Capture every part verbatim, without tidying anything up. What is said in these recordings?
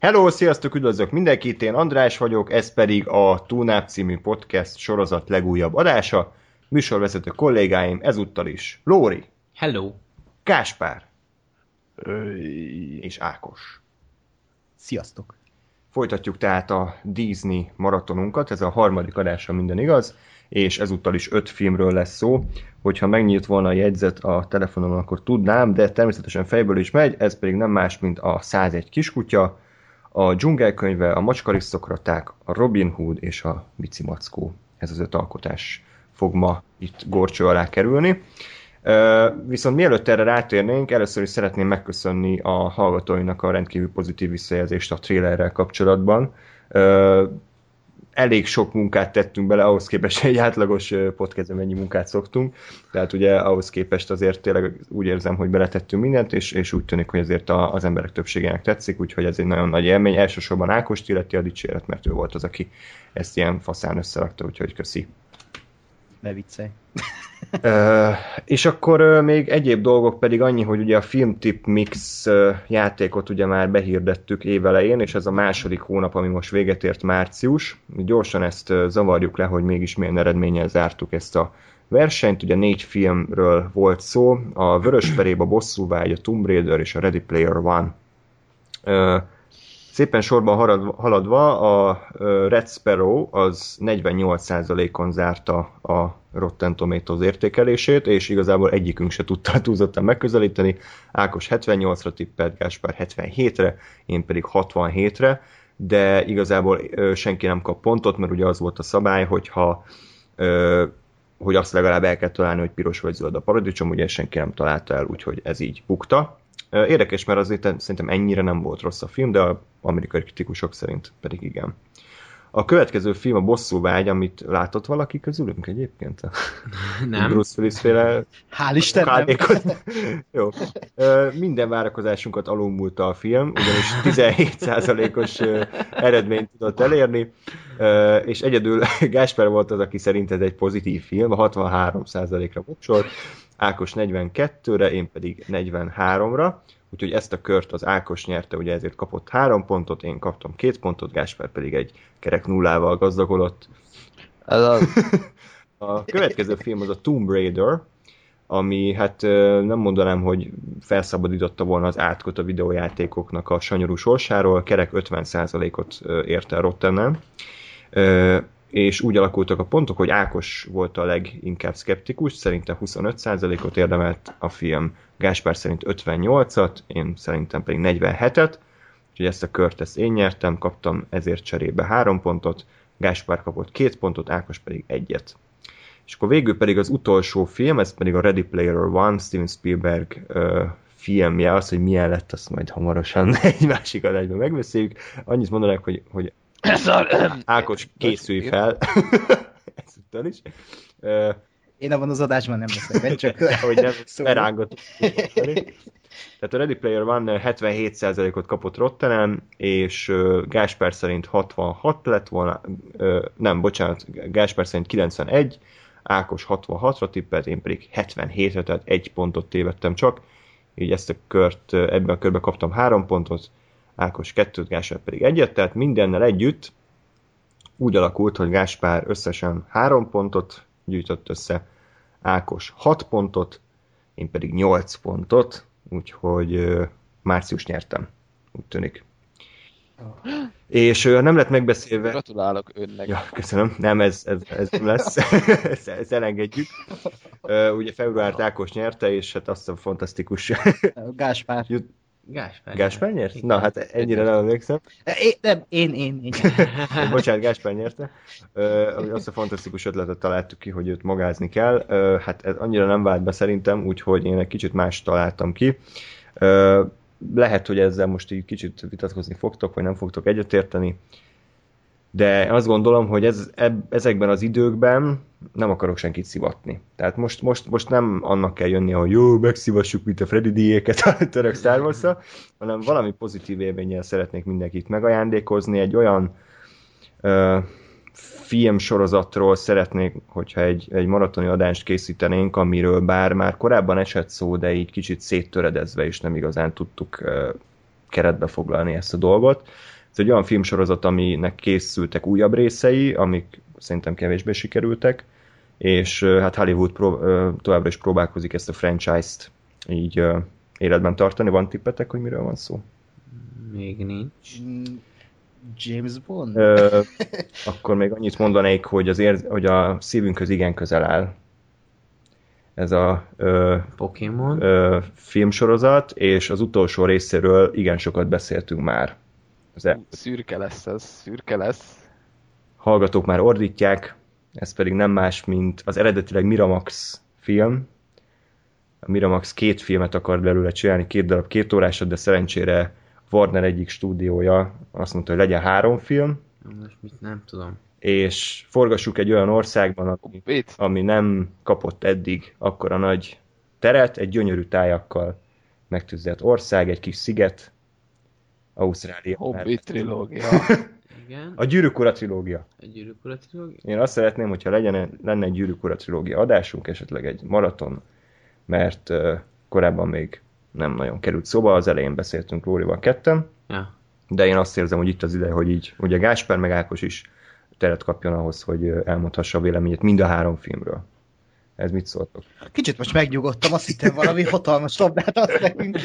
Hello, sziasztok, üdvözlök mindenkit, én András vagyok, ez pedig a Túnáp című podcast sorozat legújabb adása. Műsorvezető kollégáim ezúttal is Lóri, Hello, Gáspár Öy. és Ákos. sziasztok! Folytatjuk tehát a Disney maratonunkat, ez a harmadik adása, minden igaz, és ezúttal is öt filmről lesz szó. Hogyha megnyílt volna a jegyzet a telefonon, akkor tudnám, de természetesen fejből is megy, ez pedig nem más, mint a százegy kiskutya, a Dzsungelkönyve, a Macskarisztokraták, a Robin Hood és a Mici Mackó. Ez az öt alkotás fog ma itt górcső alá kerülni. Viszont mielőtt erre rátérnénk, először is szeretném megköszönni a hallgatóinak a rendkívül pozitív visszajelzést a trélerrel kapcsolatban. Elég sok munkát tettünk bele, ahhoz képest egy átlagos podcastben mennyi munkát szoktunk, tehát ugye ahhoz képest azért tényleg úgy érzem, hogy beletettünk mindent, és, és úgy tűnik, hogy azért a, az emberek többségének tetszik, úgyhogy ez egy nagyon nagy élmény. Elsősorban Ákost illeti a dicséret, mert ő volt az, aki ezt ilyen faszán összerakta, úgyhogy köszi. Ne viccelj. Uh, és akkor uh, még egyéb dolgok pedig annyi, hogy ugye a Filmtip Mix uh, játékot ugye már behirdettük évelején, és ez a második hónap, ami most véget ért, március. Gyorsan ezt uh, zavarjuk le, hogy mégis milyen eredménnyel zártuk ezt a versenyt. Ugye négy filmről volt szó, a Vörösperéb, a Bosszúvágy, a Tomb Raider és a Ready Player One. Uh, Szépen sorban haladva a Red Sparrow az negyvennyolc százalékon zárta a Rotten Tomatoes értékelését, és igazából egyikünk se tudta túlzottan megközelíteni. Ákos hetvennyolcra tippelt, Gáspár hetvenhétre, én pedig hatvanhétre, de igazából senki nem kap pontot, mert ugye az volt a szabály, hogyha, hogy azt legalább el kell találni, hogy piros vagy zöld a paradicsom, ugye senki nem találta el, úgyhogy ez így bukta. Érdekes, mert azért szerintem ennyire nem volt rossz a film, de az amerikai kritikusok szerint pedig igen. A következő film a Bosszúvágy, amit látott valaki közülünk egyébként? Nem. Bruce Willis-féle Hál' Istennem! Jó. Minden várakozásunkat alulmúlta a film, ugyanis tizenhét százalékos eredményt tudott elérni, és egyedül Gáspár volt az, aki szerint ez egy pozitív film, a hatvanhárom százalékra voksolt, Ákos negyvenkettőre, én pedig negyvenháromra, úgyhogy ezt a kört az Ákos nyerte, ugye ezért kapott három pontot, én kaptam két pontot, Gáspár pedig egy kerek nullával gazdagodott. A... a következő film az a Tomb Raider, ami hát nem mondanám, hogy felszabadította volna az átkot a videójátékoknak a sanyarú sorsáról, kerek ötven százalékot érte a Rottennel, és úgy alakultak a pontok, hogy Ákos volt a leginkább szkeptikus, szerinte huszonöt százalékot érdemelt a film, Gáspár szerint ötvennyolcat, én szerintem pedig negyvenhetet, úgyhogy ezt a kört ezt én nyertem, kaptam ezért cserébe három pontot, Gáspár kapott két pontot, Ákos pedig egyet. És akkor végül pedig az utolsó film, ez pedig a Ready Player One, Steven Spielberg uh, filmje, az, hogy milyen lett, azt majd hamarosan egy másik adásban megbeszéljük. Annyit mondanak, hogy, hogy Ákos, készülj fel. Ezúttal is. Uh, Én abban az adásban nem leszek benne, csak... hogy nem, berángot. Tehát a Ready Player One hetvenhét százalékot kapott Rottenen, és uh, Gáspár szerint hatvanhat lett volna, uh, nem, bocsánat, Gáspár szerint kilencvenegy, Ákos hatvanhatra tippelt, én pedig hetvenhétre, tehát egy pontot tévedtem csak, így ezt a kört, ebben a körben kaptam három pontot, Ákos kettőt, Gáspár pedig egyet, tehát mindennel együtt úgy alakult, hogy Gáspár összesen három pontot gyűjtött össze, Ákos hat pontot, én pedig nyolc pontot, úgyhogy uh, március nyertem, úgy tűnik. Oh. És uh, nem lett megbeszélve... Gratulálok önnek. Ja, köszönöm. Nem, ez, ez, ez nem lesz. ezt, ezt elengedjük. Uh, ugye februárt Ákos nyerte, és hát azt a fantasztikus... Gáspár. Jut... Gáspár. Gáspár nyert? Na, hát ennyire nem emlékszem. Én, nem, én, én. én. Bocsánat, Gáspár nyerte. Uh, azt a fantasztikus ötletet találtuk ki, hogy őt magázni kell. Uh, hát ez annyira nem vált be szerintem, úgyhogy én egy kicsit más találtam ki. Uh, lehet, hogy ezzel most így kicsit vitatkozni fogtok, vagy nem fogtok egyetérteni, de azt gondolom, hogy ez, eb, ezekben az időkben nem akarok senkit szivatni. Tehát most, most, most nem annak kell jönni, hogy jó, megszivassuk, mint a Freddy díjéket a török Star Wars-ra, hanem valami pozitív élménnyel szeretnék mindenkit megajándékozni, egy olyan uh, filmsorozatról szeretnék, hogyha egy, egy maratoni adást készítenénk, amiről bár már korábban esett szó, de így kicsit széttöredezve, és nem igazán tudtuk uh, keretbe foglalni ezt a dolgot. Ez egy olyan filmsorozat, aminek készültek újabb részei, amik szerintem kevésbé sikerültek, és hát Hollywood pró- továbbra is próbálkozik ezt a franchise-t így életben tartani. Van tippetek, hogy miről van szó? Még nincs. James Bond? Ö, akkor még annyit mondanék, hogy, az ér- hogy a szívünkhöz igen közel áll ez a ö, Pokémon. ö, filmsorozat, és az utolsó részéről igen sokat beszéltünk már. Az el- Szürke lesz ez, szürke lesz. hallgatók már ordítják, ez pedig nem más, mint az eredetileg Miramax film. A Miramax két filmet akar belőle csinálni, két darab két órásat, de szerencsére Warner egyik stúdiója azt mondta, hogy legyen három film, Most mit nem tudom. és forgassuk egy olyan országban, ami, Hobbit? ami nem kapott eddig akkora nagy teret, egy gyönyörű tájakkal megtűzelt ország, egy kis sziget, Ausztrália. Hobbit trilógia. Igen. A Gyűrűk Ura trilógia. A Gyűrűk Ura trilógia? Én azt szeretném, hogyha legyen, lenne egy Gyűrűk Ura trilógia adásunk, esetleg egy maraton, mert uh, korábban még nem nagyon került szóba, az elején beszéltünk Lórival ketten, Ja. de én azt érzem, hogy itt az ideje, hogy így, ugye Gáspár meg Ákos is teret kapjon ahhoz, hogy elmondhassa a véleményét mind a három filmről. Ez mit szóltok? Kicsit most megnyugodtam, azt hittem valami hatalmas labdát adsz nekünk.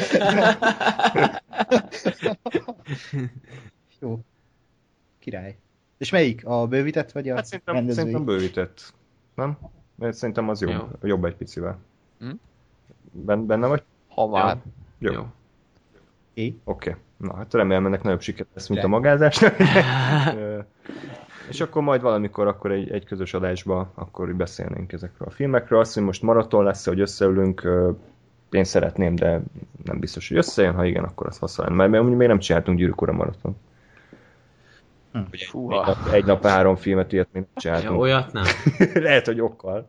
Jó. Király. És melyik? A bővített vagy a Hát szerintem, rendezői? szerintem bővített. Nem? Mert szerintem az jobb, Jó. jobb egy picivel. Hm? Ben, benne vagy? Ha már. Jó. Jó. Oké. Okay. Na, hát remélem ennek nagyobb siker lesz, mint De. a magázásnak. Ö, És akkor majd valamikor akkor egy, egy közös adásba akkor beszélnénk ezekről a filmekről. Azt, hogy most maraton lesz, hogy összeülünk, ö, én szeretném, de nem biztos, hogy összejön. Ha igen, akkor az fasza lenne. Mert még nem csináltunk Gyűrűk Ura maraton. Hm. Hogy egy, Fúha. egy, nap, egy nap három filmet, ilyet még nem Ja, csináltunk. olyat nem. Lehet, hogy okkal.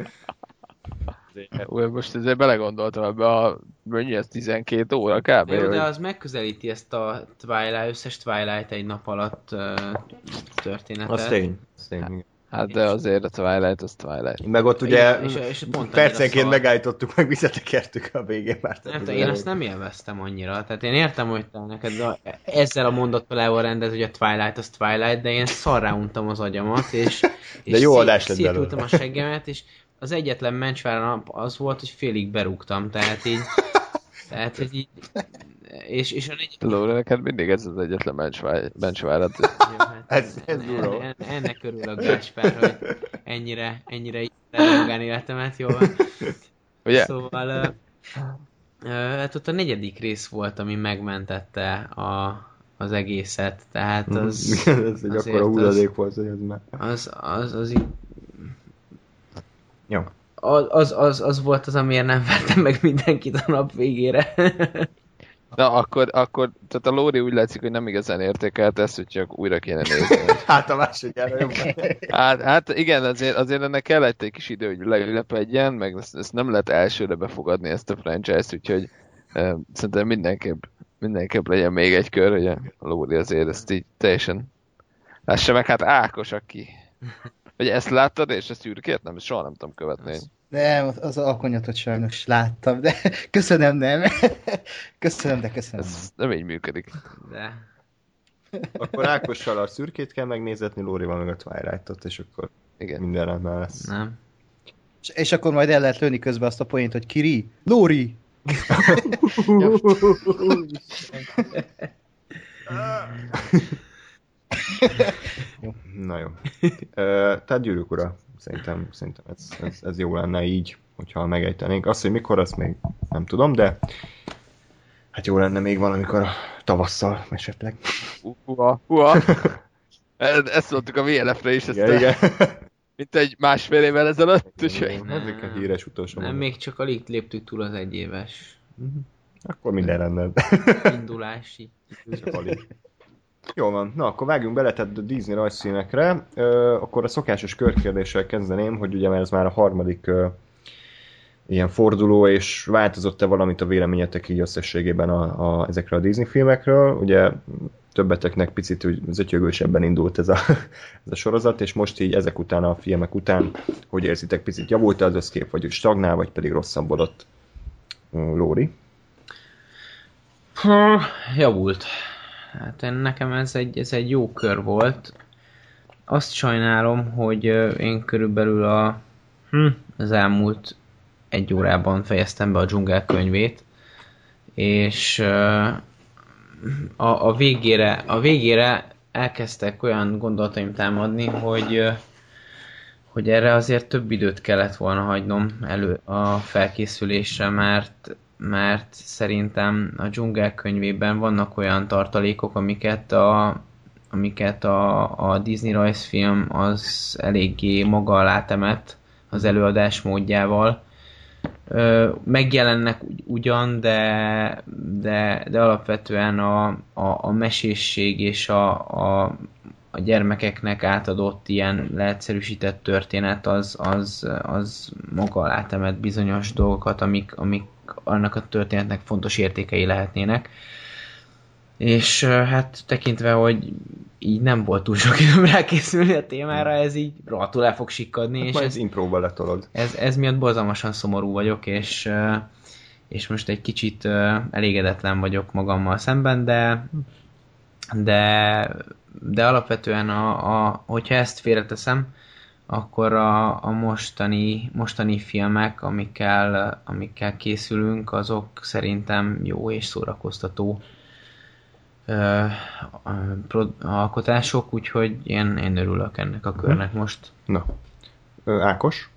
Új, most ezért belegondoltam ebbe a, mennyi ez, tizenkét óra kb. Jó, hogy- de az megközelíti ezt a Twilight, összes Twilight egy nap alatt uh, történetet. Az tény. Az tény, igen. Hát de azért a Twilight, az Twilight. Meg ott ugye Igen, és- és pont annyira percenként szar. megállítottuk, meg visszatekertük a végén már. Nem tudom, én azt nem élveztem annyira. Tehát én értem, hogy te neked a, ezzel a mondattal el van rendez, hogy a Twilight az Twilight, de én szarrá untam az agyamat, és, és jó szét- adás lett szétültem belőle. a seggemet, és az egyetlen mencsvár nap az volt, hogy félig berúgtam, tehát így, tehát, hogy így, és, és a negy... Lóra, neked mindig ez az egyetlen benchvá- benchvárad. Jó, hát Ez- ez en- durva. en- en- ennek örülök, Gáspár, hogy ennyire, ennyire így a magánéletemet, jó van. Ugye? Szóval, ö, ö, hát ott a negyedik rész volt, ami megmentette a, az egészet, tehát az, ez egy azért akkora az- hulladék volt, hogy ez már... az, az, az, így- Jó. az, az, az, az volt az, amiért nem vertem meg mindenkit a nap végére. Na, akkor, akkor, tehát a Lóri úgy látszik, hogy nem igazán értékelt ezt, hogy csak újra kéne nézni. Hát a másodjára jobb. Hát, hát igen, azért, azért ennek kellett egy kis idő, hogy leülepedjen, meg ezt, ezt nem lehet elsőre befogadni ezt a franchise-t, úgyhogy eh, szerintem mindenképp, mindenképp legyen még egy kör, hogy a Lóri azért ezt így teljesen lássa meg, hát Ákos, aki... Vagy ezt láttad, és ezt szürkét? Nem, soha nem tudom követni. Nem, az alkonyatot sajnos láttam, de köszönöm, nem. Köszönöm, de köszönöm. Ez nem így működik. De Akkor Ákossal a szürkét kell megnézetni, Lórival meg a Twilight-ot, és akkor Igen. minden rendben lesz. nem. És, és akkor majd el lehet lőni közben azt a poént, hogy Kiri, Lóri! Na jó. Ö, tehát Gyűrűk Ura, szerintem, szerintem ez, ez, ez jó lenne így, hogyha megejtenénk. Azt, hogy mikor, azt még nem tudom, de hát jó lenne még valamikor a tavasszal esetleg. Uha, uha. E- Ezt mondtuk a vé el ef-re is, ezt Igen, igen. mint egy másfél évvel ezelőtt, úgyhogy... Ezek a híres utolsó Nem, mondat. még csak alig léptük túl az egyéves Akkor minden rendben. indulási. Csak alig. Jó van, na akkor vágjunk bele tehát a Disney rajzfilmekre. Ö, akkor a szokásos körkérdéssel kezdeném, hogy ugye ez már a harmadik ö, ilyen forduló, és változott-e valamit a véleményetek így összességében a, a, ezekre a Disney filmekről? Ugye többeteknek picit úgy zötyögősebben indult ez a, ez a sorozat, és most így ezek után a filmek után, hogy érzitek, picit javult az összkép, vagy stagnál, vagy pedig rosszabbodott? Lóri? Ha, javult. Hát nekem ez egy, ez egy jó kör volt. Azt sajnálom, hogy én körülbelül a, hm, az elmúlt egy órában fejeztem be a Dzsungel könyvét, és a, a, végére, a végére elkezdtek olyan gondolataim támadni, hogy, hogy erre azért több időt kellett volna hagynom elő a felkészülésre, mert, mert szerintem a Dzsungel könyvében vannak olyan tartalékok, amiket a, amiket a, a Disney rajzfilm az eléggé maga alá temett az előadás módjával. Ö, megjelennek ugyan, de, de, de alapvetően a, a, a mesésség és a, a, a gyermekeknek átadott ilyen leegyszerűsített történet az, az, az maga alá temett bizonyos dolgokat, amik, amik annak a történetnek fontos értékei lehetnének. És hát tekintve, hogy így nem volt túl sok időm rákészülni a témára, ez így rohadtul el fog sikkadni. Hát és majd ez, impróba letolod. Ez, ez miatt borzalmasan szomorú vagyok, és, és most egy kicsit elégedetlen vagyok magammal szemben, de, de, de alapvetően, a, a, hogyha ezt félreteszem, akkor a, a mostani, mostani filmek, amikkel, amikkel készülünk, azok szerintem jó és szórakoztató alkotások, úgyhogy én, én örülök ennek a körnek most. Na, Ö, Ákos?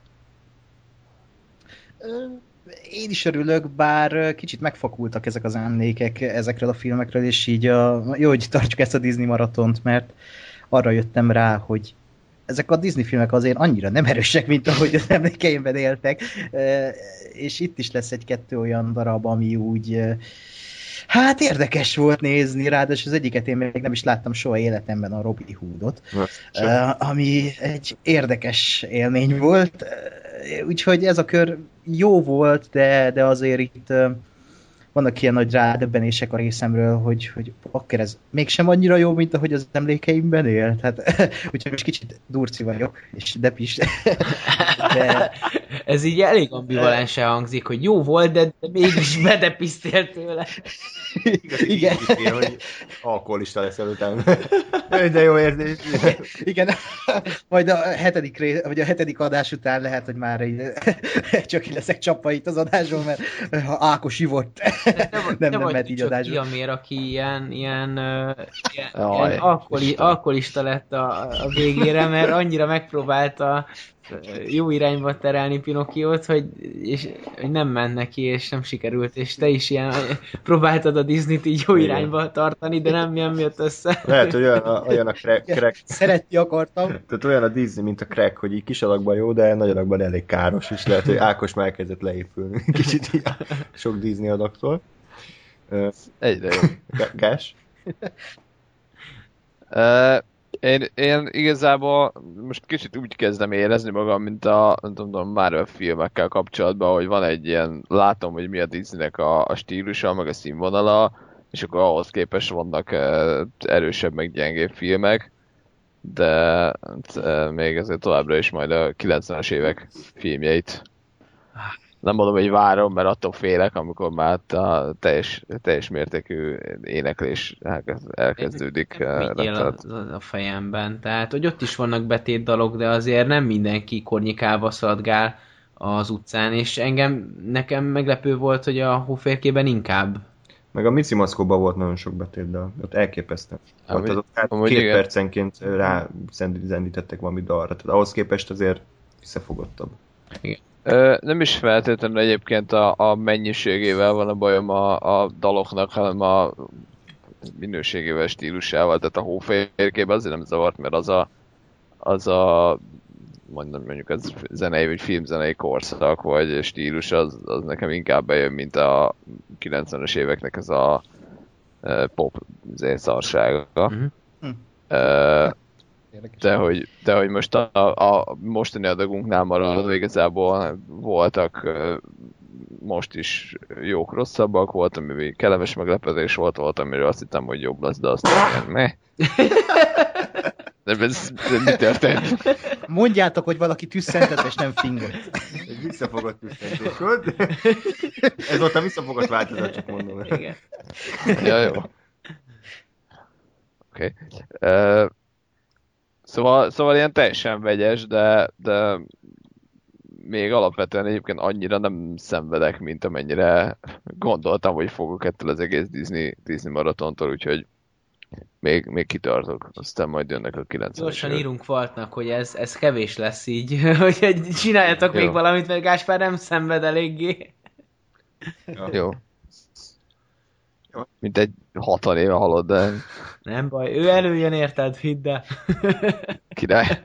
Én is örülök, bár kicsit megfakultak ezek az emlékek ezekről a filmekről, és így a, jó, hogy tartsuk ezt a Disney maratont, mert arra jöttem rá, hogy ezek a Disney filmek azért annyira nem erősek, mint ahogy az emlékeimben éltek, és itt is lesz egy-kettő olyan darab, ami úgy hát érdekes volt nézni, ráadásul az egyiket én még nem is láttam soha életemben, a Robin Hoodot, uh, ami egy érdekes élmény volt, uh, úgyhogy ez a kör jó volt, de, de azért itt uh, vannak ilyen nagy rádöbbenések a részemről, hogy, hogy akkor ez mégsem annyira jó, mint ahogy az emlékeimben él. Hát, úgyhogy most kicsit durci vagyok, és depis. De... Ez így elég ambivalensen hangzik, hogy jó volt, de, de mégis bedepisztél tőle. Igen. Igen, hogy alkoholista leszel utána. De jó érzés. Igen, majd a hetedik, ré, vagy a hetedik adás után lehet, hogy már így, csak így leszek csapva itt az adáson, mert ha Ákos ivott, nem, nem, nem, nem mehet így adásra. Ki, amér, aki ilyen, ilyen, ilyen, ilyen alkoholi, alkoholista lett a, a végére, mert annyira megpróbálta jó irányba terelni Pinokkiót, hogy, és, hogy nem ment neki, és nem sikerült, és te is ilyen próbáltad a Disneyt így jó irányba tartani, de nem, nem jött össze. Lehet, hogy olyan a, olyan a crack, crack. Szeretni akartam. Tehát olyan a Disney, mint a crack, hogy így kis alakban jó, de nagy alakban elég káros, és lehet, hogy Ákos már elkezdett leépülni. Kicsit így sok Disney adaktól. Egyre jó. Gás? Uh, én, én igazából most kicsit úgy kezdem érezni magam, mint a nem tudom, Marvel filmekkel kapcsolatban, hogy van egy ilyen, látom, hogy mi a Disneynek a, a stílusa, meg a színvonala, és akkor ahhoz képest vannak uh, erősebb, meg gyengébb filmek, de uh, még ezért továbbra is majd a kilencvenes évek filmjeit. Nem mondom, hogy várom, mert attól félek, amikor már a teljes, teljes mértékű éneklés elkezdődik. Vigyél a, a fejemben. Tehát, hogy ott is vannak betét dalok, de azért nem mindenki kornyikába szaladgál az utcán, és engem, nekem meglepő volt, hogy a Hóférkében inkább. Meg a Mici Maszkóban volt nagyon sok betét, de ott elképesztő. Amúgy, ott hát két igen. percenként rá zendítettek valami dalra, tehát ahhoz képest azért visszafogottabb. Igen. Ö, nem is feltétlenül egyébként a, a mennyiségével van a bajom a, a daloknak, hanem a minőségével, stílusával, tehát a Hófehérkében azért nem zavart, mert az a, az a mondjuk, mondjuk az zenei vagy filmzenei korszak, vagy stílus, az, az nekem inkább bejön, mint a kilencvenes éveknek ez a uh, pop szarsága. Uh-huh. Uh, De hogy, de hogy most a, a mostani adagunknál maradva igazából voltak most is jók, rosszabbak, volt, ami kellemes meglepetés volt, volt, amiről azt hittem, hogy jobb lesz, de azt ilyen, meh. De ez, ez mi történt? Mondjátok, hogy valaki tüsszentett és nem fingott. Egy visszafogott tüsszentés volt. Ez volt a visszafogott változat, csak mondom. Igen. Ja, jó. Oké. Okay. Uh, szóval, szóval ilyen teljesen vegyes, de, de még alapvetően egyébként annyira nem szenvedek, mint amennyire gondoltam, hogy fogok ettől az egész Disney, Disney maratontól, úgyhogy még, még kitartok, aztán majd jönnek a kilencvenes. Gyorsan írunk Faltnak, hogy ez, ez kevés lesz így, hogy csináljatok még valamit, mert Gáspár nem szenved eléggé. Ja. Jó. Mint egy hatvan éve halott, de... Nem baj, ő előjön érted, hidd el. Király.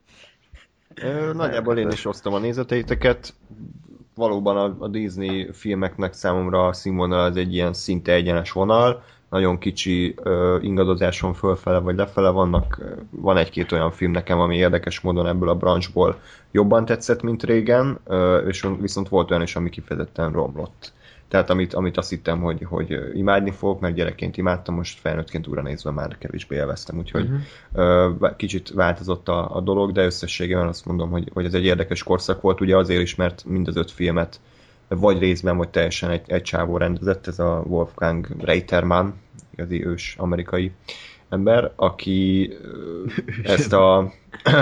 Nagyjából én is osztom a nézeteiteket. Valóban a, a Disney filmeknek számomra a színvonal az egy ilyen szinte egyenes vonal. Nagyon kicsi uh, ingadozáson fölfele vagy lefele vannak. Van egy-két olyan film nekem, ami érdekes módon ebből a branchból jobban tetszett, mint régen, uh, és viszont volt olyan is, ami kifejezetten romlott. Tehát amit, amit azt hittem, hogy, hogy imádni fogok, mert gyerekként imádtam, most felnőttként újra nézve már kevésbé élveztem, úgyhogy uh-huh. uh, kicsit változott a, a dolog, de összességében azt mondom, hogy, hogy ez egy érdekes korszak volt, ugye azért is, mert mind az öt filmet vagy részben, vagy teljesen egy, egy csávó rendezett, ez a Wolfgang Reitermann, igazi ős amerikai ember, aki ezt a...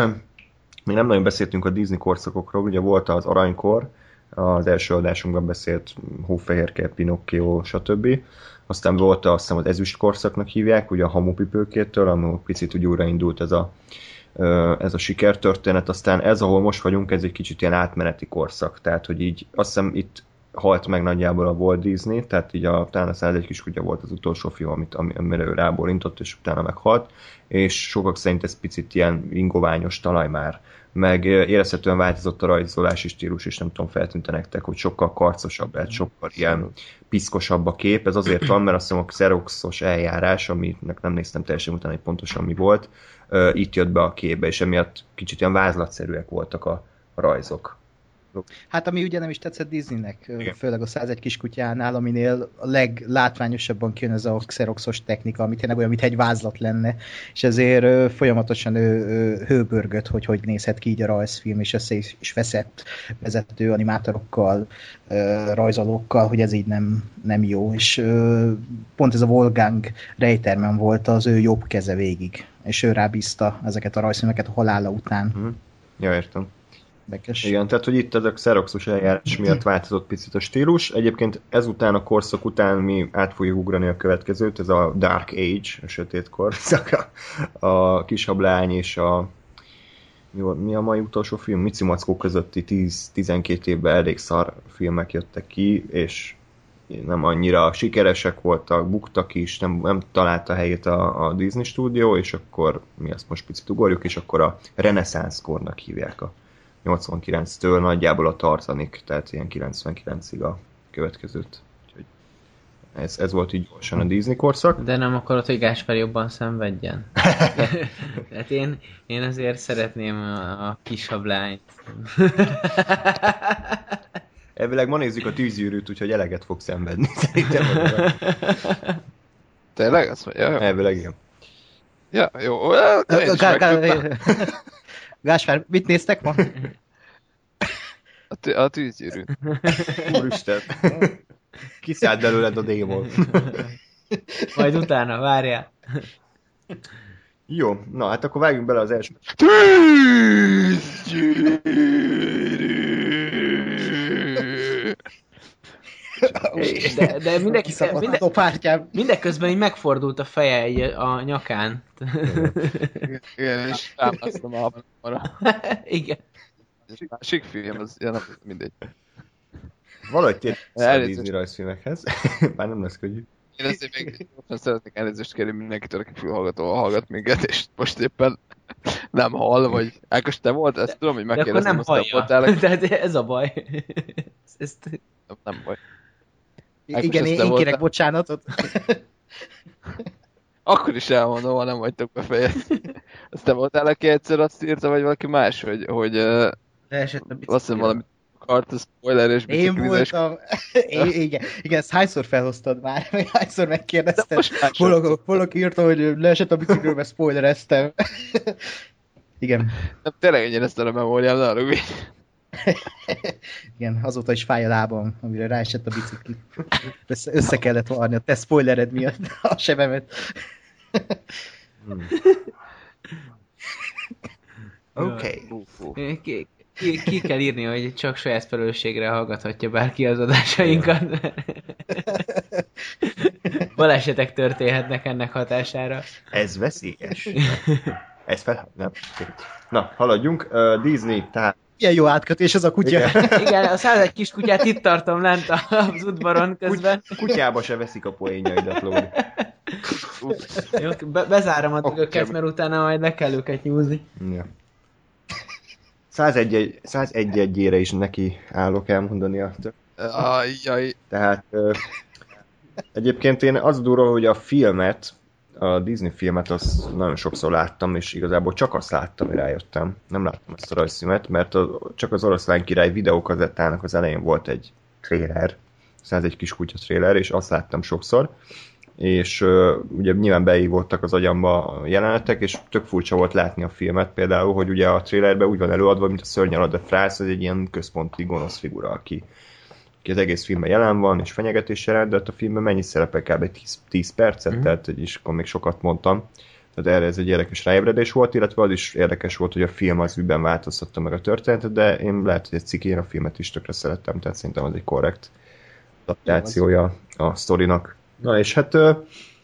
még nem nagyon beszéltünk a Disney korszakokról, ugye volt az Aranykor, az első adásunkban beszélt Hófehérke, Pinocchio, stb. Aztán volt azt hiszem az ezüst korszaknak hívják, ugye a Hamupipőkétől, ahol picit úgy újraindult ez a, ez a sikertörténet. Aztán ez, ahol most vagyunk, ez egy kicsit ilyen átmeneti korszak. Tehát, hogy így azt hiszem itt halt meg nagyjából a Walt Disney, tehát így a, talán a százegy kiskutya volt az utolsó film, amit, amire ő rábólintott, és utána meghalt. És sokak szerint ez picit ilyen ingoványos talaj már. Meg érezhetően változott a rajzolási stílus, és nem tudom, feltűnte nektek, hogy sokkal karcosabb lett, sokkal ilyen piszkosabb a kép. Ez azért van, mert azt hiszem a Xeroxos eljárás, aminek nem néztem teljesen utána, hogy pontosan mi volt, itt jött be a képbe, és emiatt kicsit ilyen vázlatszerűek voltak a rajzok. Hát ami ugye nem is tetszett Disneynek, igen. Főleg a százegy kiskutyánál, aminél a leglátványosabban kijön ez a xeroxos technika, ami tényleg olyan, mint egy vázlat lenne, és ezért folyamatosan ő hőbörgött, hogy hogy nézhet ki így a rajzfilm, és össze is veszett vezető animátorokkal, rajzolókkal, hogy ez így nem, nem jó, és pont ez a Wolfgang Reitermann volt az ő jobb keze végig, és ő rábízta ezeket a rajzfilmeket a halála után. Hmm. Ja, értem. Bekes. Igen, tehát hogy itt ez a xeroxos eljárás miatt változott picit a stílus. Egyébként ezután a korszak után mi át fogjuk ugrani a következőt, ez a Dark Age, a sötét korszak, a Kisablány és a mi, mi a mai utolsó film? Mici Mackó közötti tíz-tizenkét évben elég szar filmek jöttek ki, és nem annyira sikeresek voltak, buktak is, nem, nem találta helyét a, a Disney stúdió, és akkor mi ezt most picit ugorjuk, és akkor a reneszánsz kornak hívják a nyolcvankilenctől nagyjából a Tarzanig, tehát ilyen kilencvenkilencig a következőt. Úgyhogy ez, ez volt így gyorsan a Disney korszak. De nem akarod, hogy Gáspár jobban szenvedjen? Tehát én, én azért szeretném a, a kisablányt. Elvileg ma nézzük a Tűzgyűrűt, úgyhogy eleget fog szenvedni. Szerintem. Tényleg? Azt mondja, jó. Elvileg igen. Ja, jó. Gáspár, mit néztek ma? A, tű, a Tűzgyűrűt. Úristen. Kiszállt belőled a démon. Majd utána, várjál. Jó, na hát akkor vágjunk bele az első. De, de mindenki, minden, minden, mindeközben így megfordult a feje egy a nyakán. Igen, és támasztom a hamara. Igen. Ez másik film, az ja, nem, mindegy. Valahogy tényleg a Disney rajzfilmekhez. Már nem lesz könnyű. Én azért még szeretnék elnézést kérni mindenkitől, aki fülhallgatóval hallgat minket, és most éppen nem hall, vagy Ákos, te volt? Ezt tudom, hogy megkérdeztem, azt te voltál. Tehát ez a baj. Ezt... Nem, nem baj. Ákos, igen, én, én kérek bocsánatot. Akkor is elmondom, ha nem vagytok befejezni. Azt te voltál, aki egyszer azt írta, vagy valaki más, hogy, hogy uh, azt hiszem valami akart, a spoiler és biciklizés. Én voltam. én, igen, igen, ezt hányszor felhoztad már, vagy hányszor megkérdezted. Valaki írta, hogy leesett a bicikliről, spoilereztem. Igen. Nem, tényleg ennyire ezt a memóriám, ne arra Igen, azóta is fáj a lábam, amire ráesett a bicikli. Össze, össze kellett varni a te spoilered miatt a sebemet. Hmm. Oké. Okay. Ki, ki, ki kell írni, hogy csak saját felelősségre hallgathatja bárki az adásainkat. Balesetek történhetnek ennek hatására. Ez veszélyes. Ez fel... Nem. Na, haladjunk. Uh, Disney, tehát... Ilyen jó átkötés ez a kutya. Igen, Igen, a százegy kis kutyát itt tartom lent az udvaron közben. Kutyába se veszik a poénjaidat, Lóri. Jó, be- bezárom a dögöket, Okay. mert utána majd le kell őket nyúzni. Ja. százegy egyére is neki állok elmondani a tök. Ajjaj. Tehát ö, egyébként én az durva, hogy a filmet, a Disney filmet azt nagyon sokszor láttam, és igazából csak azt láttam, hogy rájöttem. Nem láttam ezt a rajzfilmet, mert a, csak az Oroszlán Király videókazettának az elején volt egy trailer, százegy kis kutya trailer, és azt láttam sokszor. És uh, ugye nyilván beívódtak az agyamba a jelenetek, és tök furcsa volt látni a filmet például, hogy ugye a trailerben úgy van előadva, mint a Szörnyalad de Frász, ez egy ilyen központi gonosz figura, aki, aki az egész filmben jelen van, és fenyegetés jelent, de a filmben mennyi szerepel, kb. tíz percet, mm. tehát és akkor még sokat mondtam. Tehát erre ez egy érdekes ráébredés volt, illetve az is érdekes volt, hogy a film az ügyben változtatta meg a történetet, de én lehet, hogy egy cikk, én a filmet is tökre szerettem, tehát szerintem az egy korrekt adaptációja a sztorinak. Na és hát ö,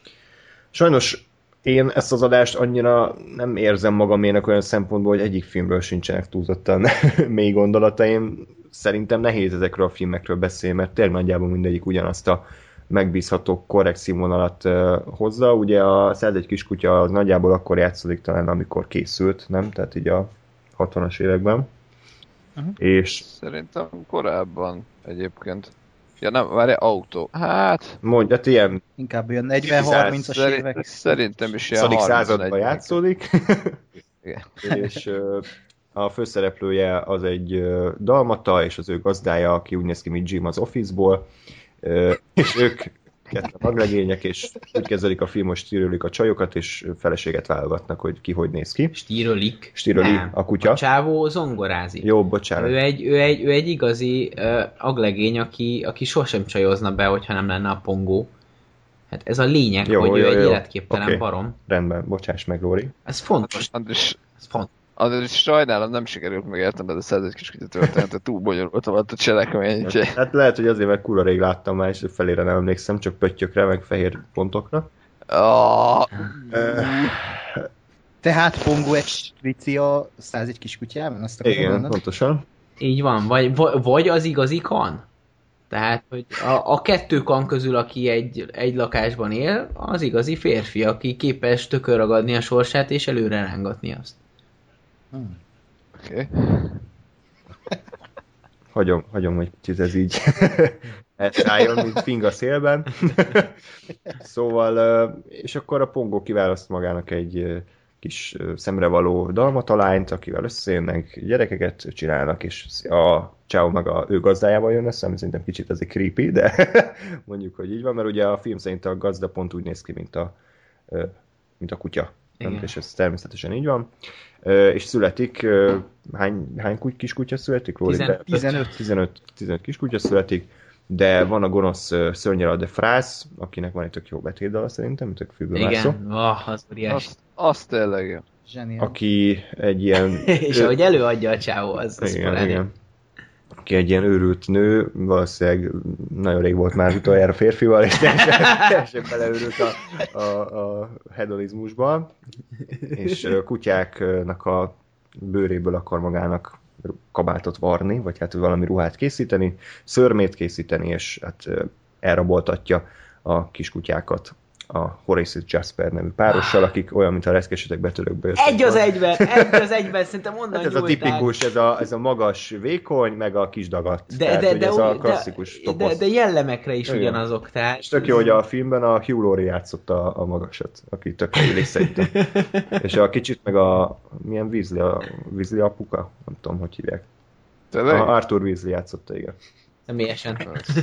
sajnos én ezt az adást annyira nem érzem magamének olyan szempontból, hogy egyik filmről sincsenek túlzottan mély gondolataim. Szerintem nehéz ezekről a filmekről beszélni, mert tényleg nagyjából mindegyik ugyanazt a megbízható, korrekt színvonalat uh, hozza. Ugye a százegy kis kutya az nagyjából akkor játszódik talán, amikor készült, nem? Tehát így a hatvanas években. Uh-huh. És szerintem korábban egyébként. Ja nem, várj, autó. Hát... Mondj, hát ilyen... Inkább olyan negyven-harmincas Szerint, évek. Szerintem is ilyen harminc században játszódik. Igen. És uh, a főszereplője az egy uh, dalmata, és az ő gazdája, aki úgy néz ki, mint Jim az Office-ból. Uh, és ők ketten maglegények, és úgy kezelik a film, hogy stírölik a csajokat, és feleséget válogatnak, hogy ki hogy néz ki. Stírölik? Stíröli a kutya. A csávó zongorázik. Jó, bocsánat. Ő egy, ő egy, ő egy igazi uh, aglegény, aki, aki sosem csajozna be, hogyha nem lenne a pongó. Hát ez a lényeg, jó, hogy jó, ő egy jó. életképtelen okay. barom. Rendben, bocsáss meg, Lóri. Ez fontos. Andris, ez fontos. Andris, sajnálom, nem sikerült megértenem, de a százegy kis kutya történetet túl bonyolult volt a cselekmény. Hát lehet, hogy azért, mert kurva rég láttam már, és felére nem emlékszem, csak pöttyökre, meg fehér pontokra. Oh. Tehát Pongo egy vici a százegy kis kutyában? Azt akarom igen, mondani? pontosan. Így van, vagy, vagy az igazi kan. Tehát, hogy a, a kettő kan közül, aki egy, egy lakásban él, az igazi férfi, aki képes tökölragadni a sorsát és előre rángatni azt. Hmm. Oké. Okay. Hagyom, hagyom, hogy kicsit ez így elszálljon, mint fing a szélben. Szóval, és akkor a Pongo kiválaszt magának egy kis szemrevaló dalmatalányt, akivel összejönnek, gyerekeket csinálnak, és a Ciao meg a ő gazdájával jön össze, ami szerintem kicsit azért creepy, de mondjuk, hogy így van, mert ugye a film szerint a gazda pont úgy néz ki, mint a, mint a kutya. Nem? És ez természetesen így van. És születik, hány, hány kis kutya születik? tizenöt. tizenöt kis kutya születik, de van a gonosz Szörnyalad de Frász, akinek van egy tök jó betétdala szerintem, tök függőmászó. Igen, oh, az óriás. Azt, azt tényleg jó. Zseniál. Aki egy ilyen... És ahogy előadja a Ciao, az, az igen, igen. Aki egy ilyen őrült nő, valószínűleg nagyon rég volt már utoljára férfival, és teljesen, teljesen beleőrült a, a, a hedonizmusba, és kutyáknak a bőréből akar magának kabátot varni, vagy hát valami ruhát készíteni, szörmét készíteni, és hát elraboltatja a kiskutyákat a Horace és Jasper nevű párossal, akik olyan, mint a reszkesetek betörökbe jöttek. Egy az egyben, egy az egyben, szerintem onnan hát ez a tipikus, ez a, ez a magas vékony, meg a kis dagat. De, tehát, de, de, ez a klasszikus de, de, de jellemekre is igen. Ugyanazok. Tehát... És tök jó, hogy a filmben a Hugh Laurie játszotta a, a magasat, aki tök illik szerintem. És a kicsit meg a milyen Weasley, a Weasley apuka, nem tudom, hogy hívják. A Arthur Weasley játszotta, igen. Személyesen.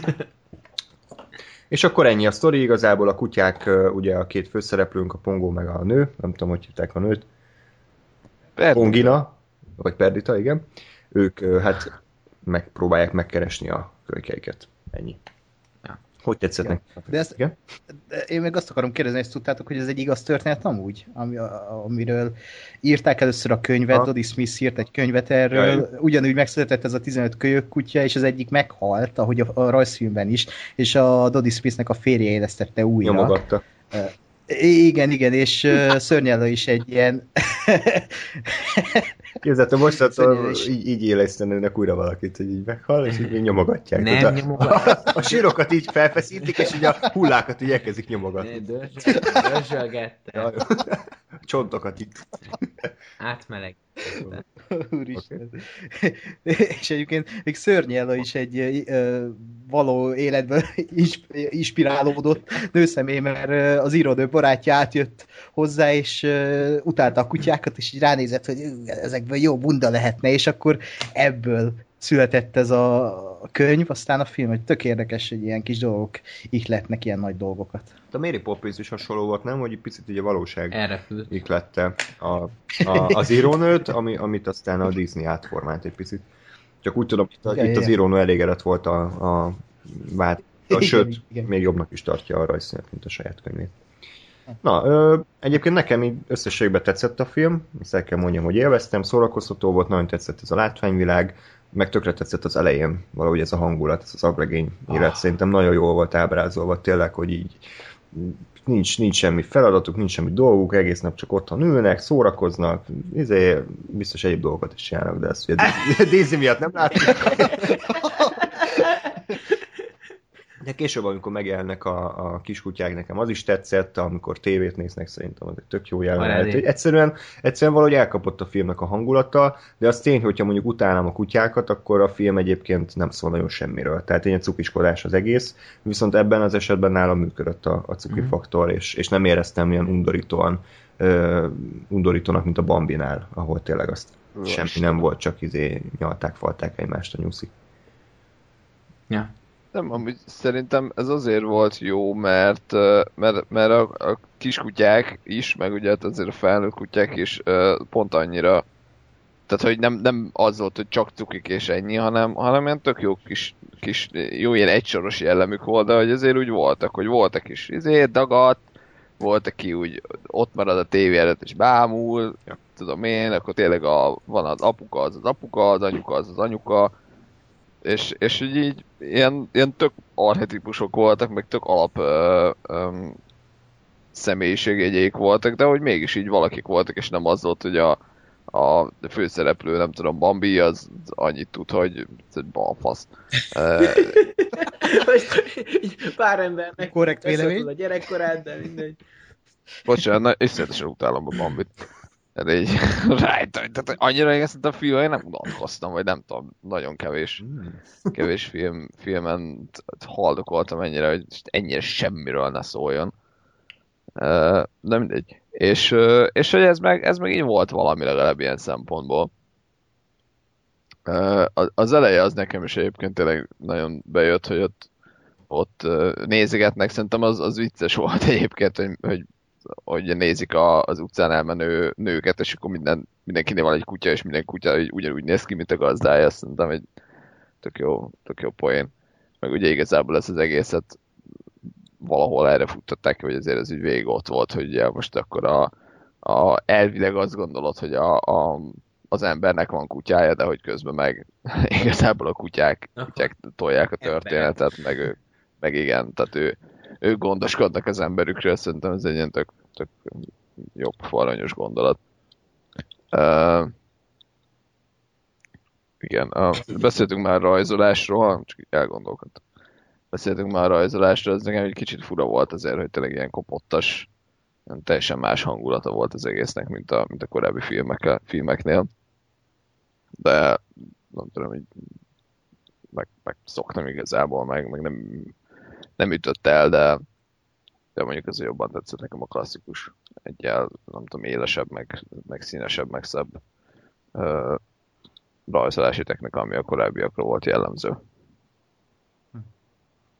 És akkor ennyi a sztori, igazából a kutyák, ugye a két főszereplőnk, a Pongo meg a nő, nem tudom, hogy hívták a nőt. Perdita. Pongina, vagy Perdita, igen. Ők hát megpróbálják megkeresni a kölykeiket. Ennyi. Ja. Hogy tetszett Ja. nektek? De ezt, Igen? de én meg azt akarom kérdezni, hogy ezt tudtátok, hogy ez egy igaz történet amúgy? Ami, a, amiről írták először a könyvet, Ha. Dodie Smith írt egy könyvet erről, Jaj. ugyanúgy megszületett ez a tizenöt kölyök kutya, és az egyik meghalt, ahogy a, a rajzfilmben is, és a Dodie Smithnek a férje élesztette újra. Nyomogatta. Igen, igen, és uh, Szörnyella is egy ilyen... Képzelte, most Szörnyű is. így, így élesztenének újra valakit, hogy így meghal, és így nyomogatják. Nem Tehát a, nyomogatják. A, a sírokat így felfeszítik, és így a hullákat így elkezdik nyomogatni. Dörzsölgette. A csontokat így. Átmelegítette. Úristen. És egyébként még Szörnyella is egy ö, való életből is, inspirálódott nőszemély, mert ö, az írónő barátja átjött hozzá, és ö, utálta a kutyákat, és így ránézett, hogy "Ú, ezekből jó bunda lehetne, és akkor ebből született ez a könyv, aztán a film, hogy tök érdekes, hogy ilyen kis dolgok ihletnek ilyen nagy dolgokat. A Mary Poppins is hasonló volt, nem? Hogy egy picit így a valóság Elrepült. ihlette a, a, az írónőt, ami, amit aztán a Disney átformált egy picit. Csak úgy tudom, itt, Igen, itt az igen. írónő elégedett volt a, a vád, Igen, sőt, igen. még jobbnak is tartja a rajzszínet, mint a saját könyvét. Na, ö, egyébként nekem így összességben tetszett a film, ezt el kell mondjam, hogy élveztem, szórakoztató volt, nagyon tetszett ez a látványvilág, meg tökre tetszett az elején valahogy ez a hangulat, ez az agregény élet, szerintem nagyon jól volt ábrázolva, tényleg, hogy így nincs, nincs semmi feladatuk, nincs semmi dolguk, egész nap csak otthon ülnek, szórakoznak, izé, biztos egyéb dolgokat is csinálnak, de ezt ugye Daisy miatt nem látjuk. De később, amikor megjelennek a, a kiskutyák, nekem az is tetszett, amikor tévét néznek, szerintem az egy tök jó jelenet. Egyszerűen, egyszerűen valahogy elkapott a filmnek a hangulata, de az tény, hogyha mondjuk utálom a kutyákat, akkor a film egyébként nem szól nagyon semmiről. Tehát ilyen cukiskodás az egész, viszont ebben az esetben nálam működött a, a cuki faktor, mm-hmm. és, és nem éreztem ilyen undorítóan, uh, undorítónak, mint a Bambinál, ahol tényleg azt Most. semmi nem volt, csak izé nyalták, falták egymást a nyuszik. Ja. Nem, amúgy szerintem ez azért volt jó, mert, mert, mert a, a kiskutyák is, meg ugye azért a felnőtt kutyák is pont annyira, tehát hogy nem, nem az volt, hogy csak cukik és ennyi, hanem, hanem ilyen tök jó kis, kis, jó ilyen egysoros jellemük volt, de hogy azért úgy voltak, hogy voltak is izé, dagat, volt, aki úgy ott marad a tévé előtt és bámul, tudom én, akkor tényleg a, van az apuka, az az apuka, az anyuka, az az anyuka, és, és így, így ilyen, ilyen tök archetipusok voltak, meg tök alap ö, ö, személyiségjegyék voltak, de hogy mégis így valakik voltak, és nem az volt, hogy a, a főszereplő, nem tudom, Bambi, az annyit tud, hogy ez egy balfasz. Pár embernek korrekt vélemény. a gyerekkorát, de mindegy. Bocsánat, na, összetesen utálom a Bambit. De így rájt, tehát annyira én ezt a filmen nem unatkoztam, vagy nem tudom, nagyon kevés, kevés film, filmen haldokoltam ennyire, hogy ennyire semmiről ne szóljon. De mindegy. És, és hogy ez meg, ez meg így volt valami legalább ilyen szempontból. Az eleje az nekem is egyébként tényleg nagyon bejött, hogy ott, ott nézegetnek, szerintem az, az vicces volt egyébként, hogy, hogy hogy nézik a, az utcán elmenő nőket, és akkor minden, mindenkinél van egy kutya, és minden kutya ugyanúgy néz ki, mint a gazdája. Szerintem egy tök jó, tök jó poén. Meg ugye igazából ez az egészet valahol erre futtatták, hogy azért az úgy végig ott volt, hogy ugye most akkor a, a elvileg azt gondolod, hogy a, a, az embernek van kutyája, de hogy közben meg igazából a kutyák, kutyák tolják a történetet, meg, ő, meg igen, tehát ő ők gondoskodnak az emberükről, szerintem ez egy ilyen tök, tök jobb, aranyos gondolat. Uh, igen, uh, beszéltünk már rajzolásról, csak így elgondolkodtam. Beszéltünk már rajzolásról, ez nekem egy kicsit fura volt azért, hogy tényleg ilyen kopottas, teljesen más hangulata volt az egésznek, mint a, mint a korábbi filmek, filmeknél. De nem tudom, így meg, meg szoktam igazából, meg, meg nem nem ütött el, de, de mondjuk azért jobban tetszett nekem a klasszikus. Egyel, nem tudom, élesebb, meg, meg színesebb, meg szebb uh, rajzolási technika, ami a korábbiakról volt jellemző.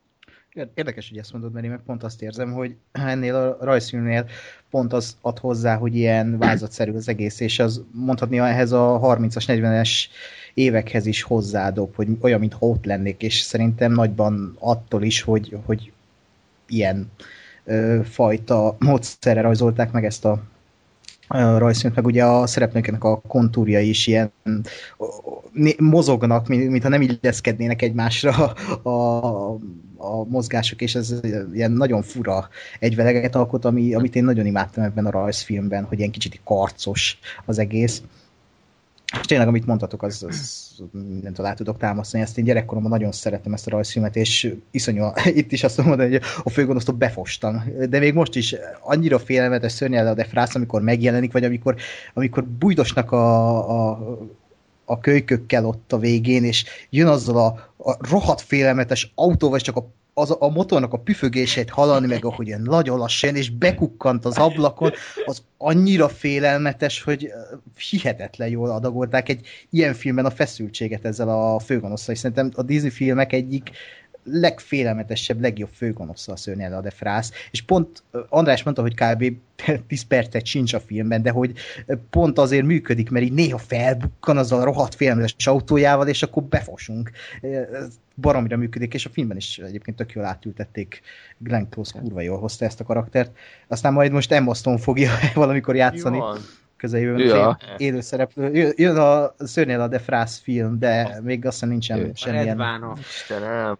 Érdekes, hogy ezt mondod, mert én meg pont azt érzem, hogy ennél a rajzfilmnél pont az ad hozzá, hogy ilyen vázatszerű az egész, és az mondhatni ehhez a harmincas, negyvenes évekhez is hozzádob, hogy olyan, mintha ott lennék, és szerintem nagyban attól is, hogy, hogy ilyen ö, fajta módszerre rajzolták meg ezt a rajzfilmet, meg ugye a szereplőknek a kontúrjai is ilyen mozognak, mintha nem illeszkednének egymásra a, a, a mozgások, és ez ilyen nagyon fura egyveleget alkot, ami, amit én nagyon imádtam ebben a rajzfilmben, hogy ilyen kicsit karcos az egész. És tényleg, amit mondtatok, az, az mindent alá tudok támasztani. Ezt én gyerekkoromban nagyon szerettem ezt a rajzfilmet, és iszonyú, itt is azt mondom, hogy a főgonosztot befostam. De még most is annyira félelmetes Szörnyel a de Frász, amikor megjelenik, vagy amikor, amikor bújdosnak a, a, a kölykökkel ott a végén, és jön azzal a, a rohadt félelmetes autóval, és csak a Az a motornak a püfögését hallani, meg ahogy nagyon lassan, és bekukkant az ablakon, az annyira félelmetes, hogy hihetetlen jól adagolták egy ilyen filmben a feszültséget ezzel a főgonosszal, és szerintem a Disney filmek egyik legfélelmetesebb, legjobb főgonossza a Szörnyel a de Frász, és pont András mondta, hogy kb. tíz percet sincs a filmben, de hogy pont azért működik, mert így néha felbukkan azzal a rohadt félelmetes autójával, és akkor befosunk. Ez baromira működik, és a filmben is egyébként tök jól átültették. Glenn Close kurva jól hozta ezt a karaktert. Aztán majd most Emma Stone fogja valamikor játszani. Közeljövőn ja. élő szereplő. Jön a Szörnyel a de Frász film, de még azt hiszem nincsen semmilyen. Istenem.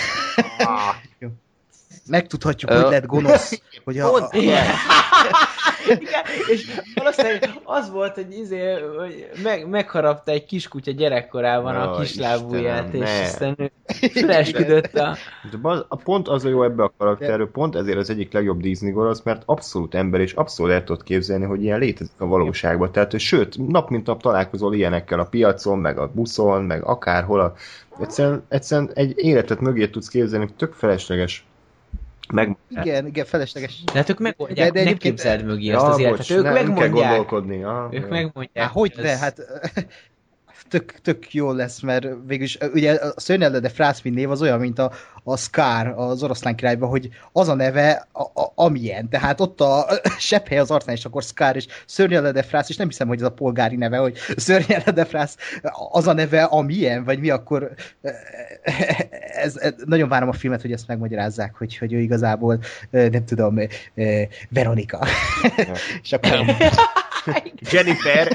Megtudhatjuk, hogy lett gonosz. Hogy a... Pont, igen. Igen, és valószínűleg az volt, hogy, izé, hogy meg, megharapta egy kiskutya gyerekkorában a kislábúját, és aztán ő felesküdött a... De az, a pont az a jó ebbe a karakterről, pont ezért az egyik legjobb Disney gonosz, mert abszolút ember, és abszolút el tudod képzelni, hogy ilyen létezik a valóságban. Tehát, hogy sőt, nap mint nap találkozol ilyenekkel a piacon, meg a buszon, meg akárhol. A... Egyszerűen, egyszerűen egy életet mögé tudsz képzelni, tök felesleges. Meg... Igen, igen, felesleges. De hát ők megmondják, de, de ne képzeld mögé ja, azt az életet. Ők ne, megmondják. Kell gondolkodni. Ja, ők ja. megmondják. Há, hogy ez... de, hát tök, tök jó lesz, mert végülis ugye a Szörnyel de Frász név az olyan, mint a, a Scar az Oroszlán királyban, hogy az a neve, a, a, amilyen. Tehát ott a sepphely az arcán, és akkor Scar, és Szörnyel de Frász, és nem hiszem, hogy ez a polgári neve, hogy Szörnyel de Frász az a neve, amilyen, vagy mi akkor... Ez, ez, nagyon várom a filmet, hogy ezt megmagyarázzák, hogy, hogy ő igazából, nem tudom, Veronika. És akkor... Jennifer!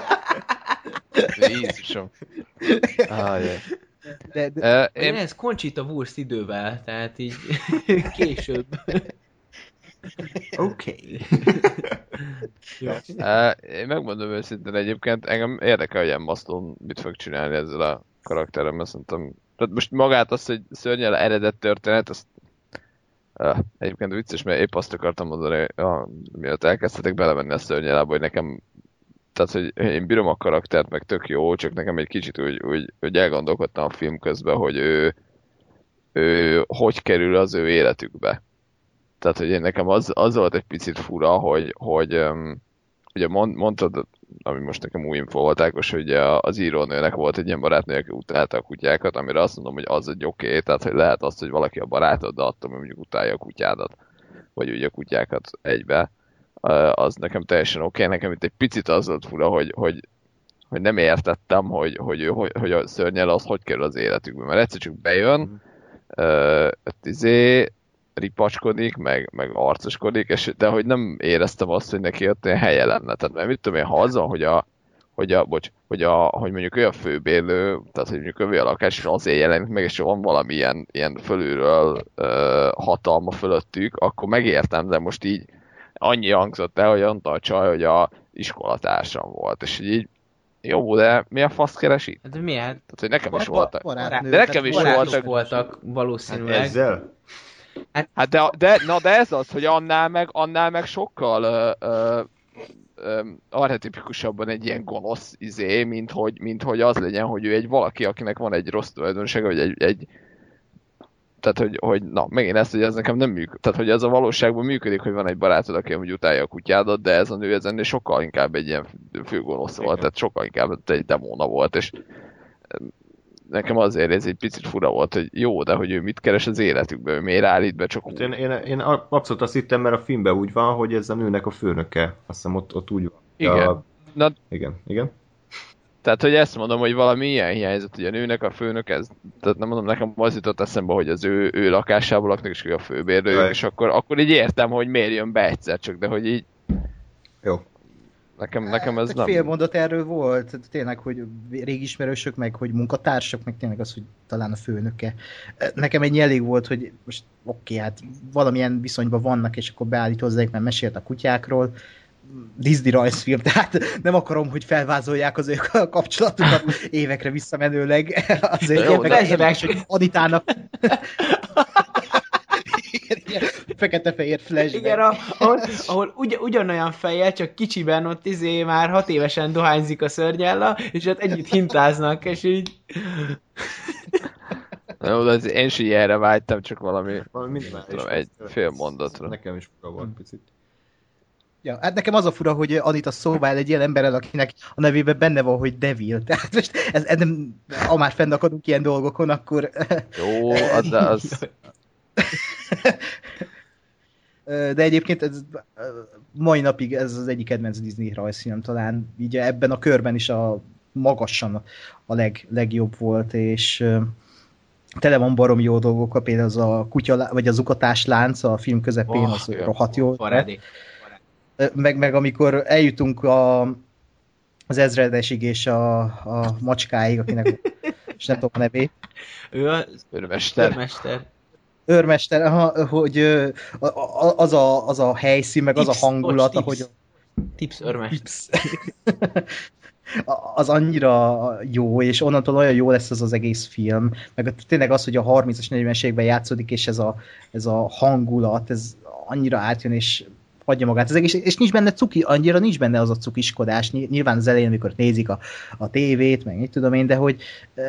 Jézusom. Ah, yeah. De, de, uh, én... Ez Conchita Wurst idővel, tehát így később. Oké. Okay. uh, én megmondom őszintén egyébként, engem érdekel, hogy Emma Stone mit fog csinálni ezzel a karakterem, mert szerintem... Tehát most magát azt, hogy Szörnyel eredet történet, azt uh, egyébként vicces, mert épp azt akartam mondani, uh, miatt elkezdtetek belemenni a Szörnyelába, hogy nekem tehát, hogy én bírom a karaktert, meg tök jó, csak nekem egy kicsit úgy, úgy, úgy elgondolkodtam a film közben, hogy ő, ő hogy kerül az ő életükbe. Tehát, hogy én nekem az, az volt egy picit fura, hogy, hogy um, ugye mond, mondtad, ami most nekem új info volt, Ákos, hogy az írónőnek volt egy ilyen barátnő, aki utálta a kutyákat, amire azt mondom, hogy az egy oké, okay, tehát, hogy lehet azt, hogy valaki a barátod, de attól, hogy mondjuk utálja a kutyádat, vagy ugye a kutyákat egybe. Az nekem teljesen oké, okay. Nekem itt egy picit az volt fura, hogy, hogy, hogy nem értettem, hogy, hogy, hogy, hogy a Szörnyel az hogy kerül az életükbe, mert egyszer csak bejön, mm. uh, izé, ripacskodik, meg, meg arcoskodik, és, de hogy nem éreztem azt, hogy neki ott ilyen helye lenne. Tehát mert mit tudom én, ha az van, hogy a, hogy a, bocs, hogy, a, hogy mondjuk ő a főbérlő, tehát hogy mondjuk ő a lakás, és azért jelenik meg, és van valami ilyen, ilyen fölülről uh, hatalma fölöttük, akkor megértem, de most így annyi hangzott el, hogy mondta a csaj, hogy a iskolatársam volt, és így jó, de mi a fasz keresi? De miért? Tehát, hogy nekem is voltak. Barátnő, de nekem is voltak. voltak valószínűleg. Hát ezzel? Hát de, de, na de ez az, hogy annál meg, annál meg sokkal uh, uh, uh, archetipikusabban egy ilyen gonosz izé, mint hogy, mint hogy az legyen, hogy ő egy valaki, akinek van egy rossz tulajdonsága, vagy egy, egy tehát, hogy, hogy na, megint ezt, hogy ez nekem nem működik. Tehát, hogy ez a valóságban működik, hogy van egy barátod, aki amúgy utálja a kutyádat, de ez a nő ezen sokkal inkább egy ilyen főgonosz volt, tehát sokkal inkább egy demóna volt, és nekem azért ez egy picit fura volt, hogy jó, de hogy ő mit keres az életükben, ő miért állít be csak úgy. Én, én, én abszolút azt hittem, mert a filmben úgy van, hogy ez a nőnek a főnöke. Azt hiszem ott, ott úgy van. Igen. A... Na, igen, igen. Tehát, hogy ezt mondom, hogy valami ilyen hiányzott, hogy a nőnek a főnök, ez, tehát nem mondom, nekem az jutott eszembe, hogy az ő, ő lakásából laknak, és ő a főbérlő, és akkor, akkor így értem, hogy miért jön be egyszer csak, de hogy így... Jó. Nekem, nekem ez egy nem... fél mondat erről volt, tényleg, hogy régi ismerősök, meg hogy munkatársak, meg tényleg az, hogy talán a főnöke. Nekem egy elég volt, hogy most oké, hát valamilyen viszonyban vannak, és akkor beállít hozzájuk, mert mesélt a kutyákról. Disney rajzfilm, tehát nem akarom, hogy felvázolják az ő kapcsolatukat évekre visszamenőleg. Azért Jó, érdekes, érdekes, hogy Anitának fekete-fehér flashback. Igen, a, ahol, ahol ugy, ugyanolyan fejjel, csak kicsiben ott izé már hat évesen dohányzik a szörnyella, és ott együtt hintáznak, és így... Jó, de én is így erre vágytam, csak valami, valami minimális. tudom, egy fél mondatra. Nekem is fura volt picit. Ja, hát nekem az a fura, hogy Anita szóba áll egy ilyen emberrel, akinek a nevében benne van, hogy Devil. Tehát most ez, ez nem, ha már fennakadunk ilyen dolgokon, akkor... Jó, az, az... De egyébként ez mai napig ez az egyik kedvenc Disney rajzfilm talán. Így ebben a körben is a magasan a leg, legjobb volt, és tele van baromi jó dolgok, például az a kutya, vagy az ukatás lánc a film közepén, Oh, az rohadt jó. Paradé. Meg, meg amikor eljutunk a, az ezredesig és a, a macskáig, akinek és nem tudom a nevét. Ő az Őrmester. őrmester. Őrmester, aha, hogy az a, az a helyszín, meg az Tips, a hangulat, bocs, ahogy... tips. Tips őrmester. Tips. Az annyira jó, és onnantól olyan jó lesz ez az egész film, meg tényleg az, hogy a harmincas, negyvenes években játszódik, és ez a, ez a hangulat, ez annyira átjön, és adja magát az egész, és nincs benne cuki, annyira nincs benne az a cukiskodás, nyilván az elején, amikor nézik a, a tévét, meg mit tudom én, de hogy e,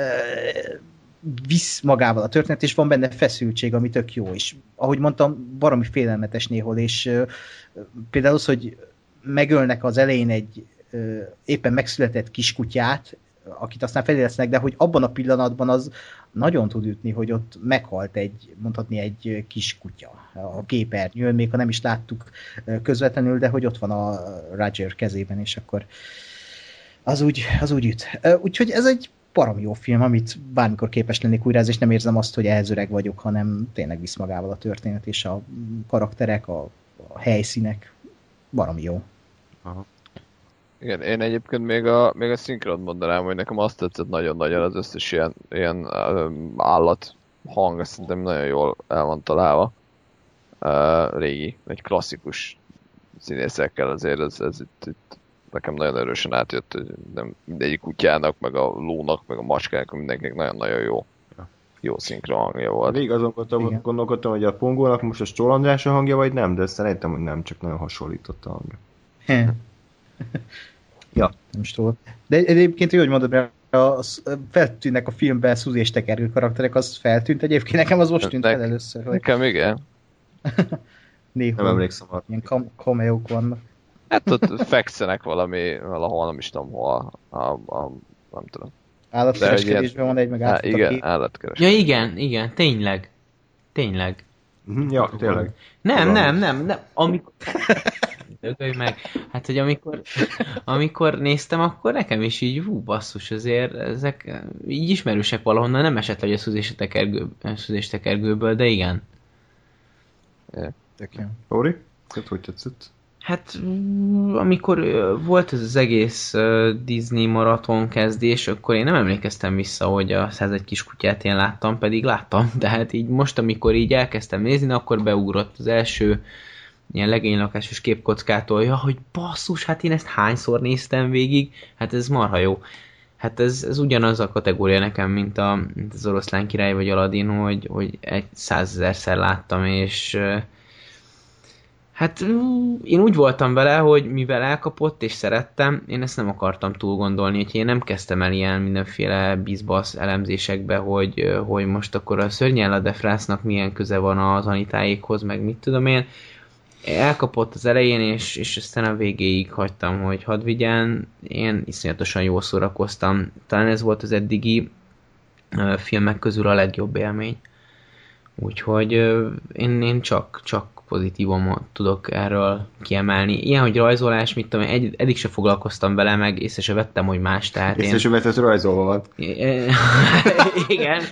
visz magával a történet, és van benne feszültség, ami tök jó, és ahogy mondtam, baromi félelmetes néhol, és e, például az, hogy megölnek az elején egy e, éppen megszületett kiskutyát, akit aztán felélesznek, de hogy abban a pillanatban az nagyon tud ütni, hogy ott meghalt egy, mondhatni egy kis kutya a képernyőn, még ha nem is láttuk közvetlenül, de hogy ott van a Roger kezében, és akkor az úgy, az úgy üt. Úgyhogy ez egy barom jó film, amit bármikor képes lennék újrázni, és nem érzem azt, hogy ehhez öreg vagyok, hanem tényleg visz magával a történet, és a karakterek, a, a helyszínek barom jó. Aha. Igen, én egyébként még a, még a szinkront mondanám, hogy nekem azt tetszett nagyon-nagyon az összes ilyen, ilyen um, állat hang, szerintem nagyon jól el van találva. Uh, régi, egy klasszikus színészekkel azért ez, ez itt, itt nekem nagyon erősen átjött, hogy nem mindegyik kutyának, meg a lónak, meg a macskának, mindenkinek nagyon-nagyon jó. Jó szinkron hangja volt. Végig azon gondolkodtam, gondolkodtam, hogy a Pongónak most a Stoll András a hangja, vagy nem, de szerintem, hogy nem, csak nagyon hasonlított a hangja. Ja, nem is tudom. De egyébként, hogy mondod, mert a, feltűnnek a filmben Suzy és tekergő karakterek, az feltűnt egyébként, nekem az most tűnt fel először. Hogy... Nekem igen. Néha nem emlékszem arra. Ilyen kam- cameók vannak. Hát ott fekszenek valami, valahol nem is tudom hol, a, a, a nem tudom. Állatkereskedésben van egy, meg átfut igen, a kép. állatkereskedés. Ja igen, igen, tényleg. Tényleg. Ja, tényleg. Nem, Tudom. nem, nem, nem. Amikor... Dögölj meg. Hát, hogy amikor, amikor néztem, akkor nekem is így, hú, basszus, azért ezek így ismerősek valahonnan, nem esett le a Suzy és tekergőből, de igen. Yeah. Lóri? Tehát hogy tetszett? Hát, amikor volt ez az egész Disney maraton kezdés, akkor én nem emlékeztem vissza, hogy a százegy kiskutyát én láttam, pedig láttam. Tehát így most, amikor így elkezdtem nézni, akkor beugrott az első ilyen legénylakásos képkockától, ja, hogy basszus, hát én ezt hányszor néztem végig, hát ez marha jó. Hát ez, ez ugyanaz a kategória nekem, mint, a, mint az Oroszlán király vagy Aladdin, hogy, hogy egy százezerszer láttam, és hát én úgy voltam vele, hogy mivel elkapott és szerettem, én ezt nem akartam túl gondolni, hogy én nem kezdtem el ilyen mindenféle bizbasz elemzésekbe, hogy, hogy most akkor a Szörnyella de France-nak milyen köze van az Anitáékhoz, meg mit tudom én. Elkapott az elején, és, és aztán a végéig hagytam, hogy hadd vigyen. Én iszonyatosan jól szórakoztam. Talán ez volt az eddigi filmek közül a legjobb élmény. Úgyhogy én, én csak, csak pozitívan tudok erről kiemelni. Ilyen, hogy rajzolás, mit tudom, egy, eddig se foglalkoztam vele, meg észre se vettem, hogy más. Tehát észre én... se vettem, hogy rajzolva van. Igen.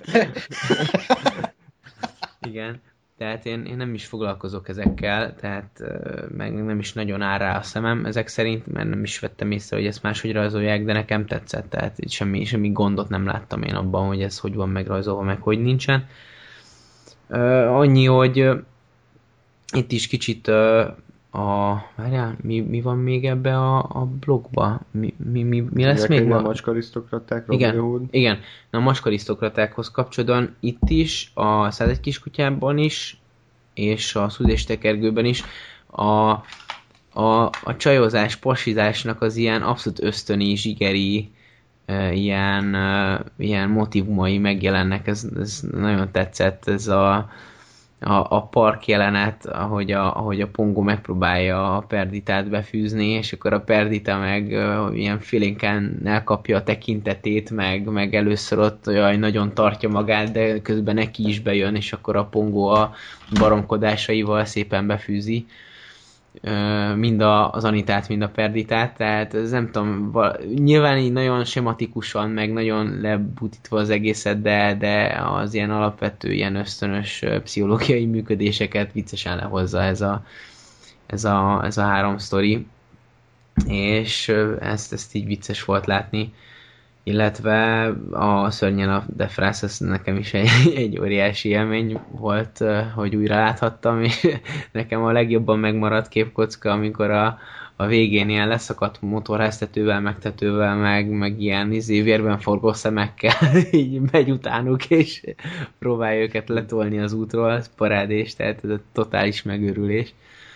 Igen. Tehát én, én nem is foglalkozok ezekkel, tehát meg nem is nagyon áll rá a szemem ezek szerint, mert nem is vettem észre, hogy ezt máshogy rajzolják, de nekem tetszett, tehát semmi, semmi gondot nem láttam én abban, hogy ez hogy van megrajzolva, meg hogy nincsen. Uh, annyi, hogy uh, itt is kicsit uh, a... Várjál, mi, mi van még ebbe a, a blogba? Mi, mi, mi, mi lesz még ma? A macskarisztokraták, igen, igen, na a macskarisztokratákhoz kapcsolatban itt is, a százegy kiskutyában is, és a szúzéstekergőben is a, a, a csajozás, pasizásnak az ilyen abszolút ösztöni, zsigeri uh, ilyen, uh, ilyen motivumai megjelennek, ez, ez nagyon tetszett, ez a, a, a park jelenet, ahogy a, ahogy a Pongo megpróbálja a Perditát befűzni, és akkor a Perdita meg uh, ilyen félénken elkapja a tekintetét, meg, meg először ott jaj, nagyon tartja magát, de közben neki is bejön, és akkor a Pongo a baromkodásaival szépen befűzi mind a, az Anitát, mind a Perditát, tehát ez nem tudom, val- nyilván így nagyon sematikusan, meg nagyon lebutítva az egészet, de, de az ilyen alapvető, ilyen ösztönös pszichológiai működéseket viccesen lehozza ez a, ez a, ez a három sztori, és ezt, ezt így vicces volt látni, illetve a Szörnyen a Defrász, ez nekem is egy, egy óriási élmény volt, hogy újra láthattam, és nekem a legjobban megmaradt képkocka, amikor a, a végén ilyen leszakadt motorháztetővel, megtetővel, meg, meg ilyen izé, vérben forgó szemekkel így megy utánuk, és próbálja őket letolni az útról, ez parádés, tehát ez a totális megőrülés.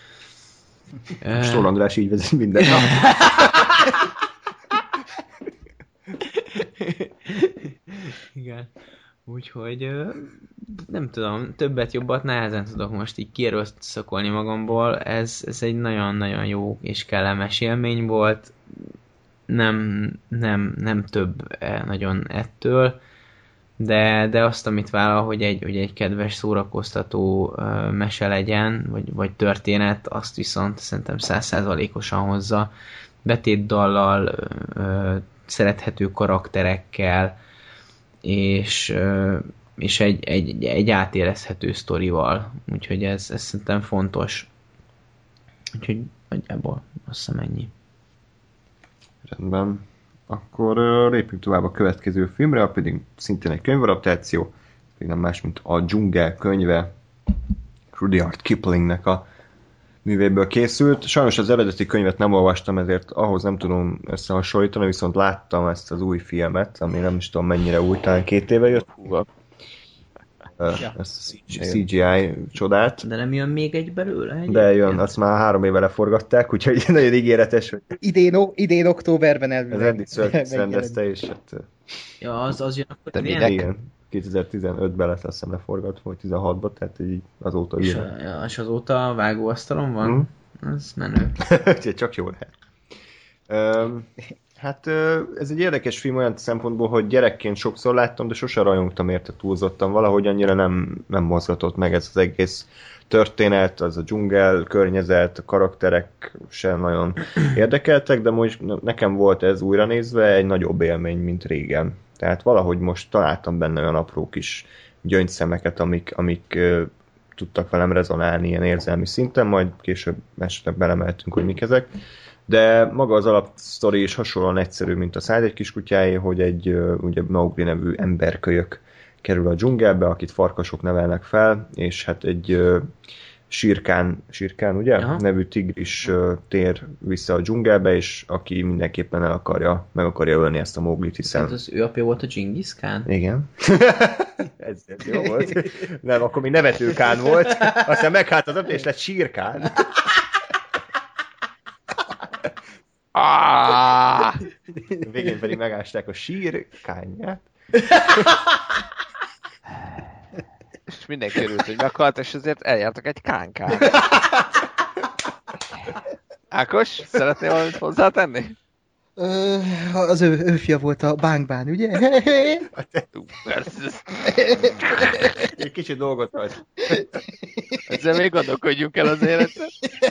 Stól András így vezet minden nap. Igen. Úgyhogy nem tudom, többet, jobbat nehezen tudok most így kierőszakolni magamból. Ez, ez egy nagyon-nagyon jó és kellemes élmény volt. Nem, nem, nem több nagyon ettől, de, de azt, amit vállal, hogy egy, hogy egy kedves, szórakoztató mese legyen, vagy, vagy történet, azt viszont szerintem száz százalékosan hozza. Betétdallal, szerethető karakterekkel, és, és egy, egy, egy átérezhető sztorival. Úgyhogy ez, ez szerintem fontos. Úgyhogy nagyjából azt hiszem ennyi. Rendben. Akkor uh, lépjünk tovább a következő filmre, pedig szintén egy könyvadaptáció, pedig nem más, mint a Dzsungel könyve, Rudyard Kiplingnek a művéből készült. Sajnos az eredeti könyvet nem olvastam, ezért ahhoz nem tudom összehasonlítani, viszont láttam ezt az új filmet, ami nem is tudom mennyire új, talán két éve jött. Húha. Ja. Ezt a cé gé i csodát. De nem jön még egy belőle? Egy De jön, azt már három éve leforgatták, úgyhogy nagyon ígéretes, hogy... Idén, idén októberben elvileg. Ez Andy Serkis rendezte, és hát... Ja, az, az jön akkor. De minek? Igen. kétezer-tizenötben lett azt hiszem leforgatva, vagy tizenhatban, tehát így azóta és, írva. A, és azóta a vágóasztalon van? Hmm. Ez menő. Csak jó lehet. Um, hát ez egy érdekes film olyan szempontból, hogy gyerekként sokszor láttam, de sosem rajongtam érte túlzottan. Valahogy annyira nem, nem mozgatott meg ez az egész történet, az a dzsungel környezet, a karakterek sem nagyon érdekeltek, de most nekem volt ez újra nézve egy nagyobb élmény, mint régen. Tehát valahogy most találtam benne olyan apró kis gyöngyszemeket, amik, amik uh, tudtak velem rezonálni ilyen érzelmi szinten, majd később esetleg belemeltünk, hogy mik ezek. De maga az alapsztori is hasonlóan egyszerű, mint a százegy kiskutyáé, hogy egy uh, ugye Mowgli nevű emberkölyök kerül a dzsungelbe, akit farkasok nevelnek fel, és hát egy uh, Sirkán, Sirkán, ugye? Aha. Nevű tigris uh, tér vissza a dzsungelbe, és aki mindenképpen el akarja, meg akarja ölni ezt a Mowglit, hiszen... Hát az ő apja volt a Genghis Khan? Igen. ez, ez jó volt. Nem, akkor még nevetőkán volt, aztán megháltatott, és lett Sirkán. Ah! Végén pedig megásták a Sirkánját. És mindenki örült, hogy meghalt, és ezért eljártak egy kánkán. Ákos, szeretnél valamit hozzátenni? Ö, az ő, ő fia volt a bánkbán, ugye? Egy kicsit dolgot rajta. Ezzel még gondolkodjunk el az életet.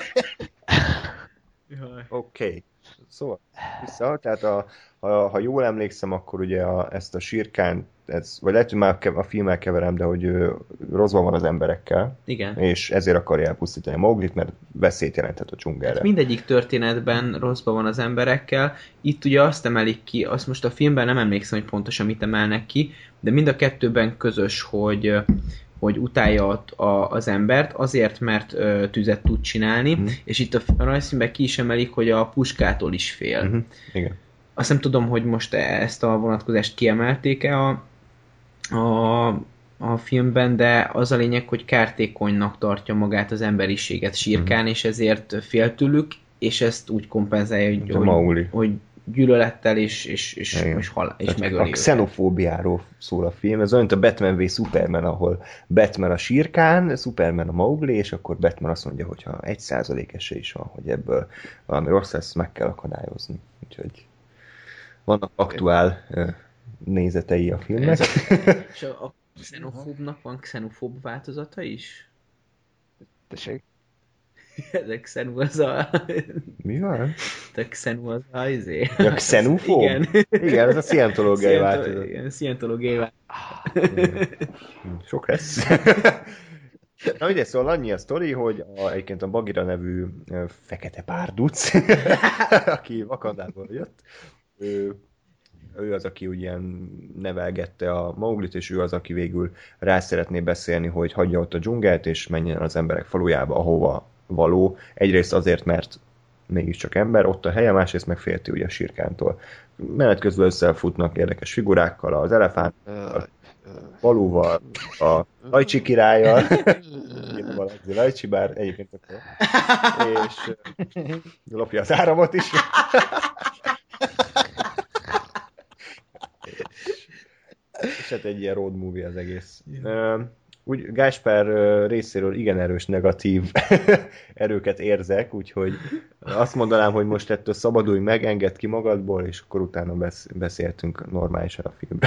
Oké. Okay. Szóval vissza, tehát a, ha, ha jól emlékszem, akkor ugye a, ezt a sírkánt, ez, vagy lehet, hogy már a filmmel keverem, de hogy ő, rosszban van az emberekkel. Igen. És ezért akarja elpusztítani Mowglit, mert veszélyt jelenthet a dzsungelre. Hát mindegyik történetben rosszban van az emberekkel. Itt ugye azt emelik ki, azt most a filmben nem emlékszem, hogy pontosan mit emelnek ki, de mind a kettőben közös, hogy hogy utálja a, a, az embert, azért, mert ö, tüzet tud csinálni, mm. és itt a, a rajzfilmben ki is emelik, hogy a puskától is fél. Mm-hmm. Igen. Azt nem tudom, hogy most ezt a vonatkozást kiemelték-e a, a, a filmben, de az a lényeg, hogy kártékonynak tartja magát az emberiséget sírkán, mm. és ezért fél tőlük, és ezt úgy kompenzálja, hogy, hogy, hogy gyűlölettel és, és, és, és, hal, és megöli. A xenofóbiáról szól a film, ez olyan, mint a Batman v Superman, ahol Batman a sírkán, Superman a Mowgli, és akkor Batman azt mondja, hogy ha egy százalék esély is van, hogy ebből valami rossz lesz, meg kell akadályozni. Úgyhogy vannak aktuál nézetei a filmnek. És a, a xenofóbnak van xenofób változata is? Tessék? De Xenu az a... Mi van? De Xenu az a izé. Ja, xenofób? Igen. Igen, ez a szientológiai változat. Igen, szientológiai változat. Sok lesz. Na ugye, szóval annyi a sztori, hogy a, egyébként a Bagheera nevű fekete párduc, aki Wakandából jött, ő, ő az, aki ugyan nevelgette a Mowglit, és ő az, aki végül rá szeretné beszélni, hogy hagyja ott a dzsungelt, és menjen az emberek falujába, ahova való. Egyrészt azért, mert mégiscsak ember, ott a helye, másrészt meg félti ugye a sírkántól. Menet közben összefutnak érdekes figurákkal, az elefánt, a valóval, a Lajcsi királlyal, valaki Lajcsi, bár egyébként akkor, és lopja az áramot is. És hát egy ilyen road movie az egész. Úgy Gáspár részéről igen erős negatív erőket érzek, úgyhogy azt mondanám, hogy most ettől szabadulj meg, engedd ki magadból, és akkor utána beszéltünk normálisan a filmben.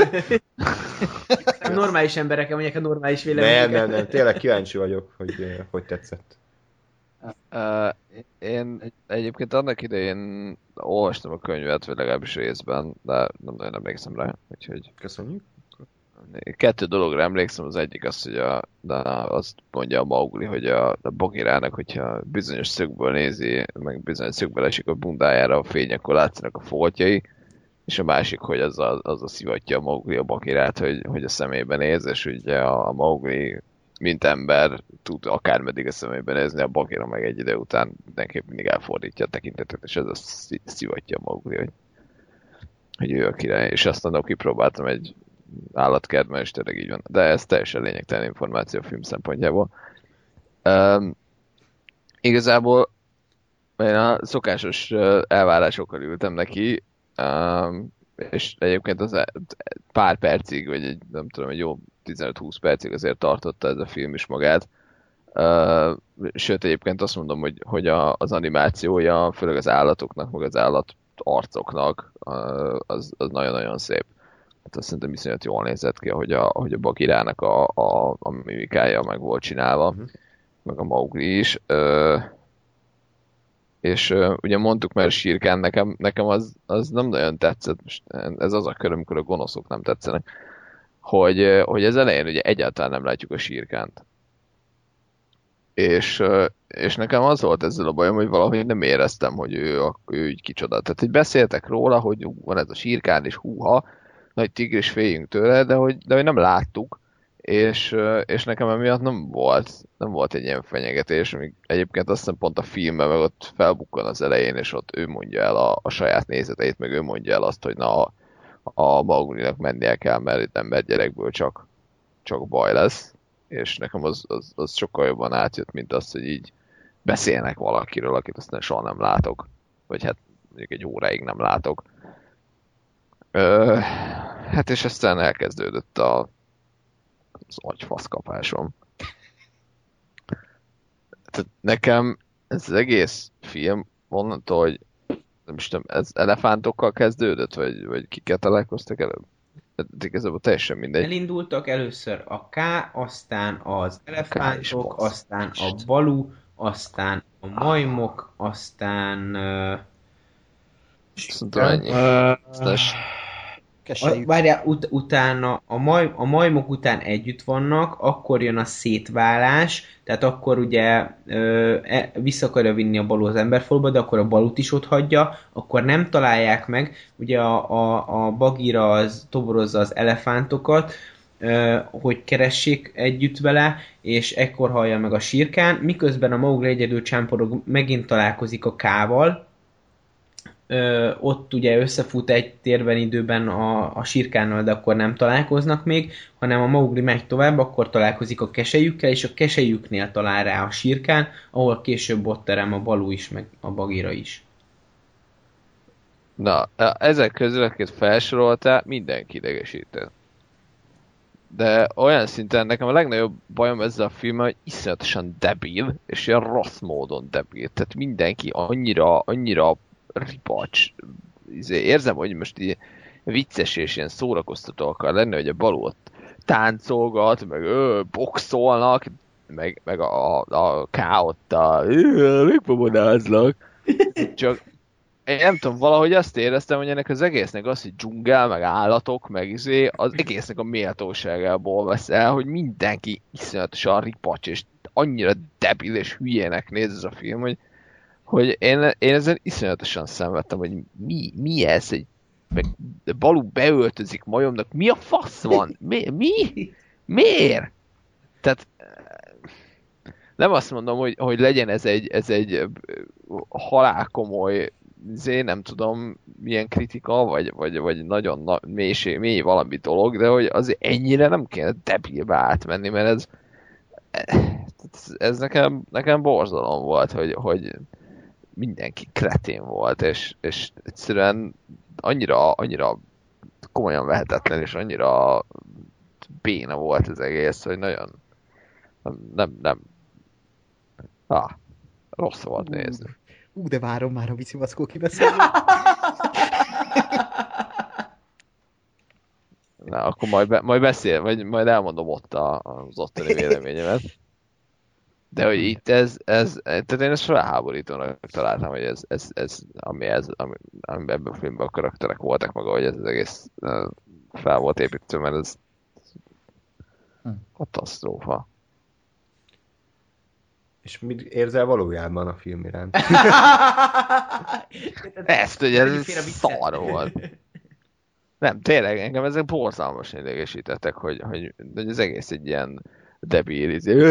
Normális emberek, mondják a normális véleményeket. Nem, nem, nem, tényleg kíváncsi vagyok, hogy hogy tetszett. Uh, én egyébként annak idején olvastam a könyvet, vagy legalábbis részben, de nem nagyon emlékszem rá, úgyhogy... Köszönjük. Kettő dologra emlékszem, az egyik az, hogy a, de azt mondja a Mowgli, hogy a, a Bagheerának, hogyha bizonyos szögből nézi, meg bizonyos szögből esik a bundájára a fény, akkor látszanak a foltjai, és a másik, hogy az a, az a szivatja a Mowgli a Bagheerát, hogy, hogy a szemében néz, és ugye a, a Mowgli mint ember tud akármeddig a szemében nézni, a Bagheera meg egy idő után mindenképp mindig elfordítja a tekintetet, és ez a szivatja a Mowgli, hogy, hogy ő a király, és aztán kipróbáltam egy állatkertben, és tényleg így van. De ez teljesen lényegtelen információ a film szempontjából. Um, igazából én a szokásos elvárásokkal ültem neki, um, és egyébként az pár percig, vagy egy, nem tudom, egy jó tizenöt-húsz percig azért tartotta ez a film is magát. Uh, sőt, egyébként azt mondom, hogy, hogy a, az animációja, főleg az állatoknak, meg az állat arcoknak, uh, az, az nagyon-nagyon szép. Hát azt szerintem viszonylag jól nézett ki, ahogy a, ahogy a Bagheerának a, a, a mimikája meg volt csinálva, uh-huh. meg a Mowgli is. Ö, és ö, ugye mondtuk már sírkán, nekem, nekem az, az nem nagyon tetszett, most ez az a kör, amikor a gonoszok nem tetszenek, hogy, hogy ez elején ugye egyáltalán nem látjuk a sírkánt. És, és nekem az volt ezzel a bajom, hogy valahogy nem éreztem, hogy ő, ő így kicsoda. Tehát, hogy beszéltek róla, hogy van ez a sírkán, és húha, nagy tigris, féljünk tőle, de hogy, de hogy nem láttuk, és, és nekem emiatt nem volt, nem volt egy ilyen fenyegetés, amíg egyébként azt hiszem pont a filmben meg ott felbukkan az elején, és ott ő mondja el a, a saját nézeteit, meg ő mondja el azt, hogy na a, a Mowglinak mennie kell, mert itt ember gyerekből csak, csak baj lesz, és nekem az, az, az sokkal jobban átjött, mint az, hogy így beszélnek valakiről, akit aztán soha nem látok, vagy hát mondjuk egy óráig nem látok. Ö, hát és aztán elkezdődött a, az agyfaszkapásom. Tehát nekem ez az egész film onnantól, hogy nem is tudom, ez elefántokkal kezdődött, vagy, vagy kikkel találkoztak előbb? Igazából teljesen mindegy. Elindultak először a K, aztán az elefántok, az. aztán a Balú, aztán a majmok, aztán... Uh, Szerintem ennyi. Uh, A, várjál, ut- utána a, maj, a majmok után együtt vannak, akkor jön a szétválás, tehát akkor ugye ö, e, vissza akarja vinni a Balú az emberfaluba, de akkor a Balut is ott hagyja, akkor nem találják meg, ugye a, a, a Bagheera az toborozza az elefántokat, ö, hogy keressék együtt vele, és ekkor hallja meg a Sírkán, miközben a Mowgli egyedül csámporog, megint találkozik a K-val, Ö, ott ugye összefut egy térben időben a, a Sírkánnal, de akkor nem találkoznak még, hanem a Mowgli megy tovább, akkor találkozik a keselyükkel, és a keselyüknél talál rá a Sírkán, ahol később ott terem a Balú is, meg a Bagheera is. Na, ezek közül, akiket felsoroltál, mindenki idegesített. De olyan szinten nekem a legnagyobb bajom ezzel a filmmel, hogy iszonyatosan debil, és ilyen rossz módon debil. Tehát mindenki annyira, annyira ripacs. Érzem, hogy most így vicces és ilyen szórakoztató akar lenni, hogy a Balú ott táncolgat, meg ö, boxolnak, meg, meg a, a K ott a megpomodázlak. Csak én nem tudom, valahogy azt éreztem, hogy ennek az egésznek az, hogy dzsungel, meg állatok, meg izé, az egésznek a méltóságából vesz el, hogy mindenki iszonyatosan ripacs, és annyira debil és hülyének néz ez a film, hogy hogy én, én ezen iszonyatosan szenvedtem, hogy mi, mi ez, egy meg Balú beöltözik majomnak, mi a fasz van? Mi? mi? Miért? Tehát nem azt mondom, hogy, hogy legyen ez egy, ez egy halálkomoly, én nem tudom milyen kritika, vagy, vagy, vagy nagyon na, mély, mély valami dolog, de hogy azért ennyire nem kéne debilbe átmenni, mert ez ez, ez nekem, nekem borzalom volt, hogy, hogy mindenki kretén volt, és, és egyszerűen annyira, annyira komolyan vehetetlen, és annyira béna volt az egész, hogy nagyon nem, nem, nem. Ah, rossz volt uh, nézni. Ú, de várom már a Vicimaszkó kibeszélni. Na, akkor majd, be, majd beszél, vagy majd elmondom ott a, az ottani véleményemet. De hogy itt ez, ez, tehát én ezt felháborítónak találtam, hogy ez, ez, ez ami ez, ami, ami ebben a filmben a karakterek voltak maga, hogy ez az egész fel volt építő, mert ez katasztrófa. És mit érzel valójában a film iránt? Ezt ugye, ez szar volt. Nem, tényleg, engem ezek borzalmasan idegesítettek, hogy, hogy, hogy az egész egy ilyen debil,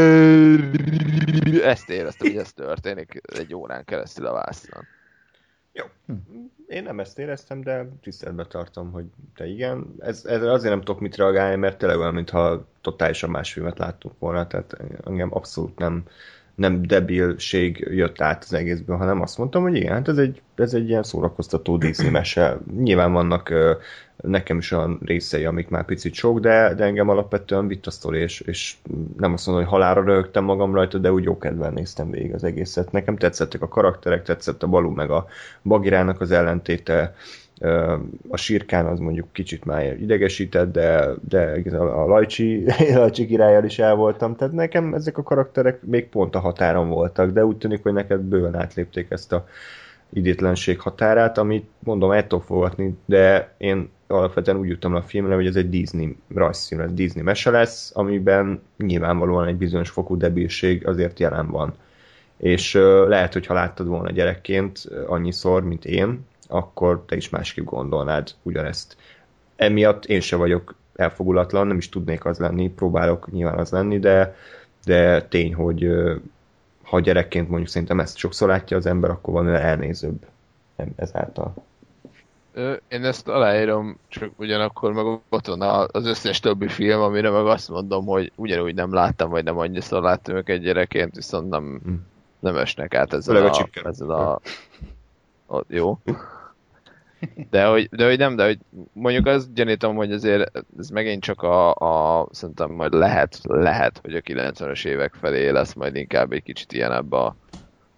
ezt éreztem, hogy ez történik egy órán keresztül a vászon. Jó. Én nem ezt éreztem, de tiszteletben tartom, hogy te igen. Ez, ez azért nem tudok mit reagálni, mert tényleg olyan, mintha totálisan más filmet láttunk volna, tehát engem abszolút nem, nem debilség jött át az egészből, hanem azt mondtam, hogy igen, hát ez egy, ez egy ilyen szórakoztató Disney mese. Nyilván vannak nekem is olyan részei, amik már picit sok, de, de engem alapvetően vitt a sztori, és, és nem azt mondom, hogy halálra röhögtem magam rajta, de úgy jó kedven néztem végig az egészet. Nekem tetszettek a karakterek, tetszett a Balú meg a Bagheerának az ellentéte, a Sírkán az mondjuk kicsit már idegesített, de, de a Lajcsi, Lajcsi királlyal is el voltam, tehát nekem ezek a karakterek még pont a határon voltak, de úgy tűnik, hogy neked bőven átlépték ezt a idétlenség határát, amit mondom, el tudok fogadni, de én alapvetően úgy jutottam a filmre, hogy ez egy Disney rajzfilm, ez Disney mese lesz, amiben nyilvánvalóan egy bizonyos fokú debilség azért jelen van. És uh, lehet, hogy ha láttad volna gyerekként annyiszor, mint én, akkor te is másképp gondolnád ugyanezt. Emiatt én se vagyok elfogulatlan, nem is tudnék az lenni, próbálok nyilván az lenni, de, de tény, hogy uh, ha gyerekként mondjuk szerintem ezt sokszor látja az ember, akkor van elnézőbb ezáltal. Én ezt aláírom, csak ugyanakkor meg ott van az összes többi film, amire meg azt mondom, hogy ugyanúgy nem láttam, vagy nem annyiszor láttam őket gyerekként, viszont nem, hmm. nem esnek át ezzel a... a, ezzel a, a jó. De hogy, de hogy nem, de hogy mondjuk azt gyanítom, hogy azért ez megint csak a, a szerintem majd lehet, lehet, hogy a kilencvenes évek felé lesz majd inkább egy kicsit ilyen ebbe a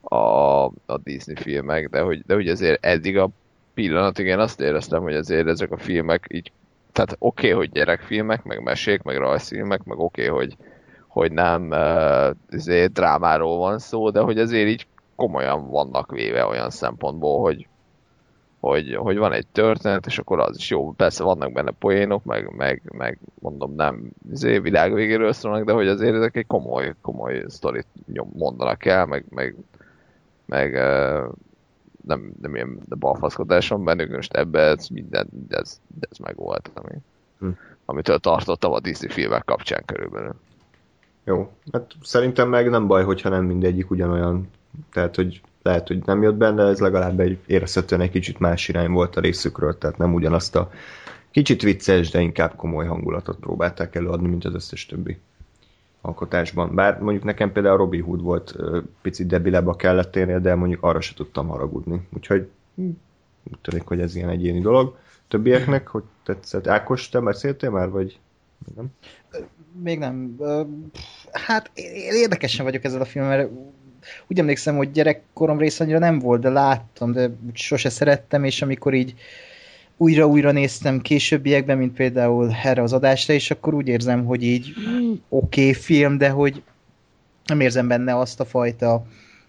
a, a Disney filmek, de hogy, de hogy azért eddig a pillanatig én azt éreztem, hogy azért ezek a filmek így, tehát oké, okay, hogy gyerekfilmek, meg mesék, meg rajzfilmek, meg oké, okay, hogy, hogy nem uh, azért drámáról van szó, de hogy azért így komolyan vannak véve olyan szempontból, hogy, hogy, hogy van egy történet, és akkor az is jó, persze vannak benne poénok, meg, meg, meg mondom, nem azért világ végéről szólnak, de hogy azért ezek egy komoly, komoly sztorit mondanak el, meg, meg, meg uh, nem, nem ilyen balfaszkodás van bennük, most ebben ez minden, ez, ez meg volt, ami, hm. amitől tartottam a Disney filmek kapcsán körülbelül. Jó, hát szerintem meg nem baj, hogyha nem mindegyik ugyanolyan, tehát hogy lehet, hogy nem jött benne, ez legalább egy érezhetően egy kicsit más irány volt a részükről, tehát nem ugyanazt a kicsit vicces, de inkább komoly hangulatot próbálták előadni, mint az összes többi alkotásban. Bár mondjuk nekem például Robin Hood volt picit debilebb a kelletténél, de mondjuk arra se tudtam haragudni. Úgyhogy úgy tűnik, hogy ez ilyen egyéni dolog. Többieknek, hogy tetszett? Ákos, te beszéltél már, vagy nem? Még nem. Hát én érdekesen vagyok ezzel a filmmel, mert úgy emlékszem, hogy gyerekkorom része annyira nem volt, de láttam, de sose szerettem, és amikor így újra-újra néztem későbbiekben, mint például erre az adásra, és akkor úgy érzem, hogy így oké okay, film, de hogy nem érzem benne azt a fajta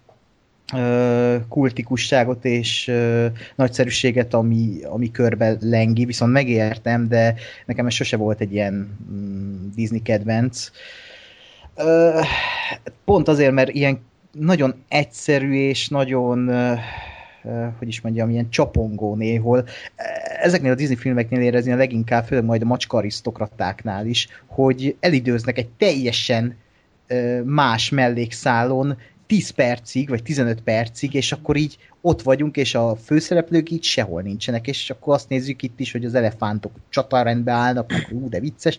ö, kultikusságot és ö, nagyszerűséget, ami, ami körbe lengi, viszont megértem, de nekem ez sose volt egy ilyen mm, Disney kedvenc. Ö, pont azért, mert ilyen nagyon egyszerű és nagyon hogy is mondjam, ilyen csapongó néhol. Ezeknél a Disney filmeknél érezni a leginkább, főleg majd a macska arisztokratáknál is, hogy elidőznek egy teljesen más mellékszálon tíz percig, vagy tizenöt percig, és akkor így ott vagyunk, és a főszereplők így sehol nincsenek, és akkor azt nézzük itt is, hogy az elefántok csatarendbe állnak, meg ú, de vicces.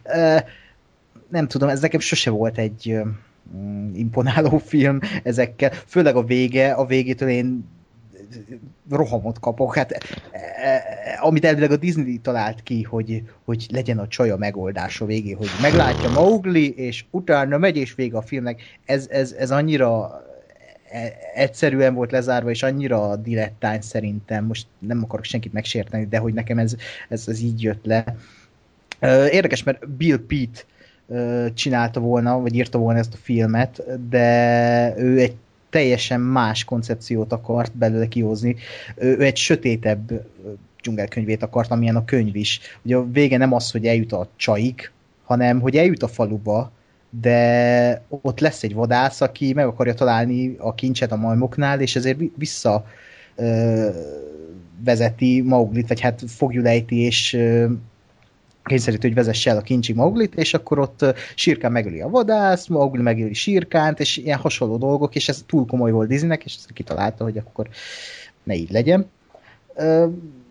Nem tudom, ez nekem sose volt egy imponáló film ezekkel, főleg a vége, a végétől én rohamot kapok. Hát, eh, amit elvileg a Disney talált ki, hogy, hogy legyen a csaj a megoldás a végén, hogy meglátja Mowgli, és utána megy, és vége a filmnek. Ez, ez, ez annyira egyszerűen volt lezárva, és annyira dilettány szerintem. Most nem akarok senkit megsérteni, de hogy nekem ez, ez, ez így jött le. Érdekes, mert Bill Pitt csinálta volna, vagy írta volna ezt a filmet, de ő egy teljesen más koncepciót akart belőle kihozni. Ő egy sötétebb dzsungelkönyvét akart, amilyen a könyv is. Ugye a vége nem az, hogy eljut a csaig, hanem hogy eljut a faluba, de ott lesz egy vadász, aki meg akarja találni a kincset a majmoknál, és ezért vissza ö, vezeti Mowglit, vagy hát fogjulejti, és ö, kényszerítő, hogy vezesse el a kincsig Mowglit, és akkor ott Sírkán megöli a vadász, Mowgli megöli Sírkánt, és ilyen hasonló dolgok, és ez túl komoly volt Disneynek, és ezt kitalálta, hogy akkor ne így legyen. Ö,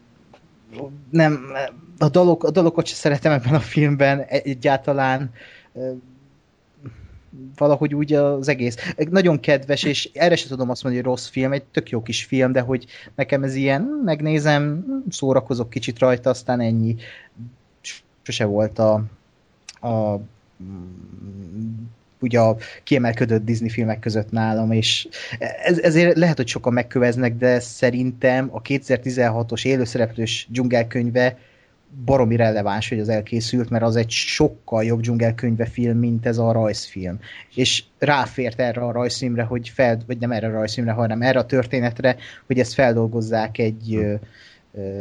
nem, a, dalok, a dalokat sem szeretem ebben a filmben egyáltalán, ö, valahogy úgy az egész. Nagyon kedves, és erre sem tudom azt mondani, hogy rossz film, egy tök jó kis film, de hogy nekem ez ilyen, megnézem, szórakozok kicsit rajta, aztán ennyi. Sose volt a, a ugye a kiemelkedő Disney filmek között nálam, és ez, ezért lehet, hogy sokan megköveznek, de szerintem a kétezer-tizenhatos élőszereplős dzsungelkönyve baromi releváns, hogy az elkészült, mert az egy sokkal jobb dzsungelkönyve film, mint ez a rajzfilm. És ráfért erre a rajzfilmre, hogy fel, vagy nem erre a rajzfilmre, hanem erre a történetre, hogy ezt feldolgozzák egy ö, ö,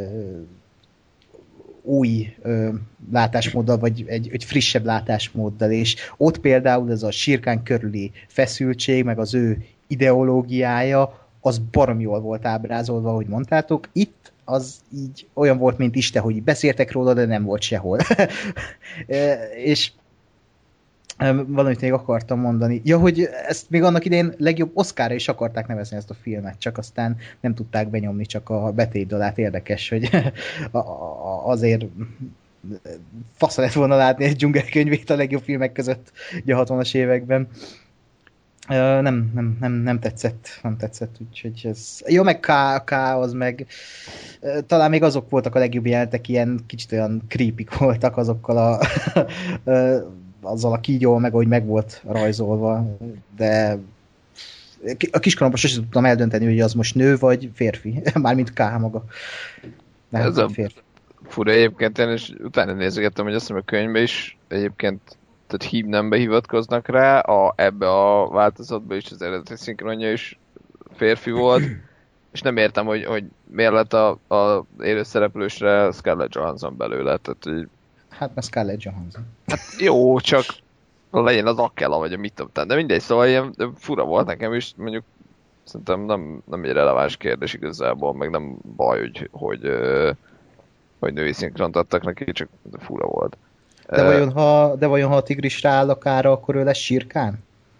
új ö, látásmóddal, vagy egy, egy frissebb látásmóddal, és ott például ez a Sírkán körüli feszültség, meg az ő ideológiája, az baromi jól volt ábrázolva, ahogy mondtátok. Itt az így olyan volt, mint Isten, hogy beszéltek róla, de nem volt sehol. És valamit még akartam mondani. Ja, hogy ezt még annak idején legjobb Oscarra is akarták nevezni ezt a filmet, csak aztán nem tudták benyomni, csak a betétdalát. Érdekes, hogy azért fasza lett volna látni egy dzsungelkönyvét a legjobb filmek között a hatvanas években. Nem, nem, nem, nem tetszett, nem tetszett, úgyhogy ez... Jó, meg K, K az meg... Talán még azok voltak a legjobb jelentek, ilyen kicsit olyan creepy voltak azokkal a... azzal a kígyóval, meg ahogy meg volt rajzolva, de A kiskoromban sosem tudtam eldönteni, hogy az most nő vagy férfi. Mármint K maga. Nem, Ez a férfi. fura egyébként, én is utána nézegettem, hogy azt hiszem a könyvben is egyébként tehát hívnembe hivatkoznak rá, a, ebbe a változatban is az eredeti szinkronja is férfi volt, és nem értem, hogy, hogy miért lett a, a élőszereplősre Scarlett Johansson belőle, tehát hogy... Hát mert Scarlett Johansson. Hát jó, csak legyen az Akela, vagy a mit tudom, de mindegy, szóval ilyen fura volt nekem is, mondjuk szerintem nem, nem egy releváns kérdés igazából, meg nem baj, hogy, hogy, hogy női szinkront adtak neki, csak fura volt. De vajon, ha, de vajon ha a tigris rááll a kára, akkor ő lesz Sirkán?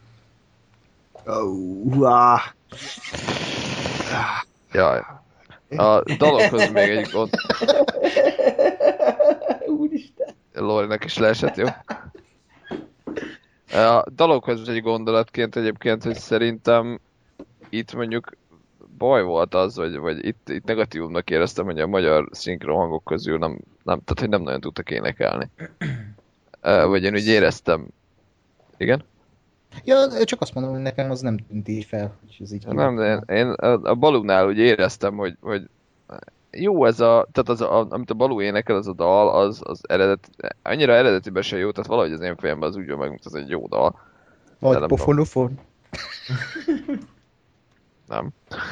Uh, ah. Jaj. A dalokhoz még egy gond... Úristen. Lorinak is leesett, jó? A dalokhoz egy gondolatként egyébként, hogy szerintem itt mondjuk baj volt az, vagy, vagy itt, itt negatívumnak éreztem, hogy a magyar szinkron hangok közül nem, nem, tehát hogy nem nagyon tudtak énekelni. Vagy én úgy éreztem. Igen? Ja, csak azt mondom, hogy nekem az nem tűnt így fel, hogy ez így... Nem, de én, én a Balúnál úgy éreztem, hogy, hogy jó ez a, tehát az a, amit a Balú énekel, az a dal, az, az eredet, annyira eredetiben se jó, tehát valahogy az én fejemben az úgy jó meg, mint az egy jó dal. Vagy pofonofon. Nem.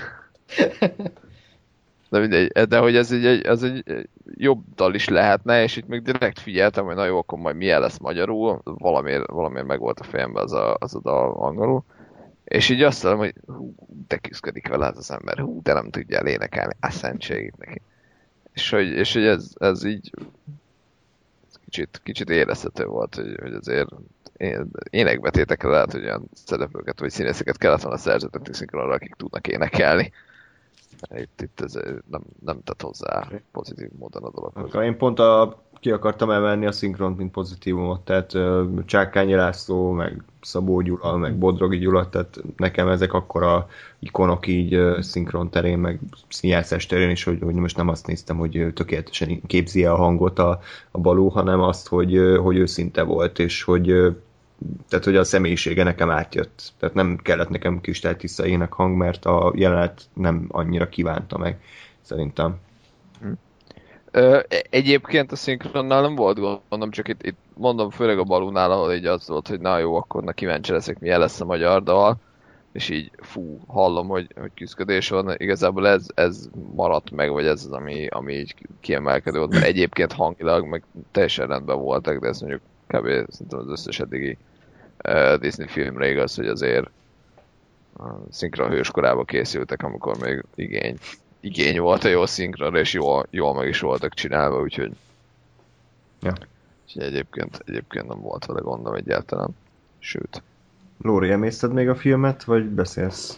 De mindegy, de hogy ez egy, ez egy jobb dal is lehetne, és itt még direkt figyeltem, hogy na jó, akkor majd milyen lesz magyarul, valamiért, valamiért meg volt a fejemben az a, az a dal angolul. És így azt mondom, hogy hú, de küzdik vele az ember, hú, de nem tudja elénekelni, a szentségét neki. És hogy, és hogy ez, ez így kicsit, kicsit érezhető volt, hogy, hogy azért énekbetétekre lehet, hogy olyan szereplőket vagy színészeket kellett volna szerződtetni szinkronra, akik tudnak énekelni. Itt, itt ez nem, nem tett hozzá pozitív módon a dologhoz. Én pont a, ki akartam emelni a szinkront, mint pozitívumot, tehát Csákányi László, meg Szabó Gyula, meg Bodrogi Gyula, tehát nekem ezek akkora ikonok így szinkron terén, meg színjátszás terén is, hogy, hogy most nem azt néztem, hogy tökéletesen képzi a hangot a, a Balú, hanem azt, hogy, hogy őszinte volt, és hogy tehát, hogy a személyisége nekem átjött. Tehát nem kellett nekem kristálytiszta énekhang, mert a jelenet nem annyira kívánta meg, szerintem. Ö, egyébként a szinkronnál nem volt gondom, csak itt, itt mondom, főleg a Balúnál, ahol így az volt, hogy na jó, akkor na kíváncsi leszek, milyen lesz a magyar dal, és így fú, hallom, hogy, hogy küzdködés van, igazából ez, ez maradt meg, vagy ez az, ami, ami így kiemelkedő volt, mert egyébként hangilag meg teljesen rendben voltak, de ez mondjuk kb. Szerintem az összes eddigi uh, Disney filmre igaz, hogy azért uh, szinkron hős korában készültek, amikor még igény, igény volt a jó szinkronra, és jól, jól meg is voltak csinálva, úgyhogy, ja. úgyhogy egyébként, egyébként nem volt vele gondom egyáltalán. Sőt. Lóri, emészted még a filmet, vagy beszélsz?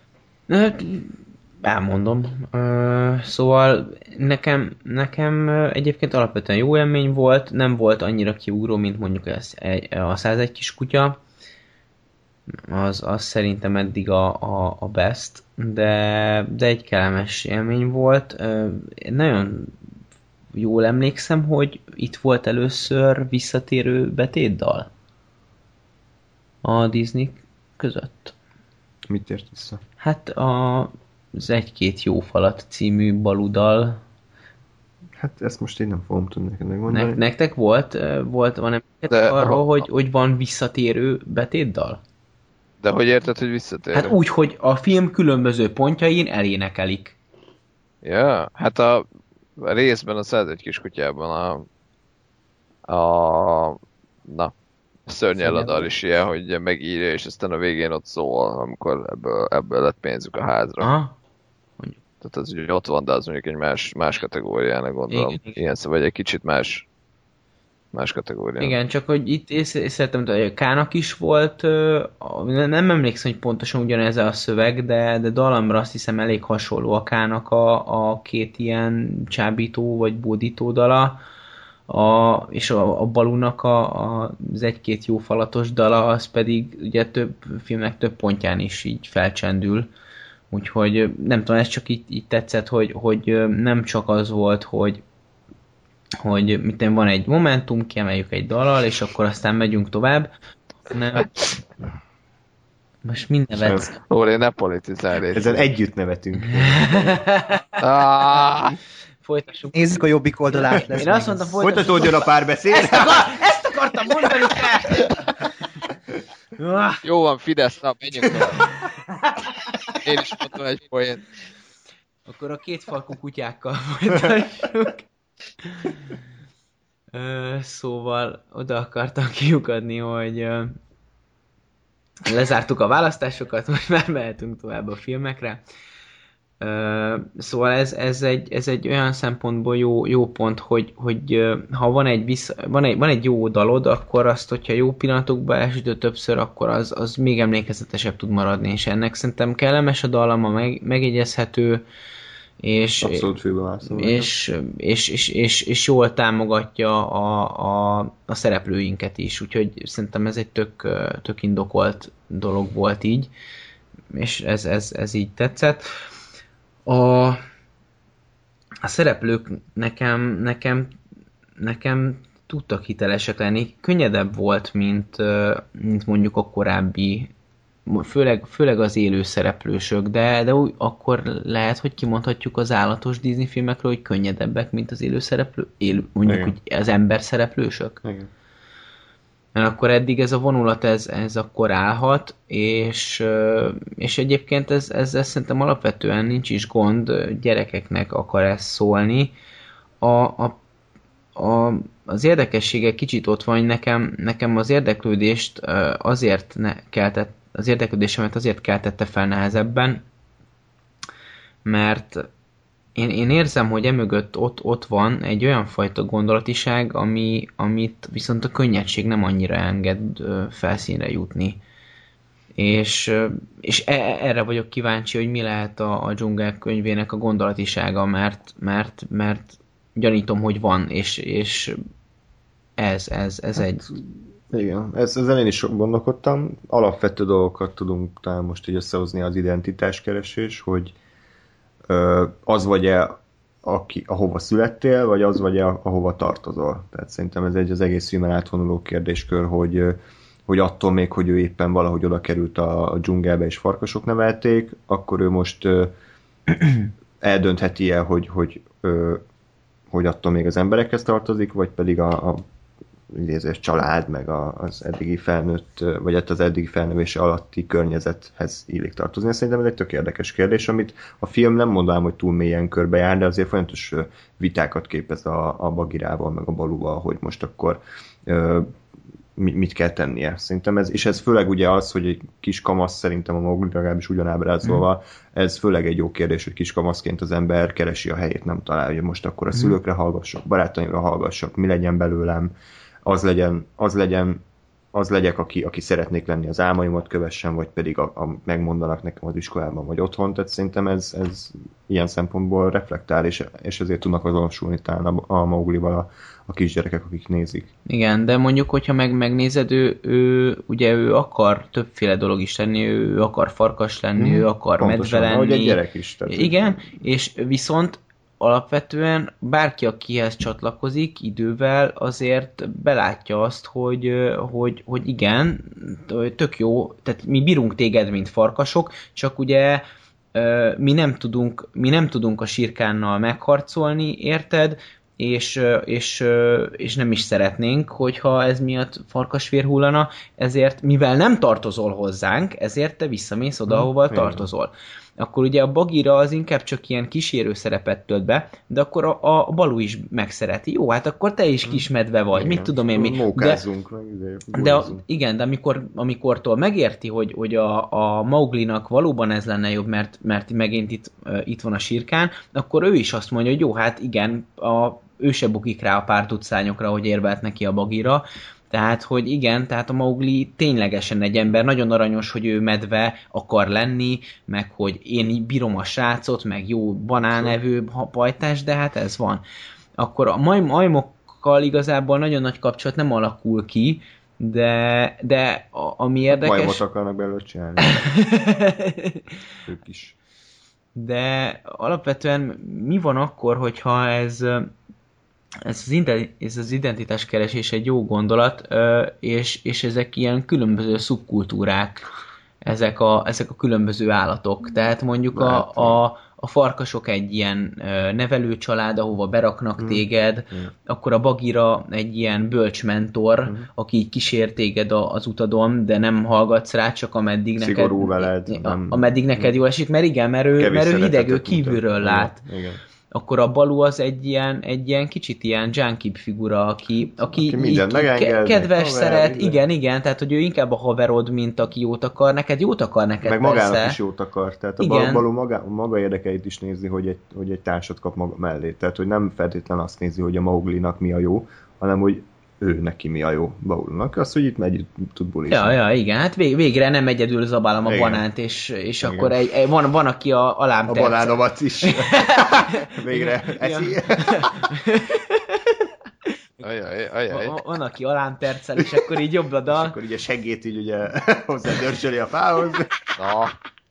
Elmondom. Szóval nekem, nekem egyébként alapvetően jó élmény volt, nem volt annyira kiugró, mint mondjuk ez, a százegy kis kutya. Az, az szerintem eddig a, a, a best, de, de egy kellemes élmény volt. Nagyon jól emlékszem, hogy itt volt először visszatérő betétdal a Disney között. Mit ért vissza? Hát a, az Egy-két jó falat című baludal. Hát ezt most én nem fogom tudni neked megmondani. Ne, nektek volt, volt van emléketek arról, ha, hogy, hogy van visszatérő betétdal? De hogy érted, hogy visszatérő? Hát úgy, hogy a film különböző pontjain elénekelik. Ja, hát a, a részben a százegy kis kutyában a, a na, szörnyeladar is ilyen, hogy megírja, és aztán a végén ott szól, amikor ebből, ebből lett pénzük a házra. Aha. Tehát az ugye ott van, de az mondjuk egy más, más kategóriának gondolom. Igen, igen. Ilyen szóval egy kicsit más, más kategóriának. Igen, csak hogy itt észrevettem, hogy a K-nak is volt, nem emlékszem, hogy pontosan ugyanez a szöveg, de, de dalamra azt hiszem elég hasonló a K-nak a, a két ilyen csábító vagy bódító dala, a, és a, a Balúnak a, a, az Egy-két jó falatos dala, az pedig ugye több filmnek több pontján is így felcsendül. Úgyhogy nem tudom, ez csak így, így tetszett, hogy, hogy nem csak az volt, hogy, hogy mit van egy momentum, kiemeljük egy dallal, és akkor aztán megyünk tovább. Nem. Most mind nevetsz. Lóri, ne politizálj. Ezen együtt nevetünk. Ah! Folytassuk. Nézzük a jobbik oldalát. Én azt mondtam, folytassuk. Folytatódjon a párbeszéd. Ezt, akar, ezt akartam mondani, te! Jó van, Fidesz, na, menjünk tovább. Én is mondtam egy poént. Akkor a két farkú kutyákkal folytassuk. Ö, szóval oda akartam kiukadni, hogy ö, lezártuk a választásokat, most már mehetünk tovább a filmekre. Ö, szóval ez, ez, egy, ez egy olyan szempontból jó, jó pont, hogy, hogy ö, ha van egy, vissza, van, egy, van egy jó dalod, akkor azt, hogyha jó pillanatokban elsütő többször, akkor az, az még emlékezetesebb tud maradni, és ennek szerintem kellemes a dallama, meg, megjegyezhető, és, Abszolút és, és, és, és, és jól támogatja a, a, a szereplőinket is, úgyhogy szerintem ez egy tök, tök indokolt dolog volt így, és ez, ez, ez így tetszett. A, a szereplők nekem, nekem, nekem tudtak hitelesek lenni, könnyedebb volt, mint, mint mondjuk a korábbi, főleg, főleg az élő szereplősök, de, de úgy, akkor lehet, hogy kimondhatjuk az állatos Disney filmekről, hogy könnyedebbek, mint az élő szereplő, élő, mondjuk Igen. hogy az ember szereplősök. Igen. Mert akkor eddig ez a vonulat, ez, ez akkor állhat, és, és egyébként ez, ez, ez szerintem alapvetően nincs is gond, gyerekeknek akar ez szólni. A, a, a, az érdekessége kicsit ott van, hogy nekem, nekem az érdeklődést azért ne keltett, az érdeklődésemet azért keltette fel nehezebben, mert én, én érzem, hogy emögött ott, ott van egy olyan fajta gondolatiság, ami, amit viszont a könnyedség nem annyira enged ö, felszínre jutni. És, ö, és e, erre vagyok kíváncsi, hogy mi lehet a, a dzsungel könyvének a gondolatisága, mert, mert, mert gyanítom, hogy van, és, és ez, ez, ez hát, egy... Igen, ez, ezzel én is sok gondolkodtam. Alapvető dolgokat tudunk talán most így összehozni, az identitáskeresés, hogy ö, az vagy-e, aki, ahova születtél, vagy az vagy-e, ahova tartozol. Tehát szerintem ez egy az egész filmen átvonuló kérdéskör, hogy, hogy attól még, hogy ő éppen valahogy oda került a, a dzsungelbe és farkasok nevelték, akkor ő most ö, eldöntheti-e, hogy, hogy, ö, hogy attól még az emberekhez tartozik, vagy pedig a, a idézés család, meg a, az eddigi felnőtt, vagy hát az eddigi felnövése alatti környezethez illik tartozni. Szerintem ez egy tök érdekes kérdés, amit a film nem mondanám, hogy túl mélyen körbejár, de azért folyamatos vitákat képez a, a Bagirával, meg a Balúval, hogy most akkor ö, mit kell tennie. Szerintem ez, és ez főleg ugye az, hogy egy kis kamasz, szerintem a Mowgli legalábbis ugyanábrázolva, mm. ez főleg egy jó kérdés, hogy kis kamaszként az ember keresi a helyét, nem találja, hogy most akkor a szülőkre hallgassak, barátaimra hallgassak, mi legyen belőlem, az legyen, az legyen, az legyek, aki, aki szeretnék lenni, az álmaimat kövessen, vagy pedig a, a, megmondanak nekem az iskolában, vagy otthon, tehát szerintem ez, ez ilyen szempontból reflektál, és, és ezért tudnak azonosulni talán a, a Mowglival a, a kisgyerekek, akik nézik. Igen, de mondjuk, hogyha meg megnézed, ő, ő, ugye ő akar többféle dolog is lenni, ő akar farkas lenni, hmm, ő akar medve lenni. Ahogy egy gyerek is. Tehát igen, és viszont alapvetően bárki, akihez csatlakozik idővel, azért belátja azt, hogy, hogy, hogy igen, tök jó, tehát mi bírunk téged, mint farkasok, csak ugye mi nem tudunk, mi nem tudunk a sirkánnal megharcolni, érted? És, és, és nem is szeretnénk, hogyha ez miatt farkasvér hullana, ezért, mivel nem tartozol hozzánk, ezért te visszamész oda, ahova hmm, tartozol. Akkor ugye a Bagira az inkább csak ilyen kísérő szerepet tölt be, de akkor a, a Balú is megszereti. Jó, hát akkor te is kismedve vagy, igen, mit tudom én mi. Mókázzunk de, meg, de a, igen, de amikor, amikortól megérti, hogy, hogy a, a Mowglinak valóban ez lenne jobb, mert, mert megint itt, itt van a sirkán, akkor ő is azt mondja, hogy jó, hát igen, a, ő se bukik rá a pár tucányokra, hogy érvelt neki a Bagira. Tehát, hogy igen, tehát a Mowgli ténylegesen egy ember, nagyon aranyos, hogy ő medve akar lenni, meg hogy én bírom a srácot, meg jó banánevő pajtás, de hát ez van. Akkor a maj- majmokkal igazából nagyon nagy kapcsolat nem alakul ki, de, de a, ami érdekes... Majmot akarnak belőle csinálni. Ők is. De alapvetően mi van akkor, hogyha ez... Ez az, ez az identitáskeresés egy jó gondolat, és, és ezek ilyen különböző szubkultúrák ezek a, ezek a különböző állatok. Tehát mondjuk a, a, a farkasok egy ilyen nevelőcsalád, ahova beraknak mm. téged, mm. akkor a bagira egy ilyen bölcsmentor, mm. aki így kísér téged az utadon, de nem hallgatsz rá, csak ameddig Szigorú neked, veled, nem, ameddig neked jól esik, mert igen, mert ő, mert ő hideg, ő kívülről mutat. Lát. Igen, igen. Akkor a Balú az egy ilyen, egy ilyen kicsit ilyen junkie figura, aki, aki, aki mindent megenged, kedves, haver, szeret, minden. igen, igen, tehát hogy ő inkább a haverod, mint aki jót akar, neked jót akar neked meg persze. magának is jót akar, tehát a igen. Balú maga, maga érdekeit is nézi, hogy egy, hogy egy társat kap maga mellé, tehát hogy nem feltétlen azt nézi, hogy a Mauglinak mi a jó, hanem hogy ő neki mi a jó Balúnak, az, hogy itt megy, tud bulizni. Ja, ja, igen, hát vég, végre nem egyedül zabálom a igen. banánt, és, és akkor egy, egy, van, van, aki a alám A banánomat is. Végre eszi. Ajaj, ajaj. Van, aki alám tercel, és akkor így jobb a dal. És akkor így a seggét így ugye hozzádörzsöli a fához. Na.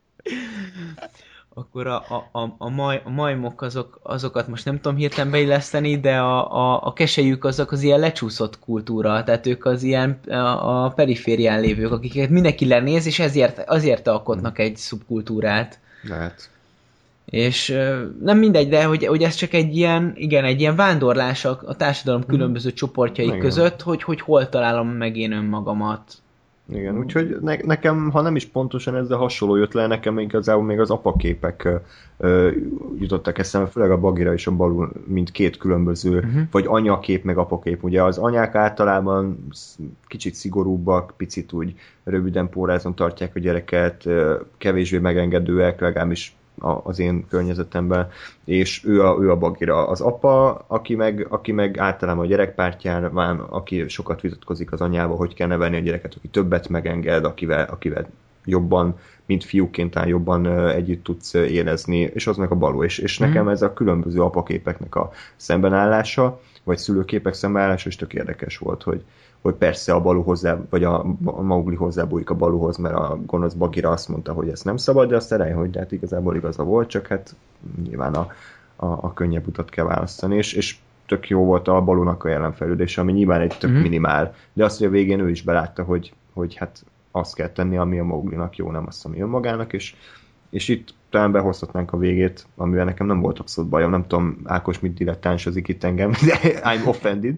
Akkor a, a, a, a, maj, a majmok azok, azokat most nem tudom hirtelen beilleszteni, de a, a, a keselyük azok az ilyen lecsúszott kultúra, tehát ők az ilyen a, a periférián lévők, akiket mindenki lenéz, és ezért, azért alkotnak egy szubkultúrát. Lehet. És nem mindegy, de hogy, hogy ez csak egy ilyen, igen, egy ilyen vándorlás a, a társadalom különböző csoportjai igen. között, hogy, hogy hol találom meg én önmagamat. Igen, úgyhogy ne, nekem, ha nem is pontosan ezzel hasonló jött le, nekem igazából még az apaképek ö, jutottak eszembe, főleg a Bagira és a Balú, mint két különböző, uh-huh. vagy anyakép meg apakép. Ugye az anyák általában kicsit szigorúbbak, picit úgy röviden pórázon tartják a gyereket, kevésbé megengedőek, legalábbis az én környezetemben, és ő a, ő a Bagira. Az apa, aki meg, aki meg általában a gyerekpártján van, aki sokat vitatkozik az anyával, hogy kell nevelni a gyereket, aki többet megenged, akivel, akivel jobban, mint fiúként áll, jobban együtt tudsz érezni, és az meg a Balú. És, és nekem ez a különböző apaképeknek a szembenállása, vagy szülőképek szembenállása is tök érdekes volt, hogy hogy persze a Balú hozzá, vagy a, a Maugli hozzábújik a Balúhoz, mert a gonosz Bagira azt mondta, hogy ezt nem szabad, de azt elején, hogy hát igazából igaza volt, csak hát nyilván a, a, a könnyebb utat kell választani, és, és tök jó volt a Balúnak a jelenfejlődése, ami nyilván egy tök mm-hmm. minimál, de azt, hogy a végén ő is belátta, hogy, hogy hát azt kell tenni, ami a Mauglinak jó, nem azt, ami önmagának, és, és itt talán behozhatnánk a végét, amivel nekem nem volt abszolút bajom. Nem tudom, Ákos mit dilettánsozik itt engem, de I'm offended.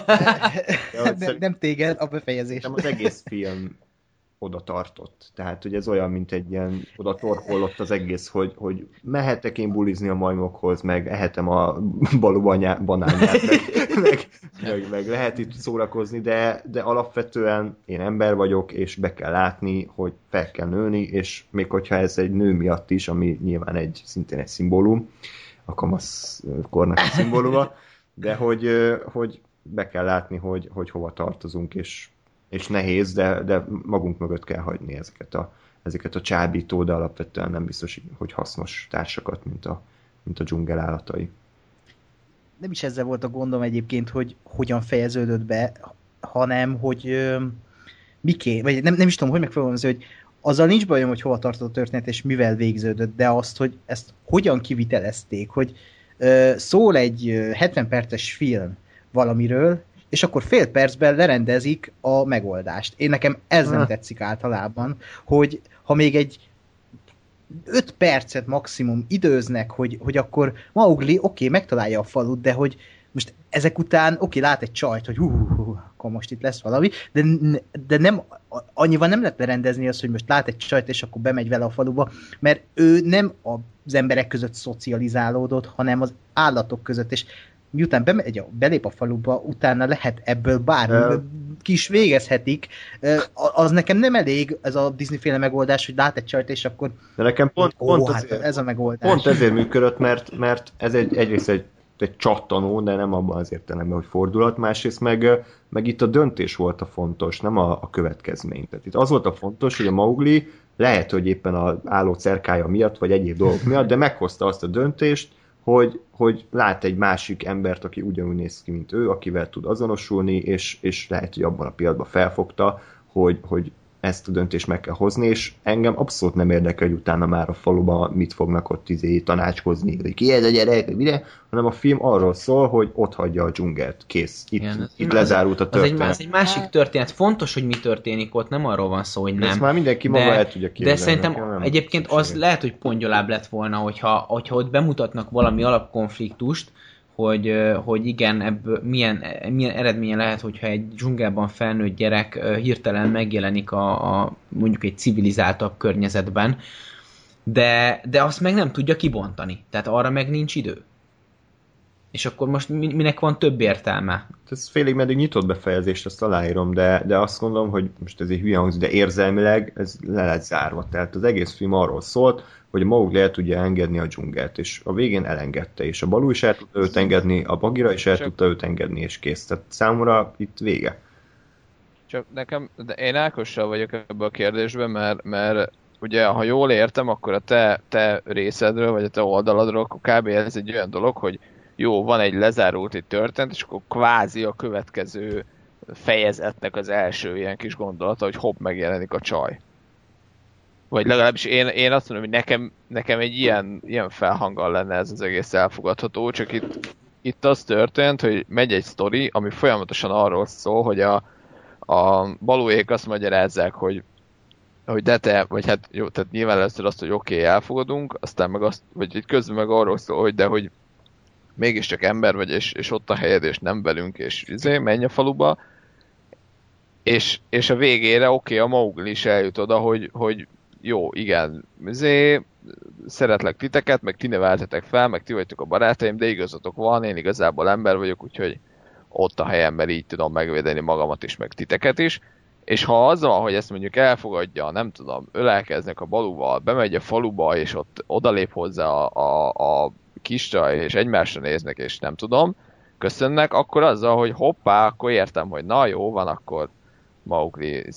De nem, nem téged, a befejezés. Nem, az egész film oda tartott. Tehát, hogy ez olyan, mint egy ilyen, oda torkollott az egész, hogy, hogy mehetek én bulizni a majmokhoz, meg ehetem a Balú banánját, meg, meg, meg, meg lehet itt szórakozni, de, de alapvetően én ember vagyok, és be kell látni, hogy fel kell nőni, és még hogyha ez egy nő miatt is, ami nyilván egy szintén egy szimbólum, a kamasz kornak a szimbóluma, de hogy, hogy be kell látni, hogy, hogy hova tartozunk, és és nehéz, de, de magunk mögött kell hagyni ezeket a, ezeket a csábító, de alapvetően nem biztos, hogy hasznos társakat, mint a, mint a dzsungel állatai. Nem is ezzel volt a gondom egyébként, hogy hogyan fejeződött be, hanem, hogy ö, miké, vagy nem, nem is tudom, hogy megfogalmazni, hogy azzal nincs bajom, hogy hova tartott a történet, és mivel végződött, de azt, hogy ezt hogyan kivitelezték, hogy ö, szól egy hetven perces film valamiről, és akkor fél percben lerendezik a megoldást. Én nekem ez nem tetszik általában, hogy ha még egy öt percet maximum időznek, hogy, hogy akkor Maugli oké, okay, megtalálja a falut, de hogy most ezek után oké, okay, lát egy csajt, hogy hú, hú, hú, akkor most itt lesz valami, de, de nem, annyival nem lehet lerendezni azt, hogy most lát egy csajt, és akkor bemegy vele a faluba, mert ő nem az emberek között szocializálódott, hanem az állatok között, és miután bemegy, belép a faluba, utána lehet ebből bármi, uh, ki is végezhetik. Az nekem nem elég, ez a Disney-féle megoldás, hogy lát egy csajt, és akkor de nekem pont, ó, pont hát azért, ez a megoldás. Pont ezért működött, mert, mert ez egy, egyrészt egy, egy csattanó, de nem abban az értelemben, hogy fordulat, másrészt meg, meg itt a döntés volt a fontos, nem a, a következmény. Tehát itt az volt a fontos, hogy a Maugli lehet, hogy éppen az álló cerkája miatt, vagy egyéb dolgok miatt, de meghozta azt a döntést, hogy, hogy lát egy másik embert, aki ugyanúgy néz ki, mint ő, akivel tud azonosulni, és, és lehet, hogy abban a pillanatban felfogta, hogy, hogy ezt a döntést meg kell hozni, és engem abszolút nem érdekel, hogy utána már a faluban mit fognak ott izé tanácskozni, hogy ki ez a gyerek, vagy mire, hanem a film arról szól, hogy ott hagyja a dzsungelt, kész. Itt, Igen, itt lezárult a történet. Az egy, az egy másik történet. Fontos, hogy mi történik ott, nem arról van szó, hogy nem. Ezt már mindenki maga el tudja képzelni. De szerintem egyébként az lehet, hogy pongyolább lett volna, hogyha, hogyha ott bemutatnak valami alapkonfliktust, hogy, hogy igen, ebből milyen, milyen eredménye lehet, hogyha egy dzsungelban felnőtt gyerek hirtelen megjelenik a, a mondjuk egy civilizáltabb környezetben, de, de azt meg nem tudja kibontani. Tehát arra meg nincs idő. És akkor most minek van több értelme? Ez félig meddig nyitott befejezést, azt aláírom, de, de azt gondolom, hogy most ez egy hülye hangzik, de érzelmileg ez le lett zárva. Tehát az egész film arról szólt, hogy a Mowgli el tudja engedni a dzsungelt, és a végén elengedte, és a Baloo is el tudta őt engedni, a Bagheera is el Csak... tudta őt engedni, és kész. Tehát számomra itt vége. Csak nekem, de én Ákossal vagyok ebben a kérdésben, mert, mert ugye, ha jól értem, akkor a te, te részedről, vagy a te oldaladról, akkor kb. Ez egy olyan dolog, hogy jó, van egy lezárult egy történet, és akkor kvázi a következő fejezetnek az első ilyen kis gondolata, hogy hopp, megjelenik a csaj. Vagy legalábbis én, én azt mondom, hogy nekem, nekem egy ilyen, ilyen felhanggal lenne ez az egész elfogadható, csak itt, itt az történt, hogy megy egy sztori, ami folyamatosan arról szól, hogy a, a Balóék azt magyarázzák, hogy, hogy de te, vagy hát jó, tehát nyilván először azt, hogy oké, okay, elfogadunk, aztán meg azt, vagy egy közben meg arról szól, hogy de hogy mégiscsak ember vagy, és, és ott a helyed, és nem velünk, és izé, menj a faluba, és, és a végére oké, okay, a Mowgli is eljut oda, hogy, hogy jó, igen, izé, szeretlek titeket, meg ti neveltetek fel, meg ti vagytok a barátaim, de igazatok van, én igazából ember vagyok, úgyhogy ott a helyemben így tudom megvédeni magamat is, meg titeket is, és ha az van, hogy ezt mondjuk elfogadja, nem tudom, ölelkeznek a Balúval, bemegy a faluba, és ott odalép hozzá a, a, a kis csaj, és egymásra néznek, és nem tudom, köszönnek, akkor azzal, hogy hoppá, akkor értem, hogy na jó, van, akkor Mowgli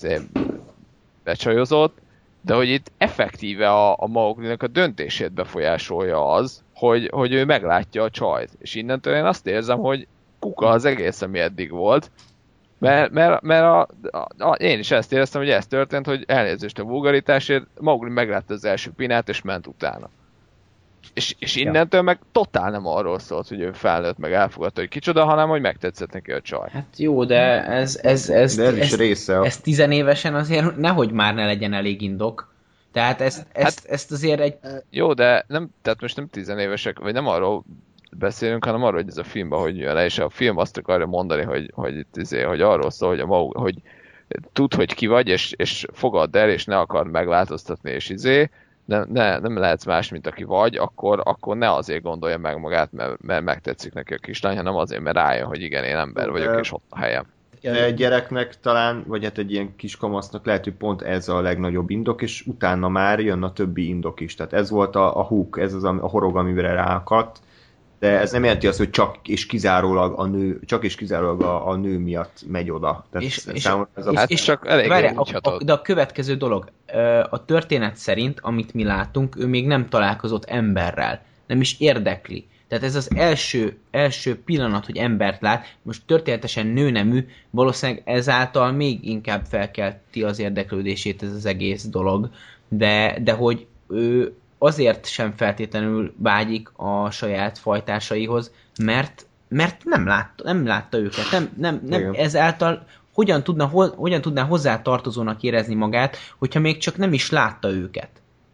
becsajozott, de hogy itt effektíve a, a Mowglinak a döntését befolyásolja az, hogy, hogy ő meglátja a csajt. És innentől én azt érzem, hogy kuka az egész, ami eddig volt, mert, mert, mert a, a, a, én is ezt éreztem, hogy ez történt, hogy elnézést a vulgaritásért, Mowgli meglátta az első pinát, és ment utána. És, és innentől ja. meg totál nem arról szólt, hogy ő felnőtt, meg elfogadta, hogy kicsoda, hanem hogy megtetszett neki a csaj. Hát jó, de ez, ez, ez, de ez, ez, is része a... ez tizenévesen azért nehogy már ne legyen elég indok. Tehát ezt, ezt, hát, ezt azért egy... Jó, de nem, tehát most nem tizenévesek, vagy nem arról beszélünk, hanem arról, hogy ez a filmben hogy jön le, és a film azt akarja mondani, hogy, hogy, hogy, hogy arról szól, hogy, a, hogy tudd, hogy ki vagy, és, és fogadd el, és ne akard megváltoztatni, és izé, nem, ne, nem lehetsz más, mint aki vagy, akkor, akkor ne azért gondolja meg magát, mert, mert megtetszik neki a kislány, hanem azért, mert rájön, hogy igen, én ember vagyok, de, és ott a helyem. De egy gyereknek talán, vagy hát egy ilyen kiskamasznak lehet, hogy pont ez a legnagyobb indok, és utána már jön a többi indok is. Tehát ez volt a, a hook, ez az a, a horog, amire ráakadt, de ez nem jelenti azt, hogy csak és kizárólag a nő, csak és kizárólag a, a nő miatt megy oda. Tehát és, ez és, ez a... hát és csak elég várjál, úgy a, a, de a következő dolog, a történet szerint, amit mi látunk, ő még nem találkozott emberrel, nem is érdekli. Tehát ez az első, első pillanat, hogy embert lát, most történetesen nőnemű, valószínűleg ezáltal még inkább felkelti az érdeklődését ez az egész dolog, de, de hogy ő azért sem feltétlenül vágyik a saját fajtásaihoz, mert, mert nem, látta, nem látta őket. Nem, nem, nem, ezáltal hogyan, tudna, hogyan tudná hozzá tartozónak érezni magát, hogyha még csak nem is látta őket.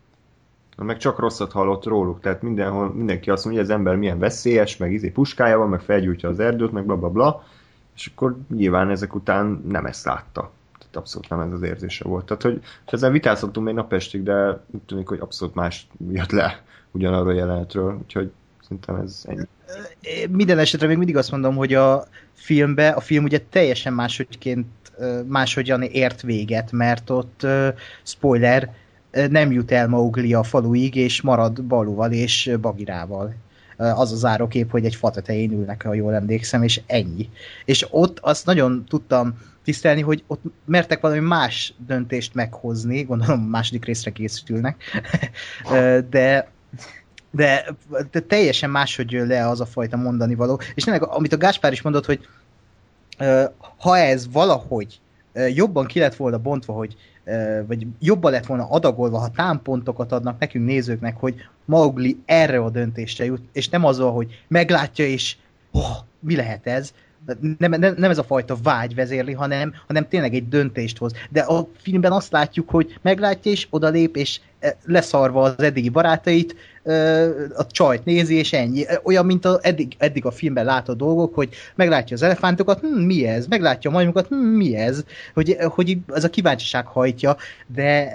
Meg csak rosszat hallott róluk, tehát mindenhol, mindenki azt mondja, hogy az ember milyen veszélyes, meg izé puskája van, meg felgyújtja az erdőt, meg bla bla bla, és akkor nyilván ezek után nem ezt látta. Tehát abszolút nem ez az érzése volt. Tehát, hogy ezzel vitázhatunk még napestig, de úgy tűnik, hogy abszolút más jött le ugyanarról a jelenetről, úgyhogy szerintem ez ennyi. Minden esetre még mindig azt mondom, hogy a filmbe, a film ugye teljesen máshogyként, máshogyan ért véget, mert ott, spoiler, nem jut el Mowgli a faluig, és marad Balúval és Bagirával. Az a zárókép, hogy egy fa tetején ülnek, ha jól emlékszem, és ennyi. És ott azt nagyon tudtam tisztelni, hogy ott mertek valami más döntést meghozni, gondolom második részre készülnek, de, de, de teljesen máshogy jön le az a fajta mondani való. És tényleg, amit a Gáspár is mondott, hogy ha ez valahogy jobban ki lett volna bontva, hogy vagy jobban lett volna adagolva, ha támpontokat adnak nekünk nézőknek, hogy Mowgli erre a döntésre jut, és nem azzal, hogy meglátja, és oh, mi lehet ez? Nem, nem, nem ez a fajta vágy vezérli, hanem, hanem tényleg egy döntést hoz. De a filmben azt látjuk, hogy meglátja, és odalép, és leszarva az eddigi barátait, a csajt nézi, és ennyi. Olyan, mint a, eddig, eddig a filmben látott dolgok, hogy meglátja az elefántokat, hm, mi ez? Meglátja a majmokat, hm, mi ez? Hogy, hogy ez a kíváncsiság hajtja, de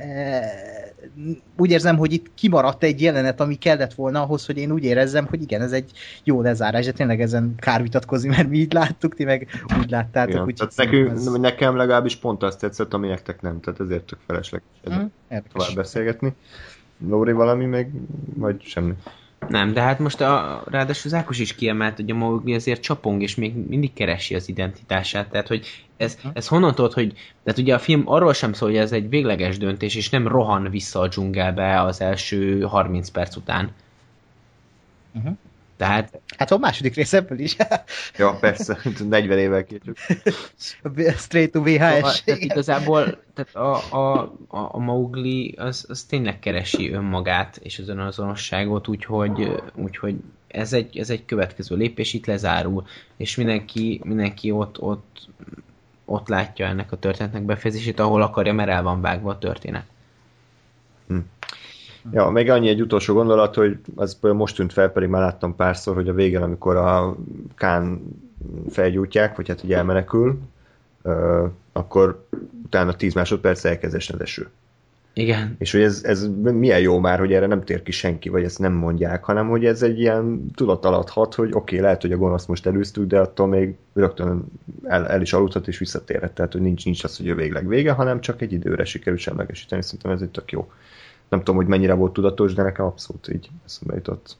úgy érzem, hogy itt kimaradt egy jelenet, ami kellett volna ahhoz, hogy én úgy érezzem, hogy igen, ez egy jó lezárás, de tényleg ezen kár vitatkozni, mert mi így láttuk, ti meg úgy láttátok. Igen, úgy nekünk, ez... nekem legalábbis pont azt tetszett, ami nektek nem, tehát ezért tök felesleges mm, tovább beszélgetni. Lóri valami meg, vagy semmi? Nem, de hát most a, ráadásul Ákos is kiemelt, hogy a Mowgli azért csapong, és még mindig keresi az identitását, tehát hogy ez, ez honnan tudod, hogy tehát ugye a film arról sem szól, hogy ez egy végleges döntés, és nem rohan vissza a dzsungelbe az első harminc perc után. Uh-huh. Tehát... Hát a második rész ebből is. Ja, persze, negyven évvel később. Straight to vé há es. Tehát igazából tehát a, a, a, a Mowgli az, az tényleg keresi önmagát és az önazonosságot, úgyhogy, úgyhogy ez, egy, ez egy következő lépés, itt lezárul, és mindenki, mindenki ott, ott, ott látja ennek a történetnek befejezését, ahol akarja, mert el van vágva a történet. Hm. Ja, még annyi egy utolsó gondolat, hogy az most tűnt fel, pedig már láttam párszor, hogy a végén, amikor a Kán felgyújtják, vagy hát ugye elmenekül, uh, akkor utána tíz másodperc elkezd esni az eső. Igen. És hogy ez, ez milyen jó már, hogy erre nem tér ki senki, vagy ezt nem mondják, hanem hogy ez egy ilyen tudat alatt hat, hogy oké, okay, lehet, hogy a gonoszt most elűztük, de attól még rögtön el, el is aludhat és visszatérhet. Tehát, hogy nincs, nincs az, hogy a végleg vége, hanem csak egy időre sikerül semlegesíteni. Szerintem ez egy tök jó. Nem tudom, hogy mennyire volt tudatos, de nekem abszolút így eszembe jutott.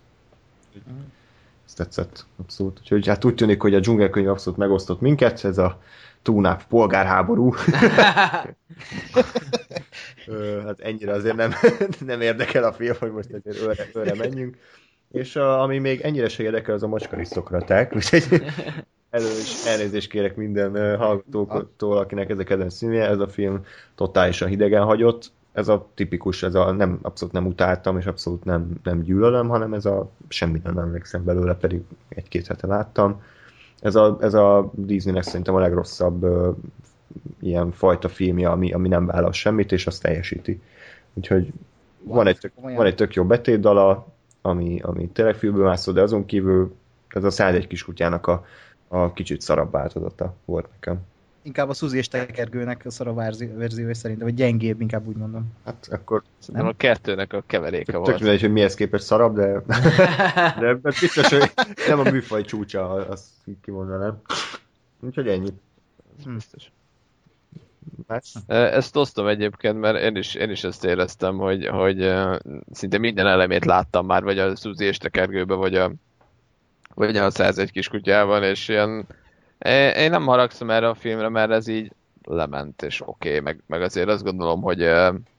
Ez tetszett, abszolút. Úgyhogy hát úgy tűnik, hogy a dzsungelkönyv abszolút megosztott minket, ez a túnáp polgárháború. Hát ennyire azért nem, nem érdekel a film, hogy most ezért őre, őre menjünk. És a, ami még ennyire se érdekel, az a macskarisztokraták, úgyhogy elő is elnézést kérek minden hallgatótól, akinek ez a kedvenc színje, ez a film totálisan hidegen hagyott. Ez a tipikus, ez a nem, abszolút nem utáltam, és abszolút nem, nem gyűlölöm, hanem ez a semmire nem emlékszem belőle, pedig egy-két hete láttam. Ez a, ez a Disneynek szerintem a legrosszabb uh, ilyen fajta filmje, ami, ami nem vállal semmit, és azt teljesíti. Úgyhogy wow, van, egy tök, van egy tök jó betétdala, ami, ami tényleg fülből de azon kívül ez a százegy kiskutyának a, a kicsit szarabb változata volt nekem. Inkább a Suzy és Tekergőnek a szarabb verziója szerintem, vagy gyengébb, inkább úgy mondom. Hát akkor... Nem a kettőnek a keveréke tök volt. Tök mindegy, hogy mihez képest szarabb, de... de biztos, hogy nem a műfaj csúcsa, azt kimondanám. Úgyhogy ennyi. Biztos. Más? Ezt osztom egyébként, mert én is, én is ezt éreztem, hogy, hogy szinte minden elemét láttam már, vagy a Suzy és Tekergőben, vagy a, vagy a százegy kiskutyában, és ilyen én nem haragszom erre a filmre, mert ez így lement, és oké, okay. meg, meg azért azt gondolom, hogy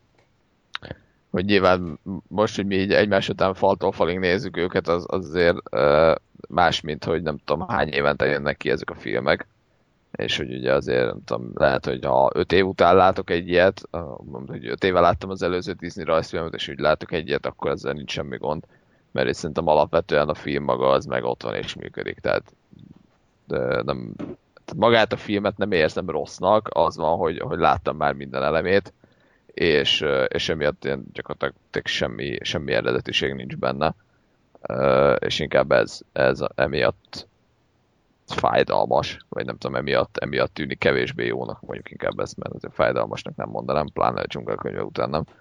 hogy nyilván most, hogy mi így egymás után faltól falig nézzük őket, az, az azért más, mint hogy nem tudom hány évente jönnek ki ezek a filmek. És hogy ugye azért, nem tudom, lehet, hogy ha öt év után látok egy ilyet, hogy öt éve láttam az előző Disney rajzfilmet, és úgy látok egy ilyet, akkor ezzel nincs semmi gond. Mert én szerintem alapvetően a film maga az meg ott van és működik, tehát de nem, magát a filmet nem érzem rossznak, az van, hogy, hogy láttam már minden elemét, és, és emiatt ilyen gyakorlatilag semmi, semmi eredetiség nincs benne, és inkább ez, ez emiatt fájdalmas, vagy nem tudom, emiatt, emiatt tűnik kevésbé jónak, mondjuk inkább ez, mert azért fájdalmasnak nem mondanám, pláne a dzsungelkönyve után nem.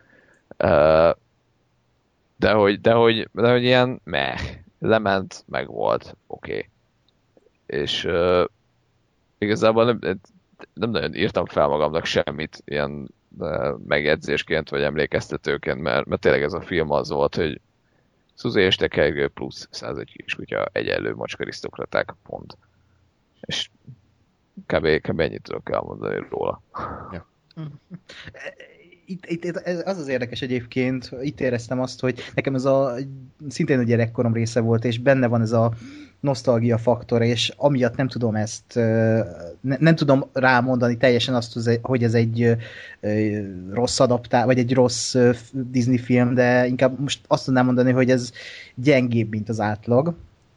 De hogy, de hogy, de hogy ilyen meh, lement, meg volt, oké. Okay. És uh, igazából nem, nem nagyon írtam fel magamnak semmit ilyen uh, megjegyzésként, vagy emlékeztetőként, mert, mert tényleg ez a film az volt, hogy Suzy és Tekergő plusz százegy kiskutya egyenlő macskarisztokraták, pont. És kb. kb. Ennyit tudok elmondani róla. Ja. itt, itt, itt az az érdekes egyébként, itt éreztem azt, hogy nekem ez a szintén a gyerekkorom része volt, és benne van ez a nosztalgia faktor, és amiatt nem tudom ezt, ne, nem tudom rámondani teljesen azt, hogy ez egy rossz adaptál, vagy egy rossz Disney film, de inkább most azt tudnám mondani, hogy ez gyengébb, mint az átlag.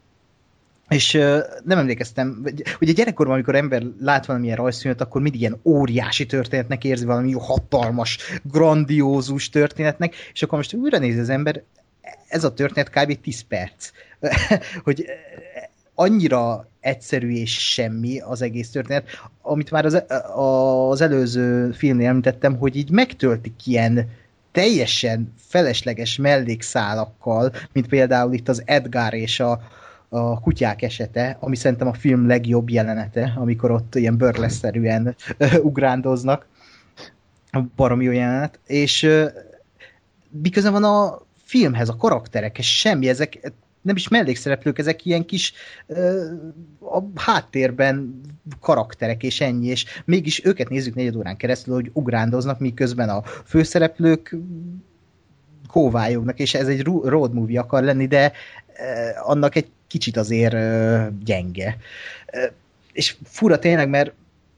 És uh, nem emlékeztem, ugye gyerekkorban, amikor ember lát valamilyen rajzfilmet, akkor mindig ilyen óriási történetnek érzi, valami hatalmas, grandiózus történetnek, és akkor most újra nézi az ember, ez a történet kb. tíz perc. Hogy annyira egyszerű és semmi az egész történet, amit már az, az előző filmnél említettem, hogy így megtöltik ilyen teljesen felesleges mellékszálakkal, mint például itt az Edgar és a a kutyák esete, ami szerintem a film legjobb jelenete, amikor ott ilyen burlesque-szerűen ugrándoznak. Baromi jó jelenet. És miközben van a filmhez, a karakterekhez semmi, ezek nem is mellékszereplők, ezek ilyen kis a háttérben karakterek, és ennyi, és mégis őket nézzük negyed órán keresztül, hogy ugrándoznak, miközben a főszereplők kóvályognak, és ez egy road movie akar lenni, de annak egy kicsit azért gyenge. És fura tényleg, mert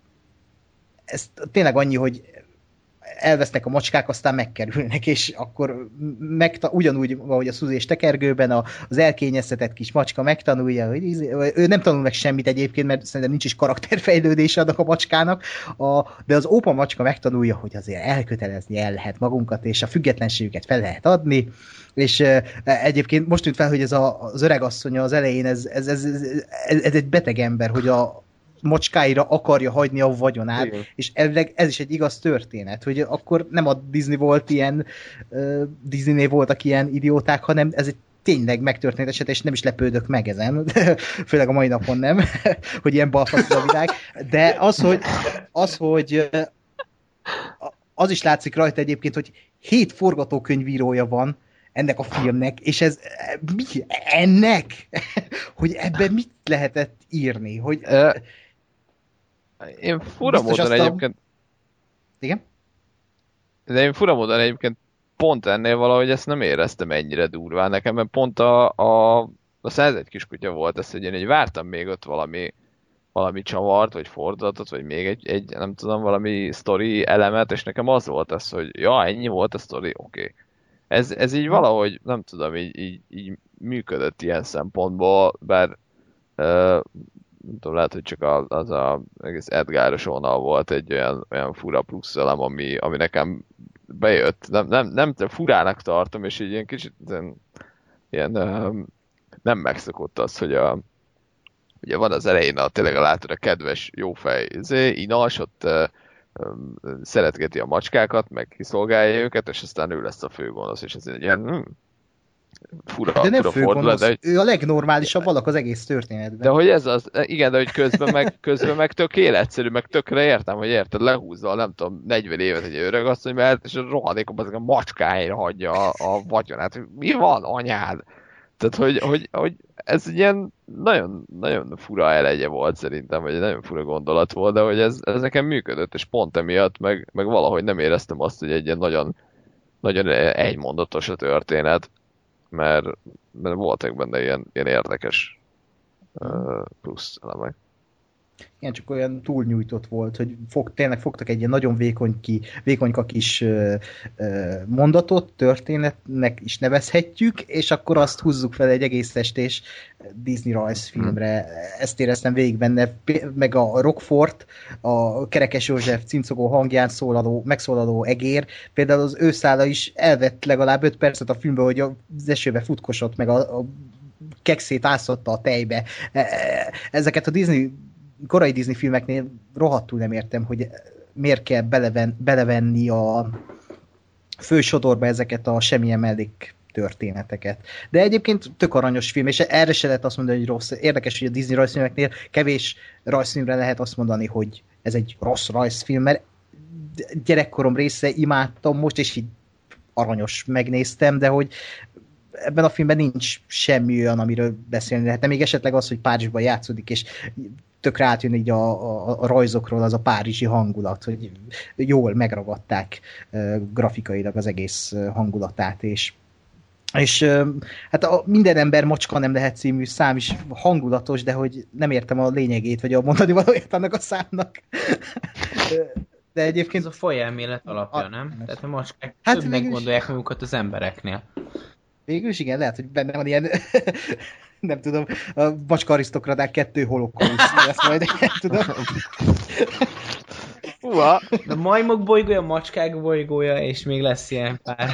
ez tényleg annyi, hogy elvesznek a macskák, aztán megkerülnek, és akkor megta- ugyanúgy, ahogy a Suzy és Tekergőben az elkényeztetett kis macska megtanulja, hogy ő nem tanul meg semmit egyébként, mert szerintem nincs is karakterfejlődése annak a macskának, a, de az ópa macska megtanulja, hogy azért elkötelezni el lehet magunkat, és a függetlenségüket fel lehet adni, és uh, egyébként most tűnt fel, hogy ez a, az öregasszonya az elején, ez, ez, ez, ez, ez egy beteg ember, hogy a macskáira akarja hagyni a vagyonát, igen. És elvileg ez is egy igaz történet, hogy akkor nem a Disney volt ilyen, uh, Disneynél voltak ilyen idióták, hanem ez egy tényleg megtörtént eset, és nem is lepődök meg ezen, főleg a mai napon nem, hogy ilyen balfasz a világ, de az, hogy, az, hogy az is látszik rajta egyébként, hogy hét forgatókönyvírója van ennek a filmnek, és ez mi? Ennek? Hogy ebben mit lehetett írni? Hogy... Én fura módon a... egyébként... Igen? De én fura módon egyébként pont ennél valahogy ezt nem éreztem ennyire durván nekem, mert pont a, a, a százegy kiskutya volt ez, hogy én így vártam még ott valami, valami csavart, vagy fordulatot, vagy még egy, egy, nem tudom, valami sztori elemet, és nekem az volt ez, hogy ja, ennyi volt a sztori, oké. Okay. Ez, ez így valahogy, nem tudom, így, így, így működött ilyen szempontból, bár uh, nem tudom, lehet, hogy csak az, az a egész Edgáros vonal volt egy olyan, olyan fura plusz elem, ami, ami nekem bejött. Nem, nem, nem furának tartom, és így ilyen kicsit ilyen, ilyen um, nem megszokott az, hogy a, ugye van az elején a, tényleg a látod a kedves, jófej inas, ott uh, um, szeretgeti a macskákat, meg kiszolgálja őket, és aztán ő lesz a főgonosz, és ez egy ilyen hm, fura, de nem fura fordulat. De hogy... Ő a legnormálisabb alak az egész történetben. De hogy ez az, igen, de hogy közben meg, közben meg tök életszerű, meg tökre értem, hogy érted, lehúzza, nem tudom, negyven évet egy öreg asszony mellett, és a rohadékon azok a macskáira hagyja a, a vagyonát. Mi van, anyád? Tehát, hogy, hogy, hogy ez ilyen nagyon, nagyon fura elegye volt szerintem, vagy egy nagyon fura gondolat volt, de hogy ez, ez nekem működött, és pont emiatt meg, meg valahogy nem éreztem azt, hogy egy ilyen nagyon, nagyon egymondatos a történet, mert, mert voltak benne ilyen, ilyen érdekes uh, plusz elemek. Igen, csak olyan túlnyújtott volt, hogy fog, tényleg fogtak egy ilyen nagyon vékony ki, vékonyka kis ö, ö, mondatot, történetnek is nevezhetjük, és akkor azt húzzuk fel egy egész estés Disney rajzfilmre. Hmm. Ezt éreztem végig benne, meg a Rockfort, a Kerekes József cincogó hangján szólaló, megszólaló egér, például az ő szála is elvett legalább öt percet a filmből, hogy az esőbe futkosott, meg a, a kekszét ászotta a tejbe. Ezeket a Disney korai Disney filmeknél rohadtul nem értem, hogy miért kell beleven, belevenni a fősodorba ezeket a semmilyen mellék történeteket. De egyébként tök aranyos film, és erre se lehet azt mondani, hogy rossz. Érdekes, hogy a Disney rajzfilmeknél kevés rajzfilmre lehet azt mondani, hogy ez egy rossz rajzfilm, mert gyerekkorom része imádtam most, és így aranyos megnéztem, de hogy ebben a filmben nincs semmi olyan, amiről beszélni lehet. Még esetleg az, hogy Párizsban játszódik, és tökre átjön így a, a, a rajzokról az a párizsi hangulat, hogy jól megragadták grafikailag az egész hangulatát, és és hát a Minden ember macska nem lehet című szám is hangulatos, de hogy nem értem a lényegét, vagy a mondani valóját annak a számnak. De egyébként... Ez a fajelmélet alapja, a... nem? Tehát a macskák hát többnek végülis... gondolják magukat az embereknél. Végül is igen, lehet, hogy benne van ilyen, nem tudom, a macska arisztokraták kettő holokausz lesz majd, nem tudom. Uha! A majmok bolygója, a macskák bolygója, és még lesz ilyen pár.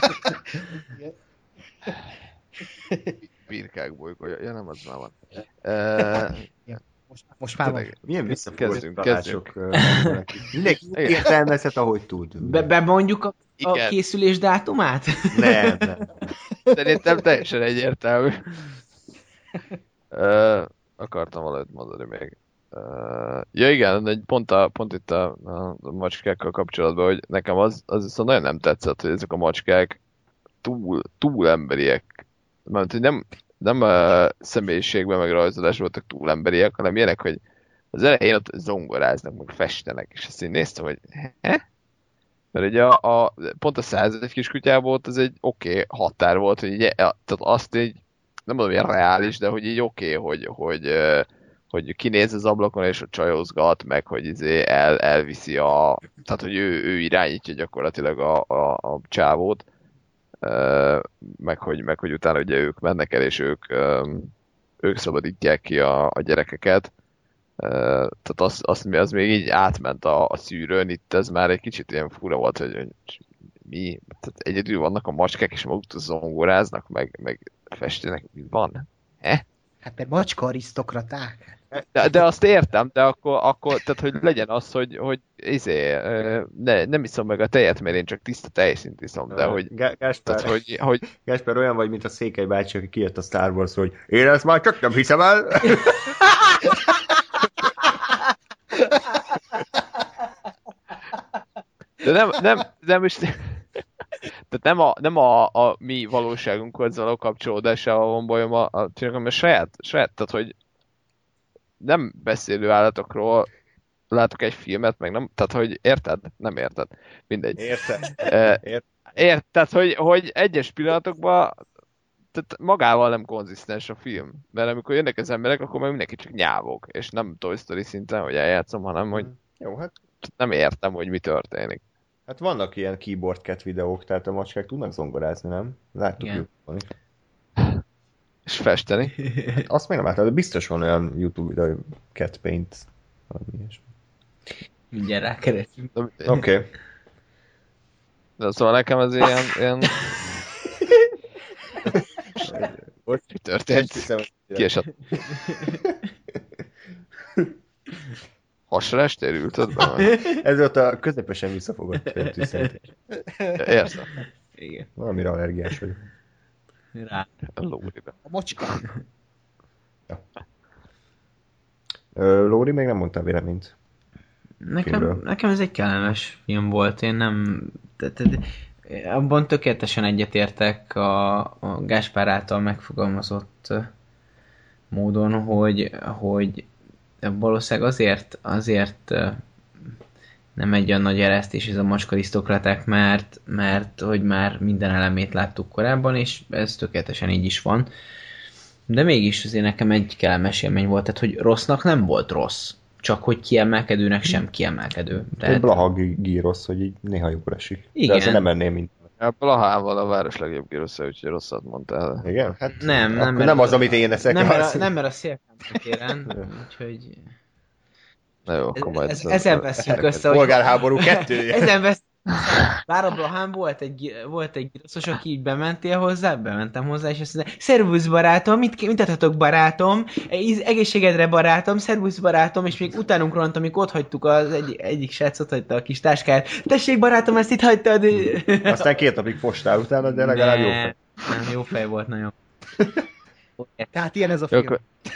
Birkák bolygója, ja nem, az már van. Uh, most, most már van. Milyen visszafordítások. Mindenki értelmezhet, ahogy tud. Be, bemondjuk a, a készülés dátumát? Nem, nem. Szerintem teljesen egyértelmű. Uh, akartam valamit mondani még. Uh, ja igen, egy pont, a, pont itt a, a macskákkal kapcsolatban, hogy nekem az, az viszont nagyon nem tetszett, hogy ezek a macskák túl, túl emberiek. Mert hogy nem, nem a személyiségben meg rajzolásban voltak túl emberiek, hanem ilyenek, hogy az elején ott zongoráznak, meg festenek, és azt én néztem, hogy he? Mert ugye a, a, pont a százegy kiskutyában volt, az egy oké okay határ volt, hogy így, tehát azt így, nem mondom, hogy reális, de hogy így oké, okay, hogy, hogy, hogy kinéz az ablakon, és ott csajozgat, meg hogy izé el, elviszi a, tehát hogy ő, ő irányítja gyakorlatilag a, a, a csávót, meg hogy, meg hogy utána ugye ők mennek el, és ők, ők szabadítják ki a, a gyerekeket. Tehát az, az, az még így átment a, a szűrőn, itt ez már egy kicsit ilyen fura volt, hogy, hogy mi, tehát egyedül vannak a macskák, és maguktól zongoráznak, meg, meg festenek, mi van? Eh? Hát mert macska arisztokraták. De, de azt értem, de akkor, akkor tehát hogy legyen az, hogy, hogy izé, ne, nem iszom meg a tejet, mert én csak tiszta tejszint iszom, de hogy, Gásper, tehát, hogy, hogy... Gásper olyan vagy, mint a Székely bácsi, aki kijött a Star Wars, hogy én ezt már csak nem hiszem el. De nem, nem, nem is... Tehát nem a, nem a, a mi valóságunkhoz való kapcsolódásával van bajom a, a hanem a saját, saját, tehát hogy nem beszélő állatokról látok egy filmet, meg nem, tehát hogy érted? Nem érted. Mindegy. Érted. Ért. Ért, tehát hogy, hogy egyes pillanatokban tehát magával nem konzisztens a film. Mert amikor jönnek az emberek, akkor meg mindenki csak nyávog. És nem Toy Story szinten, hogy eljátszom, hanem hogy jó, hát nem értem, hogy mi történik. Hát vannak ilyen keyboard cat videók, tehát a macskák tudnak zongorázni, nem? Láttuk YouTube-on is. És festeni? Hát azt még nem láttam, de biztos van olyan YouTube videó, cat paint, valami ilyesmi. Mindjárt rákeresünk. Oké. Okay. De szóval nekem ez ilyen... ilyen... Hogy mi történt? Kiesett. Hasra estérültöd be? Ez ott a közepesen visszafogott tűzszentés. Értem. Igen. Valamire allergiás vagyok. Rá. Lóribe. A macska. Ja. Ö, Lóri még nem mondta véleményt. Nekem, nekem ez egy kellemes film volt, én nem... De, de, de, abban tökéletesen egyetértek a, a Gáspár által megfogalmazott módon, hogy, hogy valószínűleg azért, azért nem egy olyan nagy eresztés ez a macska arisztokraták, mert, mert hogy már minden elemét láttuk korábban, és ez tökéletesen így is van. De mégis azért nekem egy kellemes élmény volt, tehát hogy rossznak nem volt rossz, csak hogy kiemelkedőnek sem kiemelkedő. Tehát... Egy blaha gírosz, hogy így néha jól esik. Igen. De azért nem enném, mint... A Blahával a város legjobb gírosza, úgyhogy rosszat mondtál. Igen? Hát nem, nem, nem az, amit én eszek. Nem, mert a, nem, mert a szélkámszakéren, úgyhogy... Na jó, akkor majd... Ez, ezen veszünk össze, hogy... Polgárháború kettő. Ezen veszünk. Bár a Blahán volt egy, volt egy giroszos, aki így bementél hozzá, bementem hozzá, és azt mondta, szervusz barátom, mit, mit adhatok barátom, egészségedre barátom, szervusz barátom, és még utánunk ront, amikor ott hagytuk az egy, egyik srác, ott hagyta a kis táskát, tessék barátom, ezt itt hagytad. Aztán két napig postál utána, de legalább ne, jó fej. Nem, jó fej volt, nagyon. Tehát ilyen ez a film.